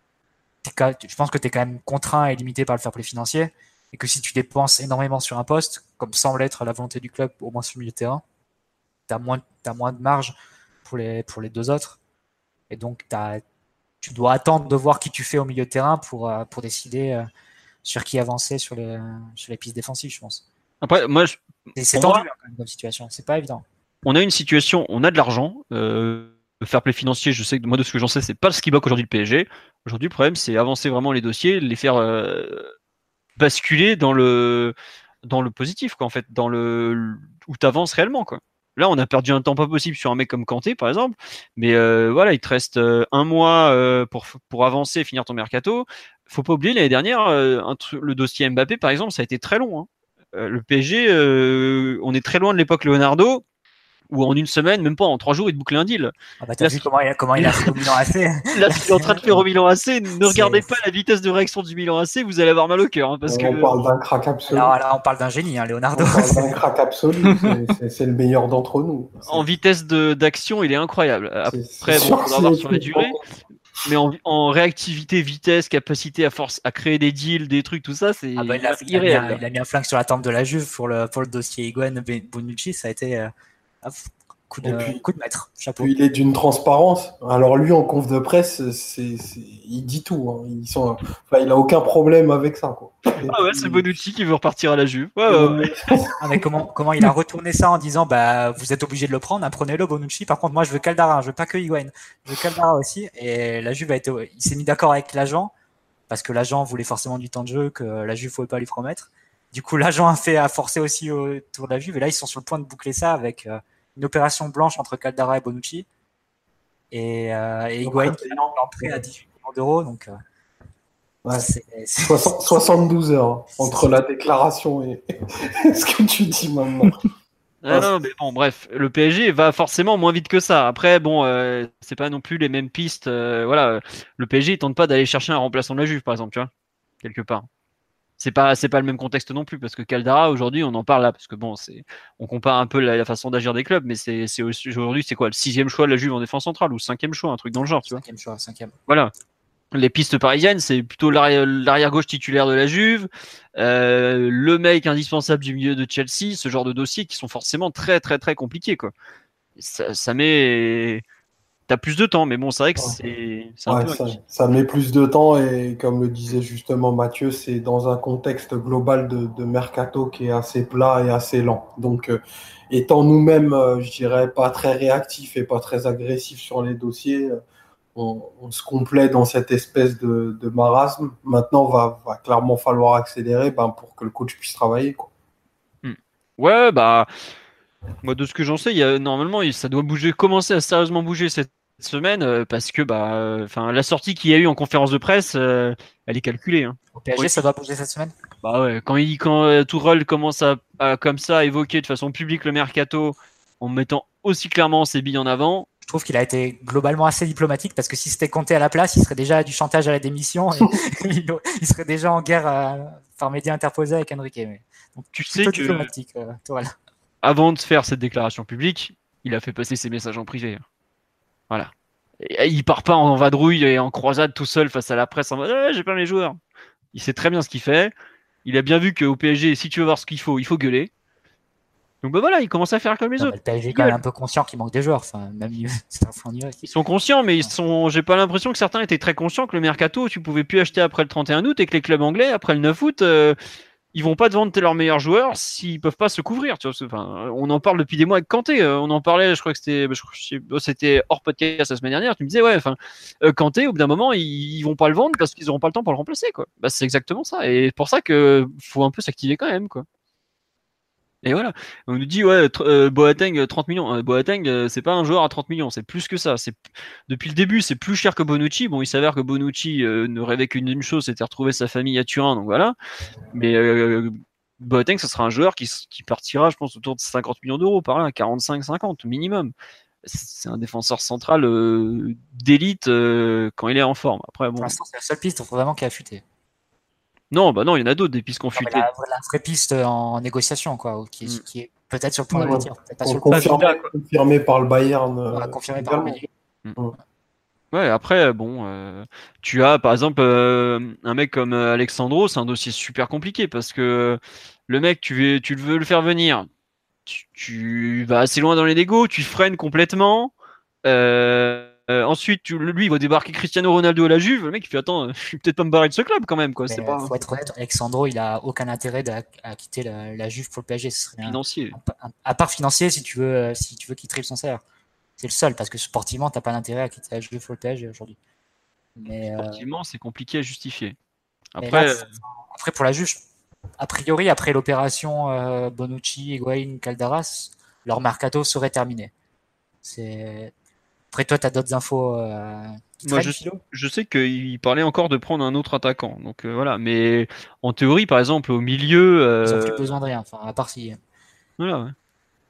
t'es, je pense que t'es quand même contraint et limité par le fair play financier et que si tu dépenses énormément sur un poste, comme semble être la volonté du club, au moins sur le milieu de terrain, t'as moins, t'as moins de marge pour les, pour les deux autres. Et donc, t'as, tu dois attendre de voir qui tu fais au milieu de terrain pour, pour décider euh, sur qui avancer sur les, sur les pistes défensives, je pense. Après, moi, je... Et c'est tendu moi, quand même comme situation, c'est pas évident. On a une situation, on a de l'argent. Euh, le fair play financier, je sais que moi de ce que j'en sais, c'est pas ce qui bloque aujourd'hui le P S G. Aujourd'hui, le problème, c'est avancer vraiment les dossiers, les faire euh, basculer dans le dans le positif, quoi, en fait, dans le où t'avances réellement, quoi. Là, on a perdu un temps pas possible sur un mec comme Kanté, par exemple, mais euh, voilà, il te reste euh, un mois euh, pour pour avancer et finir ton mercato. Faut pas oublier l'année dernière, euh, un tr- le dossier Mbappé, par exemple, ça a été très long. Hein. Euh, le P S G, euh, on est très loin de l'époque Leonardo, où en une semaine, même pas en trois jours, il te boucle un deal. Ah bah, t'as Là, vu ce- comment il a, comment il a fait au Milan A C. Là, ce qu'il est en train de faire au Milan A C, ne C'est- regardez pas la vitesse de réaction du Milan A C, vous allez avoir mal au cœur. Hein, parce On que parle d'un crack absolu. Alors là, on parle d'un génie, hein, On Leonardo. parle d'un crack absolu. C'est- c'est- C'est le meilleur d'entre nous. en vitesse de, d'action, il est incroyable. C'est- Après, c'est bon, sûr faudra que voir c'est- sur la durée. Mais en, en réactivité, vitesse, capacité à force à créer des deals, des trucs, tout ça, c'est Ah bah, il, a, il, a mis irréel. un, il a mis un flingue sur la tempe de la Juve pour le, pour le dossier Higuaín Bonucci, ça a été euh, hop, coup, de, Et puis- coup de maître, chapeau. Puis il est d'une transparence. Alors lui, en conf de presse, c'est, c'est- il dit tout. Hein. Ils sont, enfin, il a aucun problème avec ça. Quoi. Ah ouais, c'est Bonucci qui veut repartir à la Juve. Ouais, ouais, ouais. Euh, Ah, mais comment, comment il a retourné ça en disant bah vous êtes obligé de le prendre, hein, prenez-le Bonucci. Par contre moi je veux Caldara, je veux pas que Higuaín, je veux Caldara aussi. Et la Juve a été, il s'est mis d'accord avec l'agent parce que l'agent voulait forcément du temps de jeu que la Juve pouvait pas lui promettre. Du coup l'agent a fait a forcé aussi autour de la Juve et là ils sont sur le point de boucler ça avec euh, une opération blanche entre Caldara et Bonucci et, euh, et Higuaín qui est en prêt à dix-huit millions d'euros donc. Euh, ouais. c'est, c'est, soixante soixante-douze heures hein, entre la déclaration et ce que tu dis maintenant. Ah non, mais bon, bref, le P S G va forcément moins vite que ça. Après, bon, euh, c'est pas non plus les mêmes pistes. euh, voilà, le P S G il tente pas d'aller chercher un remplaçant de la Juve, par exemple, tu vois, quelque part. C'est pas, c'est pas le même contexte non plus, parce que Caldara aujourd'hui, on en parle là, parce que bon, c'est, on compare un peu la, la façon d'agir des clubs, mais c'est, c'est aussi- aujourd'hui, c'est quoi, le sixième choix de la Juve en défense centrale ou cinquième choix, un truc dans le genre, tu vois. cinquième choix, cinquième. Voilà. Les pistes parisiennes, c'est plutôt l'arrière, l'arrière-gauche titulaire de la Juve, euh, le mec indispensable du milieu de Chelsea, ce genre de dossiers qui sont forcément très très très compliqués, quoi. Ça, ça met, t'as plus de temps, mais bon, c'est vrai que c'est, c'est un Ouais, peu. ça, ça met plus de temps et comme le disait justement Mathieu, c'est dans un contexte global de, de mercato qui est assez plat et assez lent. Donc, euh, étant nous-mêmes, euh, je dirais, pas très réactifs et pas très agressifs sur les dossiers, euh, on, on se complaît dans cette espèce de, de marasme. Maintenant, va, va clairement falloir accélérer ben, pour que le coach puisse travailler, quoi. Ouais, bah, moi de ce que j'en sais, il y a, normalement, il- ça doit bouger, commencer à sérieusement bouger cette semaine, euh, parce que bah, enfin, la sortie qu'il y a eu en conférence de presse, euh, elle est calculée. Hein. Au P S G, Oui. ça doit bouger cette semaine. Bah ouais, quand il, quand euh, Tourelle commence à, à comme ça à évoquer de façon publique le mercato en mettant aussi clairement ses billes en avant. Je trouve qu'il a été globalement assez diplomatique parce que si c'était Conte à la place, il serait déjà à du chantage à la démission et il, il serait déjà en guerre euh, par médias interposés avec Enrique. Mais, donc, Tu sais plutôt que diplomatique, euh, Tourelle. avant de faire cette déclaration publique, il a fait passer ses messages en privé. Voilà. Et il part pas en vadrouille et en croisade tout seul face à la presse en mode ah, j'ai pas mes joueurs. Il sait très bien ce qu'il fait. Il a bien vu qu'au P S G, si tu veux voir ce qu'il faut, il faut gueuler. Donc bah voilà, il commence à faire comme les Non, autres. mais le P S G est quand même un peu conscient qu'il manque des joueurs. Enfin, même c'est un fournisseur. Ils sont conscients, mais ils sont. J'ai pas l'impression que certains étaient très conscients que le mercato, tu pouvais plus acheter après le trente et un août et que les clubs anglais, après le neuf août, euh, ils vont pas te vendre leurs meilleurs joueurs s'ils peuvent pas se couvrir. Tu vois, enfin, on en parle depuis des mois avec Kanté. Euh, on en parlait, je crois que c'était, je crois, je sais, oh, c'était hors podcast la semaine dernière. Tu me disais ouais, enfin, euh, Kanté, au bout d'un moment, ils, ils vont pas le vendre parce qu'ils auront pas le temps pour le remplacer, quoi. Bah c'est exactement ça. Et c'est pour ça que faut un peu s'activer quand même, quoi. Et voilà, on nous dit ouais, tr- euh, Boateng euh, trente millions. Euh, Boateng, euh, c'est pas un joueur à trente millions, c'est plus que ça. C'est depuis le début, c'est plus cher que Bonucci. Bon, il s'avère que Bonucci euh, ne rêvait qu'une une chose, c'était retrouver sa famille à Turin, donc voilà. Mais euh, Boateng, ce sera un joueur qui, s- qui partira, je pense, autour de cinquante millions d'euros par là, quarante-cinq cinquante minimum. C'est un défenseur central euh, d'élite euh, quand il est en forme. Après, bon, Pour l'instant, c'est la seule piste. Il faut vraiment qu'il a affûté. non, bah non, il y en a d'autres des pistes qu'on Non, mais fuité. La, la vraie piste en négociation, quoi, qui, est- Mm. qui est peut-être sur le point Ouais. d'aboutir, peut-être pas sur le Con- point. confirmé, Vida, quoi. confirmé par le Bayern. euh, Ouais, confirmé par le également. Bayern. Ouais, après, bon, euh, tu as par exemple euh, un mec comme euh, Alexandro, c'est un dossier super compliqué parce que le mec, tu veux, tu veux le faire venir, tu, tu vas assez loin dans les négos, tu freines complètement. Euh, euh, ensuite, tu, lui, il va débarquer Cristiano Ronaldo à la Juve. Le mec, il fait attends, je vais peut-être pas me barrer de ce club quand même, quoi. Mais, C'est euh, pas faut être honnête, Alexandro, il a aucun intérêt de- à quitter la, la Juve pour le P S G. Ce serait un- financier. un- un- à part financier, si tu veux, euh, si tu veux qu'il triple son salaire. C'est le seul, parce que sportivement, t'as pas d'intérêt à quitter la Juve pour le P S G aujourd'hui. Mais, euh, Sportivement, c'est compliqué à justifier. mais Après, là, après, pour la Juve, a priori, après l'opération euh, Bonucci, Higuaín, Calderas, leur mercato serait terminé. C'est... Après, toi, tu as d'autres infos euh, qui moi, traînent, je, Philo je sais qu'il parlait encore de prendre un autre attaquant. Donc euh, voilà, mais en théorie, par exemple, au milieu, Ils ont euh, plus besoin de rien, enfin, à part si. voilà, ouais.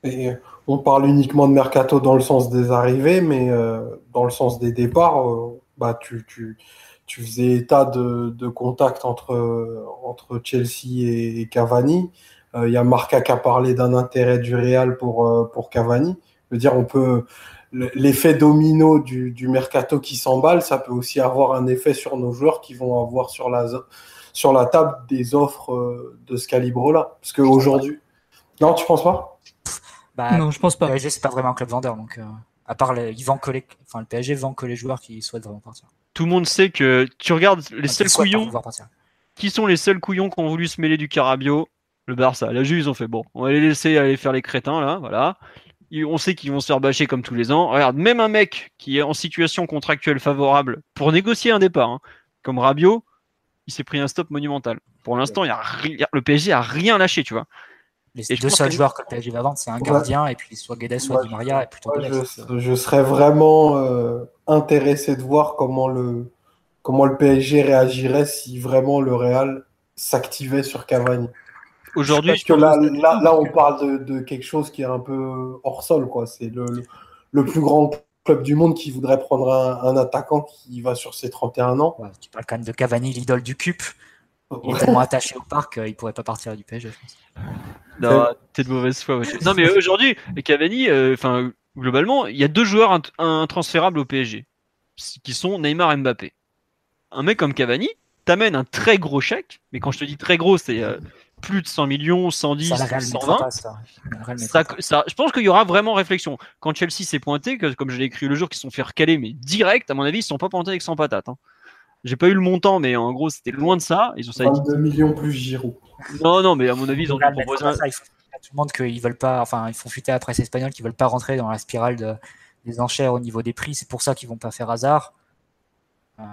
Et on parle uniquement de mercato dans le sens des arrivées, mais euh, dans le sens des départs, euh, bah, tu, tu, tu faisais état de, de contact entre, entre Chelsea et, et Cavani. Il euh, y a Marca qui a parlé d'un intérêt du Real pour, euh, pour Cavani. Je veux dire, on peut, l'effet domino du, du mercato qui s'emballe, ça peut aussi avoir un effet sur nos joueurs qui vont avoir sur la, sur la table des offres euh, de ce calibre-là. Parce qu'aujourd'hui. Non, tu penses pas? Bah, non, je pense pas. Le P S G, c'est pas vraiment un club vendeur, donc euh, à part les, ils vendent que les, enfin le P S G vend que les joueurs qui souhaitent vraiment partir. Tout le monde sait que tu regardes les Enfin, seuls qui souhaitent couillons. pouvoir partir. Qui sont les seuls couillons qui ont voulu se mêler du Carabio? Le Barça. La Juve, ils ont fait bon, on va les laisser aller faire les crétins là, voilà. On sait qu'ils vont se faire bâcher comme tous les ans. Regarde, même un mec qui est en situation contractuelle favorable pour négocier un départ, hein, comme Rabiot, il s'est pris un stop monumental. Pour l'instant, il y a ri- le P S G a rien lâché, tu vois. Les Et je deux pense seuls que- joueurs que le P S G va vendre, c'est un Ouais. gardien et puis soit Guedes, soit Ouais, Di Maria et plutôt Moi, Guedes. je, je serais vraiment euh, intéressé de voir comment le, comment le P S G réagirait si vraiment le Real s'activait sur Cavani. Aujourd'hui, Parce que là, là, là, on parle de, de quelque chose qui est un peu hors sol, quoi. C'est le, le, le plus grand club du monde qui voudrait prendre un, un attaquant qui va sur ses trente et un ans. Ouais, tu parles quand même de Cavani, l'idole du C U P. Il est Ouais. tellement attaché au parc qu'il pourrait pas partir du P S G, je pense. non, t'es de mauvaise foi. monsieur. Non, mais aujourd'hui, Cavani, enfin, euh, globalement, il y a deux joueurs int- intransférables au P S G, qui sont Neymar et Mbappé. Un mec comme Cavani t'amène un très gros chèque, mais quand je te dis très gros, c'est euh, plus de cent millions, cent dix, Ça, le Real cent mettra vingt. pas, ça. Le Real mettra Ça, pas. ça, je pense qu'il y aura vraiment réflexion. Quand Chelsea s'est pointé, que, comme je l'ai écrit le jour, qu'ils se sont fait recaler, mais direct, à mon avis, ils ne sont pas pointés avec cent patates. Hein. J'ai pas eu le montant, mais en gros, c'était loin de ça. Ils ont ça a dit- vingt-deux millions plus Giroud. Non, non, mais à mon avis, ils Le ont dû Real mettra proposer pas un... ça. Il faut dire à tout le monde qu'ils veulent pas, enfin, ils font fuiter la presse espagnole qu'ils veulent pas rentrer dans la spirale de, des enchères au niveau des prix. C'est pour ça qu'ils vont pas faire hasard. Euh,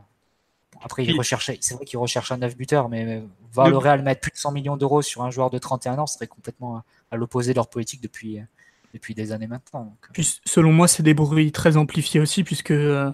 Après, ils Puis- recherchaient, c'est vrai qu'ils recherchent un neuf buteur, mais voir Ne- le Real mettre plus de cent millions d'euros sur un joueur de trente et un ans, ce serait complètement à, à l'opposé de leur politique depuis, depuis des années maintenant. Donc, euh, Puis, selon moi, c'est des bruits très amplifiés aussi, puisque euh,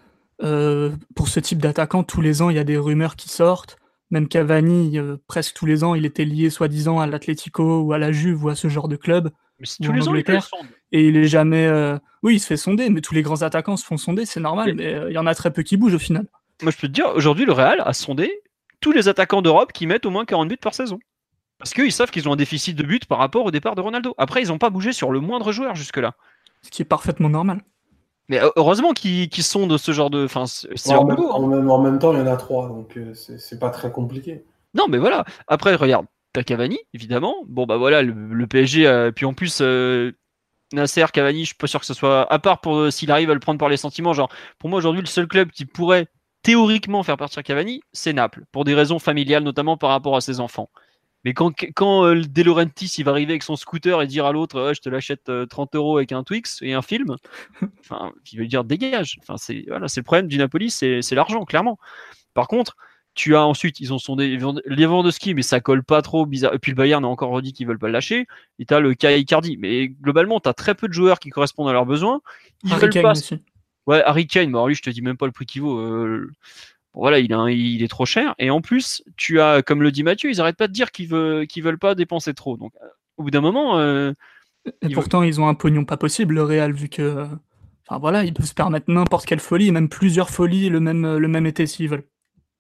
euh, pour ce type d'attaquant, tous les ans, il y a des rumeurs qui sortent. Même Cavani, euh, presque tous les ans, il était lié soi-disant à l'Atlético ou à la Juve ou à ce genre de club. Mais c'est Ou tous en les ans, ils le Angleterre. sondent. Et il est jamais. euh, Oui, il se fait sonder, mais tous les grands attaquants se font sonder, c'est normal. Mais- Mais euh, il y en a très peu qui bougent au final. Moi, je peux te dire, aujourd'hui, le Real a sondé tous les attaquants d'Europe qui mettent au moins quarante buts par saison. Parce qu'ils savent qu'ils ont un déficit de buts par rapport au départ de Ronaldo. Après, ils n'ont pas bougé sur le moindre joueur jusque-là. Ce qui est parfaitement normal. Mais euh, heureusement qu'ils qu'ils sondent ce genre de... Enfin, c'est c'est en, leur même, boulot. hein. en, même, en même temps, il y en a trois, donc euh, c'est c'est pas très compliqué. Non, mais voilà. Après, regarde, t'as Cavani, évidemment. Bon, bah voilà, le, le P S G. euh, puis en plus, euh, Nasser, Cavani, je suis pas sûr que ce soit. À part pour euh, s'il arrive à le prendre par les sentiments. Genre, pour moi, aujourd'hui, le seul club qui pourrait théoriquement faire partir Cavani, c'est Naples. Pour des raisons familiales, notamment par rapport à ses enfants. Mais quand, quand euh, De Laurentiis il va arriver avec son scooter et dire à l'autre ouais, je te l'achète euh, trente euros avec un Twix et un film, enfin, il veut dire dégage. Enfin, c'est voilà, c'est le problème du Napoli, c'est c'est l'argent, clairement. Par contre, tu as ensuite, ils ont sondé Lewandowski, mais ça colle pas trop, bizarre. Et puis le Bayern a encore redit qu'ils veulent pas le lâcher. Et tu as le cas Icardi. Mais globalement, tu as très peu de joueurs qui correspondent à leurs besoins. Ils Harry veulent Kane pas. aussi. Ouais, Harry Kane, bon, alors lui, je te dis même pas le prix qu'il vaut. Euh, bon, voilà, il, a un- il est trop cher. Et en plus, tu as, comme le dit Mathieu, ils arrêtent pas de dire qu'ils veulent, qu'ils veulent pas dépenser trop. Donc, euh, au bout d'un moment, euh, Et Il pourtant, ils ont un pognon pas possible, le Real, vu que. euh, Enfin voilà, ils peuvent se permettre n'importe quelle folie, et même plusieurs folies le même, le même été s'ils veulent.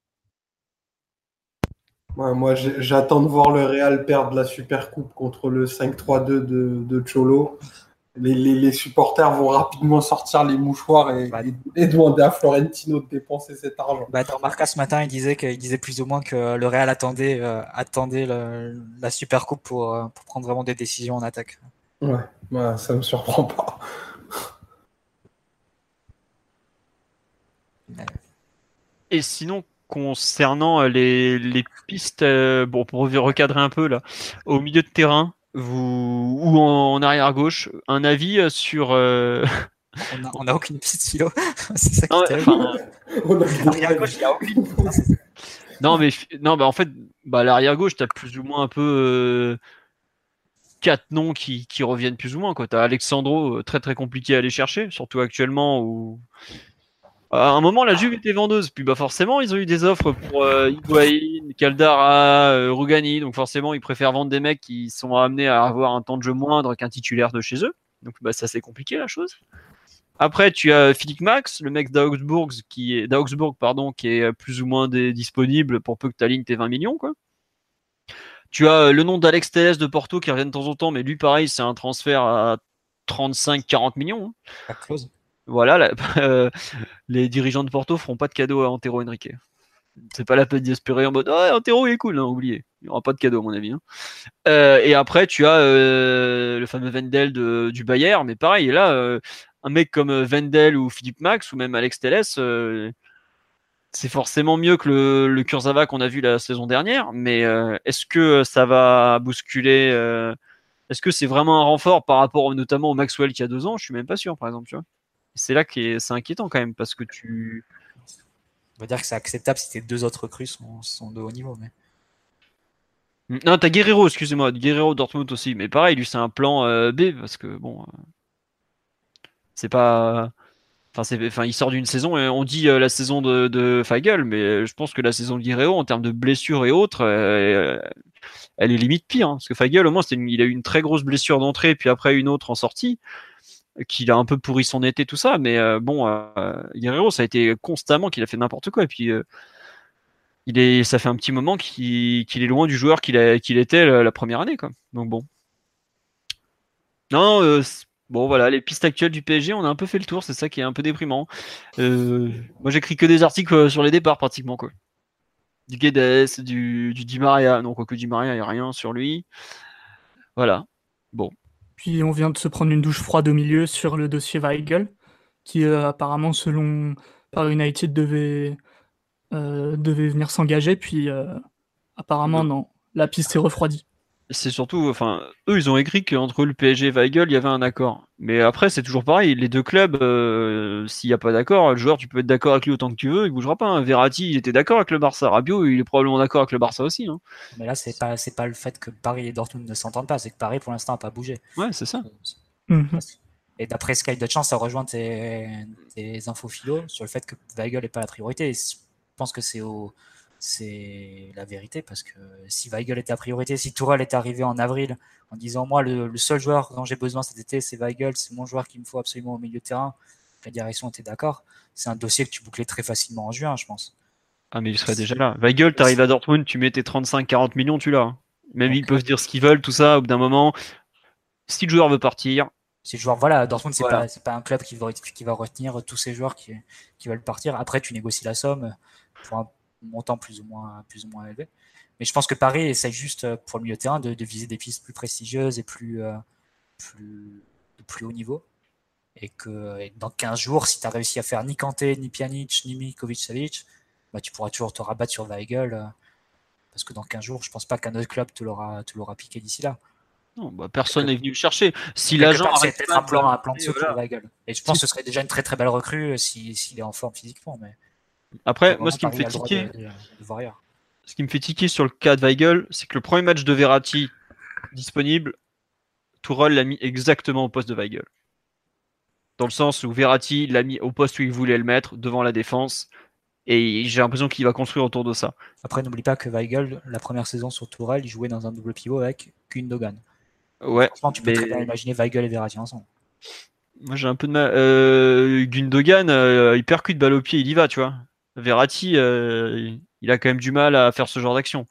Ouais, moi, j'ai- j'attends de voir le Real perdre la Super Coupe contre le cinq trois deux de, de Cholo. Les, les, les supporters vont rapidement sortir les mouchoirs et, Ouais. et, et demander à Florentino de dépenser cet argent. Bah, dans Marca ce matin, il disait qu'il disait plus ou moins que le Real attendait, euh, attendait le- la Super Coupe pour, euh, pour prendre vraiment des décisions en attaque. Ouais, ouais, ça me surprend pas. et sinon, concernant euh, les, les pistes, euh, bon, pour recadrer un peu là, au milieu de terrain, vous ou en, en arrière gauche, un avis euh, sur. euh, On n'a on a aucune piste philo. C'est ça qui Non, est terrible. enfin, On a- Arrière gauche, il n'y a aucune piste. Non, c'est- non, mais non, bah en fait, bah l'arrière gauche, t'as plus ou moins un peu euh, quatre noms qui, qui reviennent plus ou moins quoi. T'as Alexandro, euh, très très compliqué à aller chercher, surtout actuellement où à un moment la Juve était vendeuse, puis bah forcément ils ont eu des offres pour euh, Higuaín Caldara, euh, Rougani, donc forcément ils préfèrent vendre des mecs qui sont amenés à avoir un temps de jeu moindre qu'un titulaire de chez eux. Donc bah, c'est assez compliqué la chose. Après tu as Philippe Max, le mec d'Augsbourg qui est d'Augsbourg pardon, qui est plus ou moins des, disponible pour peu que tu alignes tes vingt millions quoi. Tu as le nom d'Alex Telles de Porto qui revient de temps en temps, mais lui pareil c'est un transfert à trente-cinq quarante millions. Hein. La clause. Voilà, la, euh, les dirigeants de Porto feront pas de cadeau à Antero Henrique. C'est pas la peine d'espérer en mode oh, Antero il est cool, non, oubliez. Il n'y aura pas de cadeau à mon avis. Hein. Euh, et après tu as euh, le fameux Wendel de, du Bayern, mais pareil, et là euh, un mec comme Wendel ou Philippe Max ou même Alex Telles, euh, c'est forcément mieux que le, le Kurzawa qu'on a vu la saison dernière, mais euh, est-ce que ça va bousculer euh, est-ce que c'est vraiment un renfort par rapport notamment au Maxwell qui a deux ans? Je suis même pas sûr par exemple, tu vois. C'est là que c'est inquiétant quand même parce que tu. On va dire que c'est acceptable si tes deux autres recrues sont, sont de haut niveau. Mais... Non, t'as Guerrero, excusez-moi, Guerrero Dortmund aussi, mais pareil, lui c'est un plan euh, B parce que bon, euh, c'est pas. Enfin, c'est... enfin, il sort d'une saison et on dit euh, la saison de, de Feigl, mais je pense que la saison de Guerrero en termes de blessures et autres, euh, elle est limite pire. Hein, parce que Feigl, au moins, c'était une... il a eu une très grosse blessure d'entrée, puis après une autre en sortie. Qu'il a un peu pourri son été, tout ça, mais euh, bon, euh, Guerrero, ça a été constamment qu'il a fait n'importe quoi, et puis euh, il est, ça fait un petit moment qu'il, qu'il est loin du joueur qu'il, a, qu'il était la, la première année, quoi. Donc bon. Non, euh, bon voilà, les pistes actuelles du P S G, on a un peu fait le tour, c'est ça qui est un peu déprimant. Euh, moi, j'écris que des articles sur les départs, pratiquement, quoi. Du Guedes, du, du Di Maria, non, quoique Di Maria, il n'y a rien sur lui. Voilà. Bon. Puis on vient de se prendre une douche froide au milieu sur le dossier Weigl, qui euh, apparemment, selon par United, devait, euh, devait venir s'engager, puis euh, apparemment non. La piste est refroidie. C'est surtout, enfin, eux, ils ont écrit qu'entre le P S G et Weigl, il y avait un accord. Mais après, c'est toujours pareil. Les deux clubs, euh, s'il n'y a pas d'accord, le joueur, tu peux être d'accord avec lui autant que tu veux, il bougera pas. Hein. Verratti, il était d'accord avec le Barça. Rabiot, il est probablement d'accord avec le Barça aussi. Hein. Mais là, c'est pas, c'est pas le fait que Paris et Dortmund ne s'entendent pas, c'est que Paris, pour l'instant, n'a pas bougé. Ouais, c'est ça. Mm-hmm. Et d'après Sky Dutch, ça rejoint tes, tes infos philo sur le fait que Weigl n'est pas la priorité. Et je pense que c'est au. C'est la vérité parce que si Weigl était la priorité, si Tourelle était arrivé en avril en disant moi le, le seul joueur dont j'ai besoin cet été c'est Weigl, c'est mon joueur qu'il me faut absolument au milieu de terrain, la direction était d'accord, c'est un dossier que tu bouclais très facilement en juin je pense. Ah mais il serait déjà là. Weigl, t'arrives à Dortmund, tu mets tes trente-cinq quarante millions, tu l'as. Même Donc, ils peuvent dire ce qu'ils veulent, tout ça, au bout d'un moment, si le joueur veut partir... Si le joueur, voilà, Dortmund c'est voilà. pas, c'est pas un club qui va, qui va retenir tous ces joueurs qui, qui veulent partir, après tu négocies la somme pour un montant plus ou moins plus ou moins élevé. Mais je pense que Paris essaye juste pour le milieu de terrain de, de viser des pistes plus prestigieuses et plus euh, plus de plus haut niveau. Et que et dans quinze jours, si tu as réussi à faire ni Kanté, ni Pjanic, ni Milinkovic-Savic, bah tu pourras toujours te rabattre sur Weigl euh, parce que dans quinze jours, je pense pas qu'un autre club te l'aura te l'aura piqué d'ici là. Non, bah personne n'est venu le chercher. Si Quelque l'agent part, c'est arrête peut-être pas un plan, de- un plan de saut voilà. pour Weigl. Et je pense que ce serait déjà une très très belle recrue si s'il est en forme physiquement. Mais Après, pour moi, le ce qui me moment, fait Paris a le droit de- tiquer, de- de voir ailleurs. ce qui me fait tiquer sur le cas de Weigl, c'est que le premier match de Verratti disponible, Tourelle l'a mis exactement au poste de Weigl. Dans le sens où Verratti l'a mis au poste où il voulait le mettre, devant la défense. Et j'ai l'impression qu'il va construire autour de ça. Après, n'oublie pas que Weigl, la première saison sur Tourelle, il jouait dans un double pivot avec Gundogan. Ouais. Franchement, tu peux mais- très bien imaginer Weigl et Verratti ensemble. Moi, j'ai un peu de mal. Euh, Gundogan, euh, il percute balle au pied, il y va, tu vois. Verratti, euh, il a quand même du mal à faire ce genre d'action.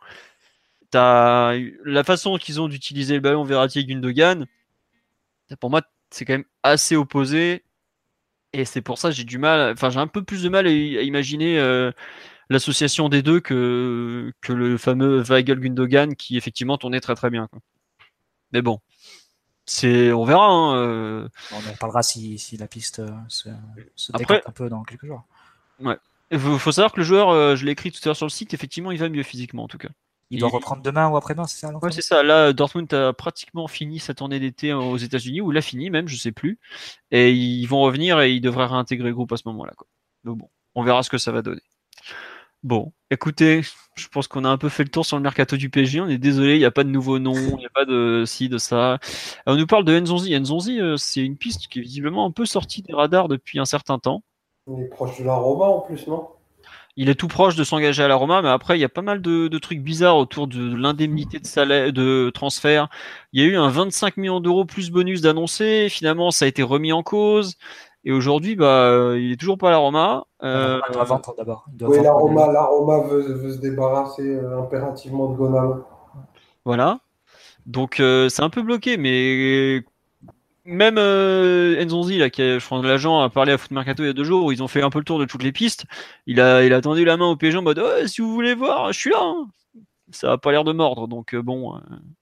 T'as la façon qu'ils ont d'utiliser le ballon Verratti et Gundogan. Pour moi, c'est quand même assez opposé. Et c'est pour ça que j'ai du mal. Enfin, j'ai un peu plus de mal à, à imaginer euh, l'association des deux que, que le fameux Weigl-Gundogan qui effectivement tournait très très bien. Quoi. Mais bon, c'est, on verra. Hein, euh. On en reparlera si, si la piste euh, se, se Après- décante un peu dans quelques jours. Il faut, faut savoir que le joueur, euh, je l'ai écrit tout à l'heure sur le site, effectivement, il va mieux physiquement en tout cas. Il doit Il- reprendre demain ou après-demain, c'est ça Ouais, l'entraînement c'est ça. Là, Dortmund a pratiquement fini sa tournée d'été aux États-Unis, ou l'a fini même, je sais plus. Et ils vont revenir et ils devraient réintégrer le groupe à ce moment-là. Quoi. Donc bon, on verra ce que ça va donner. Bon, écoutez, je pense qu'on a un peu fait le tour sur le mercato du P S G. On est désolé, il n'y a pas de nouveaux noms, il n'y a pas de ci, de ça. Alors, on nous parle de Nzonzi. Nzonzi, euh, c'est une piste qui est visiblement un peu sortie des radars depuis un certain temps. Il est proche de la Roma en plus, non? il est tout proche de s'engager à la Roma, mais après il y a pas mal de, de trucs bizarres autour de l'indemnité de salaire, de transfert. Il y a eu un vingt-cinq millions d'euros plus bonus d'annoncé. Finalement, ça a été remis en cause. Et aujourd'hui, bah, il est toujours pas à la Roma. Euh, Euh, il doit vendre d'abord. Il doit Oui, vendre la le- Roma, la Roma veut, veut se débarrasser euh, impérativement de Gonalo. Voilà. Donc euh, c'est un peu bloqué, mais même euh, Nzonzi, là, qui est, je crois, l'agent a parlé à Foot Mercato il y a deux jours, où ils ont fait un peu le tour de toutes les pistes. Il a, il a tendu la main au P S G en mode oh, si vous voulez voir, je suis là. Hein. Ça a pas l'air de mordre, donc euh, bon. Euh,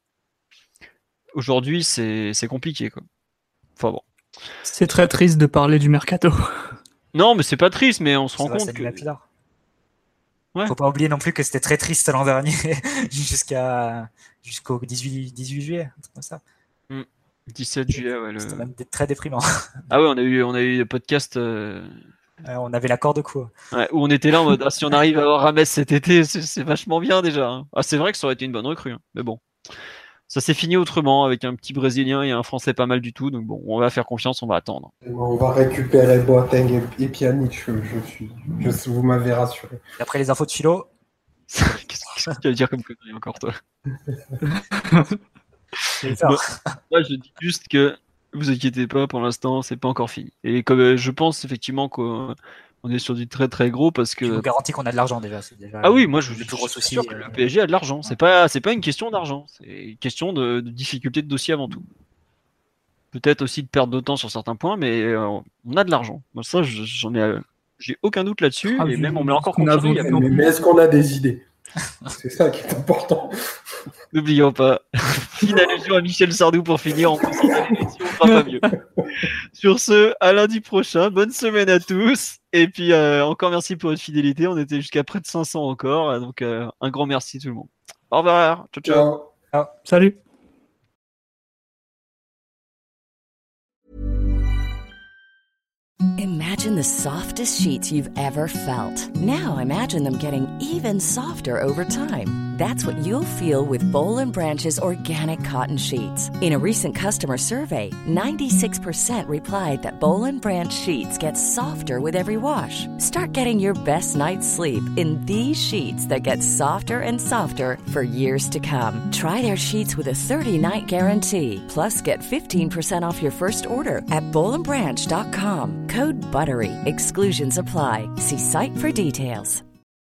aujourd'hui, c'est, c'est compliqué, quoi. Enfin bon. C'est très triste de parler du mercato. Non, mais c'est pas triste, mais on se Ça rend va, compte c'est que. la Pilar. Ouais. Faut pas oublier non plus que c'était très triste l'an dernier, jusqu'à jusqu'au dix-huit, dix-huit juillet, un truc comme ça. dix-sept juillet, ouais. Le... C'était même dé- très déprimant. Ah ouais, on a eu, on a eu des podcasts euh, Euh, on avait l'accord de coup. ouais, où on était là en mode ah, si on arrive à avoir Rames cet été, c'est, c'est vachement bien déjà. Hein. Ah, c'est vrai que ça aurait été une bonne recrue, hein. Mais bon. Ça s'est fini autrement avec un petit Brésilien et un Français pas mal du tout. Donc bon, on va faire confiance, on va attendre. Et On va récupérer Boateng et, et Pjanic, je, je suis, je, vous m'avez rassuré. Et après les infos de philo, Qu'est-ce qu'est-ce que tu vas dire comme connerie encore, toi? je vais faire. Moi, moi, je dis juste que vous inquiétez pas, pour l'instant, c'est pas encore fini. Et comme euh, je pense effectivement qu'on on est sur du très très gros parce Je vous que. garantis qu'on a de l'argent déjà. C'est déjà Ah oui, moi je le suis plus gros sûr souci. que euh, le P S G a de l'argent. C'est pas, c'est pas une question d'argent, c'est une question de, de difficulté de dossier avant tout. Peut-être aussi de perte de temps sur certains points, mais euh, on a de l'argent. Moi, ça, je- j'en ai, euh, j'ai aucun doute là-dessus. Ah, et vu- même on me l'a encore vu ce qu'on a confirmé. il y a vendu pas- Mais, mais est-ce qu'on a des idées? C'est ça qui est important. N'oublions pas. Fine allusion à Michel Sardou pour finir. En plus, on a les si on fera pas mieux. Sur ce, à lundi prochain. Bonne semaine à tous. Et puis, euh, encore merci pour votre fidélité. On était jusqu'à près de cinq cents encore. Donc, euh, un grand merci tout le monde. Au revoir. Ciao, ciao. Ciao. Salut. Imagine the softest sheets you've ever felt. Now imagine them getting even softer over time. That's what you'll feel with Bowl and Branch's organic cotton sheets. In a recent customer survey, ninety-six percent replied that Bowl and Branch sheets get softer with every wash. Start getting your best night's sleep in these sheets that get softer and softer for years to come. Try their sheets with a thirty-night guarantee. Plus, get fifteen percent off your first order at bowl and branch dot com. Code BUTTERY. Exclusions apply. See site for details.